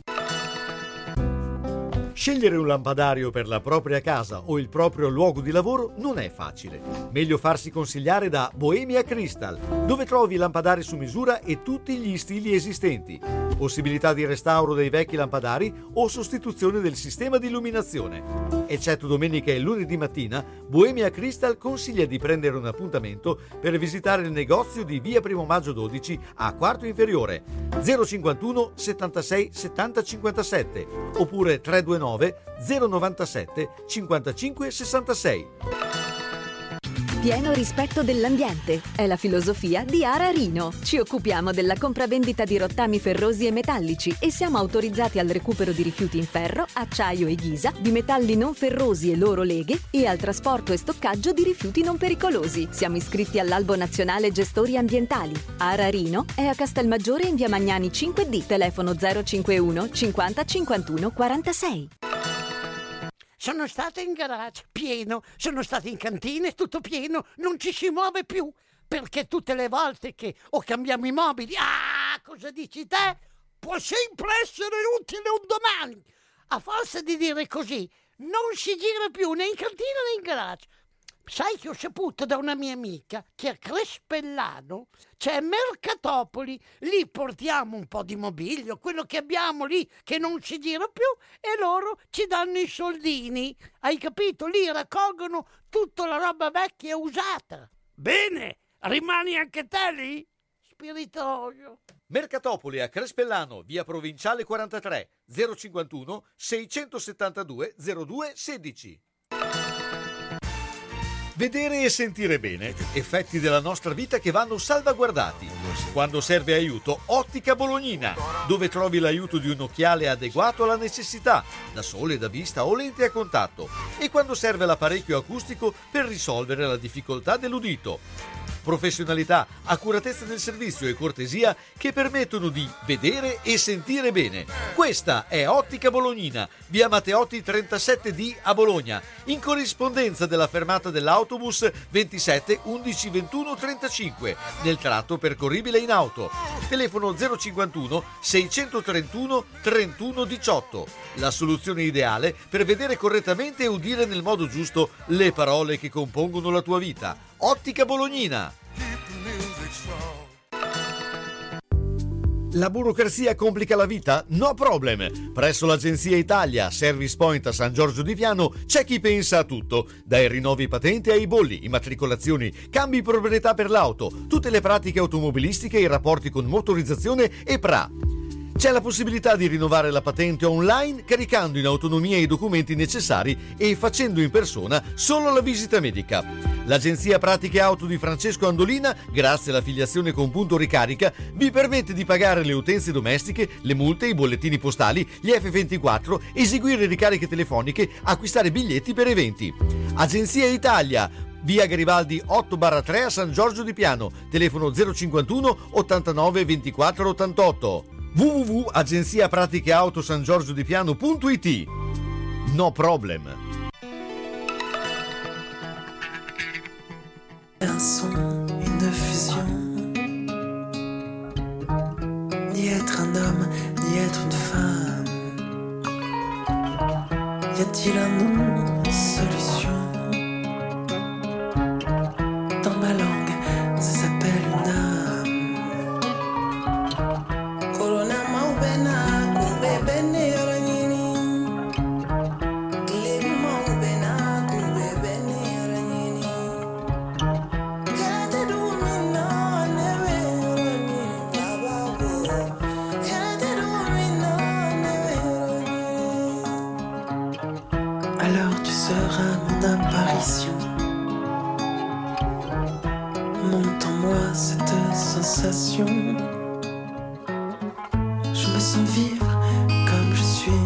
Scegliere un lampadario per la propria casa o il proprio luogo di lavoro non è facile. Meglio farsi consigliare da Bohemia Crystal, dove trovi lampadari su misura e tutti gli stili esistenti. Possibilità di restauro dei vecchi lampadari o sostituzione del sistema di illuminazione. Eccetto domenica e lunedì mattina, Bohemia Crystal consiglia di prendere un appuntamento per visitare il negozio di via Primo Maggio dodici a Quarto Inferiore, zero cinquantuno settantasei settanta cinquantasette oppure tre due nove zero novantasette cinquantacinque sessantasei. Pieno rispetto dell'ambiente è la filosofia di Ara Rino. Ci occupiamo della compravendita di rottami ferrosi e metallici e siamo autorizzati al recupero di rifiuti in ferro, acciaio e ghisa, di metalli non ferrosi e loro leghe e al trasporto e stoccaggio di rifiuti non pericolosi. Siamo iscritti all'Albo Nazionale Gestori Ambientali. Ara Rino è a Castelmaggiore in via Magnani cinque D, telefono zero cinquantuno cinquanta cinquantuno quarantasei. Sono stata in garage, pieno, sono stata in cantina, è tutto pieno, non ci si muove più, perché tutte le volte che o cambiamo i mobili, ah, cosa dici te? Può sempre essere utile un domani. A forza di dire così, non si gira più né in cantina né in garage. Sai che ho saputo da una mia amica che a Crespellano c'è Mercatopoli, lì portiamo un po' di mobilio, quello che abbiamo lì che non si gira più e loro ci danno i soldini, hai capito? Lì raccolgono tutta la roba vecchia e usata. Bene, rimani anche te lì? Spiritoso. Mercatopoli a Crespellano, via Provinciale quarantatré, zero cinquantuno seicentosettantadue zero due sedici. Vedere e sentire bene, effetti della nostra vita che vanno salvaguardati. Quando serve aiuto, Ottica Bolognina, dove trovi l'aiuto di un occhiale adeguato alla necessità, da sole, da vista o lente a contatto, e quando serve l'apparecchio acustico per risolvere la difficoltà dell'udito. Professionalità, accuratezza del servizio e cortesia che permettono di vedere e sentire bene. Questa è Ottica Bolognina, via Matteotti trentasette D a Bologna, in corrispondenza della fermata dell'autobus ventisette undici ventuno trentacinque, nel tratto percorribile in auto. Telefono zero cinquantuno seicentotrentuno trentuno diciotto. La soluzione ideale per vedere correttamente e udire nel modo giusto le parole che compongono la tua vita. Ottica Bolognina. La burocrazia complica la vita? No problem! Presso l'Agenzia Italia Service Point a San Giorgio di Piano c'è chi pensa a tutto, dai rinnovi patente ai bolli, immatricolazioni, cambi proprietà per l'auto, tutte le pratiche automobilistiche e i rapporti con motorizzazione e P R A. C'è la possibilità di rinnovare la patente online caricando in autonomia i documenti necessari e facendo in persona solo la visita medica. L'agenzia Pratiche Auto di Francesco Andolina, grazie all'affiliazione con Punto Ricarica, vi permette di pagare le utenze domestiche, le multe, i bollettini postali, gli F ventiquattro, eseguire ricariche telefoniche, acquistare biglietti per eventi. Agenzia Italia, via Garibaldi otto barra tre a San Giorgio di Piano, telefono zero cinquantuno ottantanove ventiquattro ottantotto. w w w punto agenzia pratiche auto san giorgio di piano punto i t. No problem. Un son, une fusion, ni être un homme, ni être une femme. Y a-t-il un nom, une solution? Dans ma langue, ça s'appelle une âme. Corona maubena, kube bene ranyini. Klebi maubena, kube bene ranyini. Kate dumina, neve ranyini. Bababo. Kate dumina, neve ranyini. Alors tu seras mon apparition. Monte en moi cette sensation. Je me sens vivre comme je suis.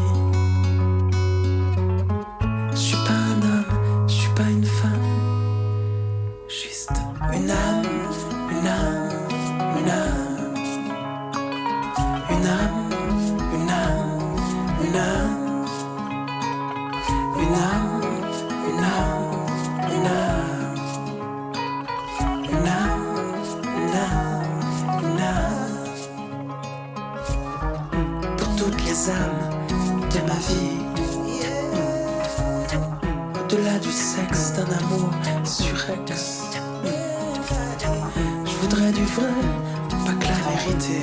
Je suis pas un homme, je suis pas une femme. Juste une âme, une âme, une âme. Une âme, une âme, une âme. Une âme, une âme, une âme. Une âme, une âme, une âme. Pour toutes les âmes de ma vie, au-delà du sexe, d'un amour surex. Je voudrais du vrai, pas que la vérité,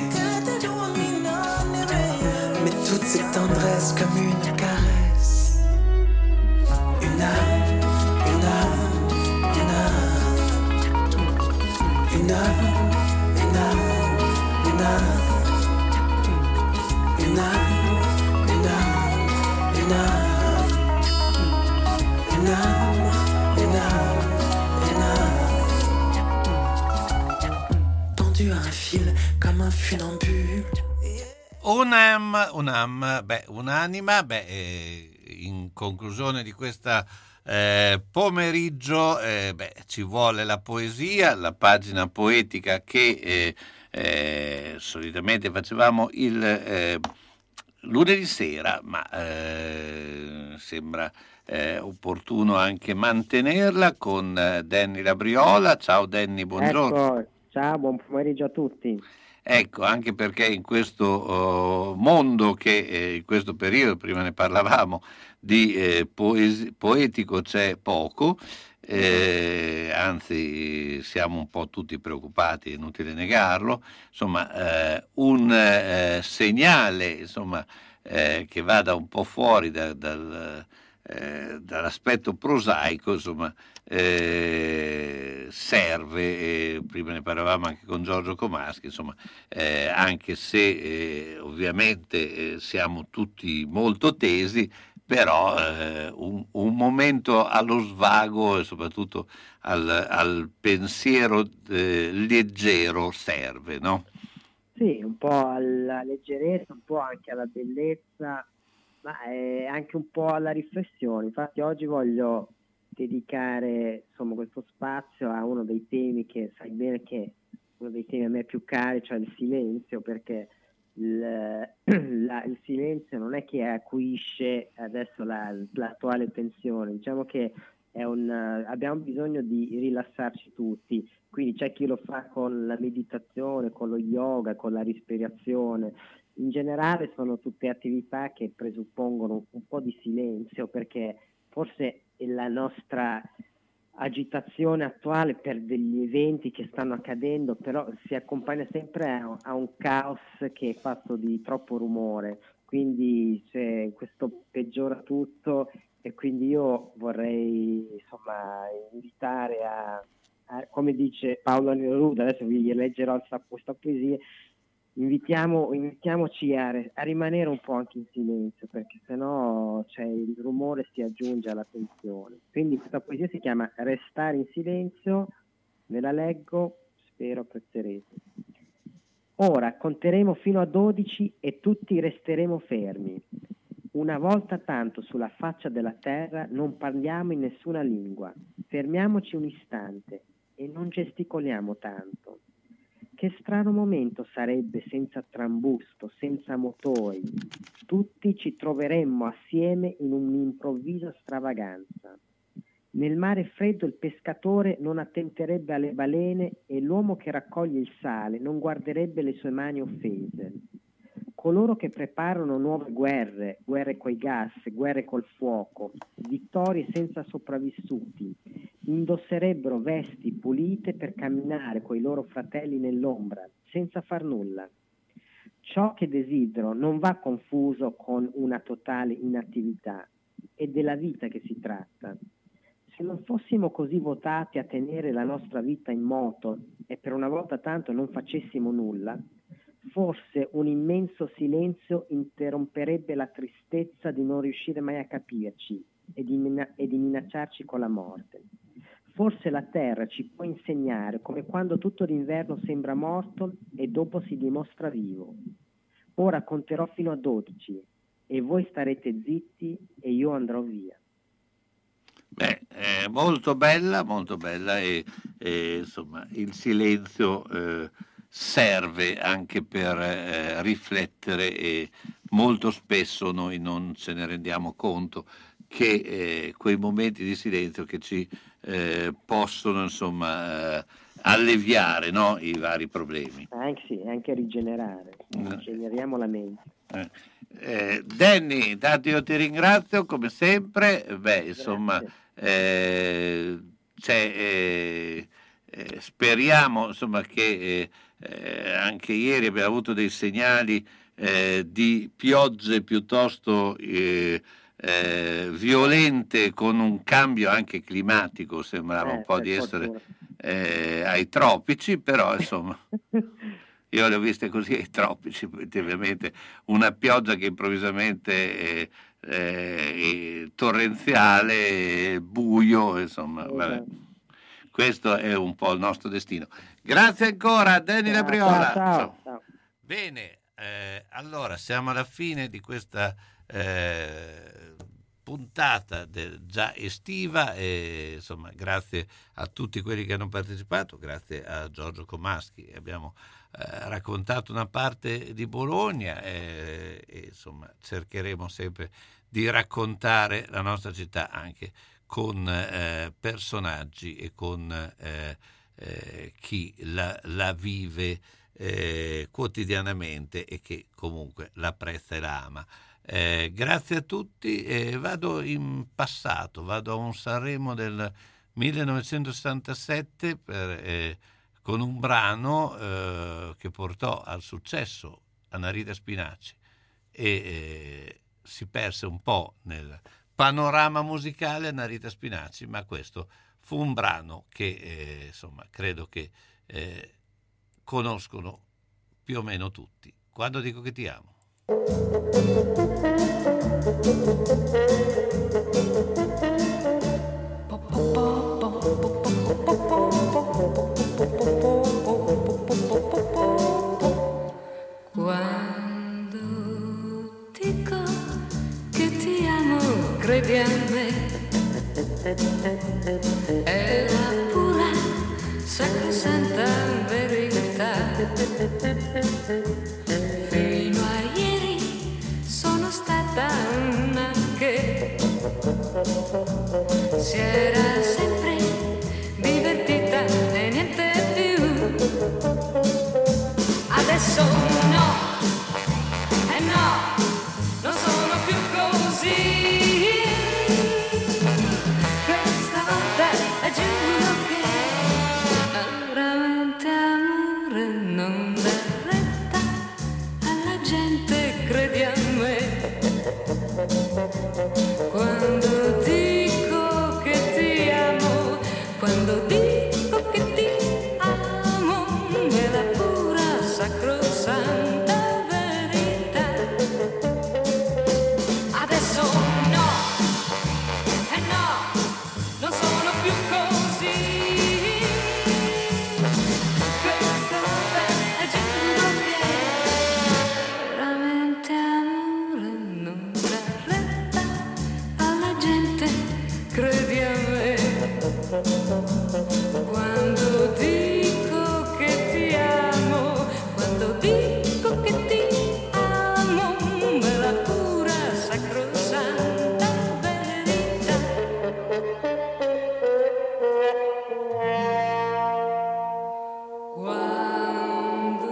mais toute cette tendresse comme une caresse. Une âme, une âme, une âme. Une âme, une âme, une âme. Une âme, une âme, une âme. Une âme, une âme, une âme. Pendu à un fil comme un funambule. Un'am, un'am, beh, un'anima, beh, eh, in conclusione di questa eh, pomeriggio, eh, beh, ci vuole la poesia, la pagina poetica che eh, eh, solitamente facevamo il eh, lunedì sera, ma eh, sembra eh, opportuno anche mantenerla con eh, Danny Labriola. Ciao Danny, buongiorno. Ecco, ciao, buon pomeriggio a tutti. Ecco, anche perché in questo uh, mondo che eh, in questo periodo, prima ne parlavamo, di eh, poesi- poetico c'è poco, eh, anzi siamo un po' tutti preoccupati, è inutile negarlo, insomma eh, un eh, segnale insomma, eh, che vada un po' fuori da, dal, eh, dall'aspetto prosaico, insomma, Eh, serve, eh, prima ne parlavamo anche con Giorgio Comaschi, insomma, eh, anche se eh, ovviamente eh, siamo tutti molto tesi, però eh, un, un momento allo svago e soprattutto al, al pensiero eh, leggero serve, no? Sì, un po' alla leggerezza, un po' anche alla bellezza, ma è anche un po' alla riflessione. Infatti oggi voglio dedicare insomma questo spazio a uno dei temi che sai bene che è uno dei temi a me più cari, cioè il silenzio, perché il, la, il silenzio non è che acuisce adesso la, l'attuale tensione, diciamo che è un, abbiamo bisogno di rilassarci tutti, quindi c'è chi lo fa con la meditazione, con lo yoga, con la respirazione. In generale sono tutte attività che presuppongono un po' di silenzio, perché forse la nostra agitazione attuale per degli eventi che stanno accadendo però si accompagna sempre a, a un caos che è fatto di troppo rumore, quindi cioè, questo peggiora tutto, e quindi io vorrei insomma invitare a, a come dice Paolo Neruda, adesso vi leggerò questa poesia. Invitiamo, invitiamoci a, a rimanere un po' anche in silenzio, perché sennò cioè, il rumore si aggiunge alla tensione. Quindi questa poesia si chiama Restare in silenzio, ve la leggo, spero apprezzerete. Ora conteremo fino a dodici e tutti resteremo fermi. Una volta tanto sulla faccia della terra non parliamo in nessuna lingua. Fermiamoci un istante e non gesticoliamo tanto. Che strano momento sarebbe senza trambusto, senza motori. Tutti ci troveremmo assieme in un'improvvisa stravaganza. Nel mare freddo il pescatore non attenterebbe alle balene e l'uomo che raccoglie il sale non guarderebbe le sue mani offese. Coloro che preparano nuove guerre, guerre coi gas, guerre col fuoco, vittorie senza sopravvissuti, indosserebbero vesti pulite per camminare coi loro fratelli nell'ombra, senza far nulla. Ciò che desidero non va confuso con una totale inattività, è della vita che si tratta. Se non fossimo così votati a tenere la nostra vita in moto e per una volta tanto non facessimo nulla, forse un immenso silenzio interromperebbe la tristezza di non riuscire mai a capirci e di, mina- e di minacciarci con la morte. Forse la terra ci può insegnare come quando tutto l'inverno sembra morto e dopo si dimostra vivo. Ora conterò fino a dodici e voi starete zitti e io andrò via. Beh, è molto bella, molto bella e, e insomma il silenzio eh, serve anche per eh, riflettere e molto spesso noi non ce ne rendiamo conto che eh, quei momenti di silenzio che ci eh, possono insomma eh, alleviare, no, i vari problemi. Anche sì, anche rigenerare, Mm. rigeneriamo la mente. Eh, eh, Danny, intanto io ti ringrazio come sempre. Beh, insomma, eh, c'è, eh, eh, speriamo insomma che eh, eh, anche ieri abbiamo avuto dei segnali eh, di piogge piuttosto eh, eh, violente, con un cambio anche climatico, sembrava Eh, un po' per di essere fortuna. eh, ai tropici, però insomma io le ho viste così ai tropici, ovviamente una pioggia che improvvisamente è, è torrenziale, buio, insomma, vabbè. Questo è un po' il nostro destino. Grazie ancora, Danny Ciao, Labriola. ciao, ciao. Bene, eh, allora siamo alla fine di questa eh, puntata del- già estiva e insomma grazie a tutti quelli che hanno partecipato, grazie a Giorgio Comaschi. Abbiamo eh, raccontato una parte di Bologna e, e insomma cercheremo sempre di raccontare la nostra città anche con eh, personaggi e con eh, eh, chi la, la vive eh, quotidianamente e che comunque l'apprezza e la ama. Eh, grazie a tutti e vado in passato, vado a un Sanremo del millenovecentosessantasette per, eh, con un brano eh, che portò al successo Anna Rita Spinaci e eh, si perse un po' nel panorama musicale Anna Rita Spinaci, ma questo fu un brano che eh, insomma credo che eh, conoscono più o meno tutti. Quando dico che ti amo. credi a me, è la pura, sacrosanta verità. Fino a ieri sono stata una che si era sempre divertita e niente più. Adesso no, e no, non sono più così. Questa volta giuro che veramente amore non dà retta alla gente, credi a me. Quando dico che ti amo, quando dico che ti amo, è la pura sacrosanta verità. Adesso no, e no, non sono più così. Questa volta giuro che veramente amore non dà retta alla gente, credi a me. Quando dico che ti amo, quando dico che ti amo, è la pura sacrosanta verità. Quando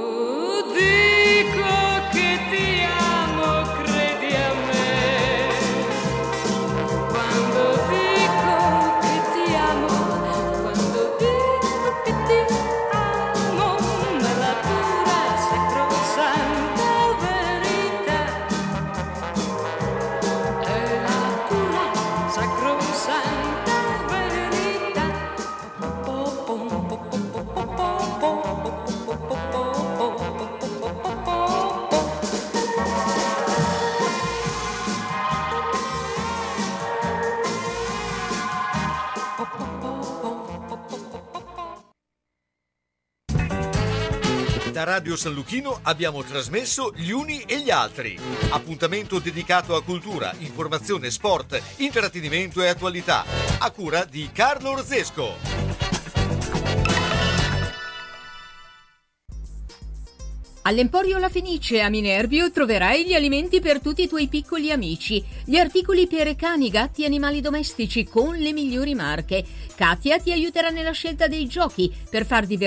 dico che ti amo, credi a me. Quando dico che ti amo, quando dico che ti amo, è la pura sacrosanta verità. È la pura sacrosanta verità. Da Radio San Luchino abbiamo trasmesso Gli Uni e gli Altri. Appuntamento dedicato a cultura, informazione, sport, intrattenimento e attualità. A cura di Carlo Orzesco. All'Emporio La Fenice a Minervio troverai gli alimenti per tutti i tuoi piccoli amici, gli articoli per cani, gatti e animali domestici con le migliori marche. Katia ti aiuterà nella scelta dei giochi per far divertire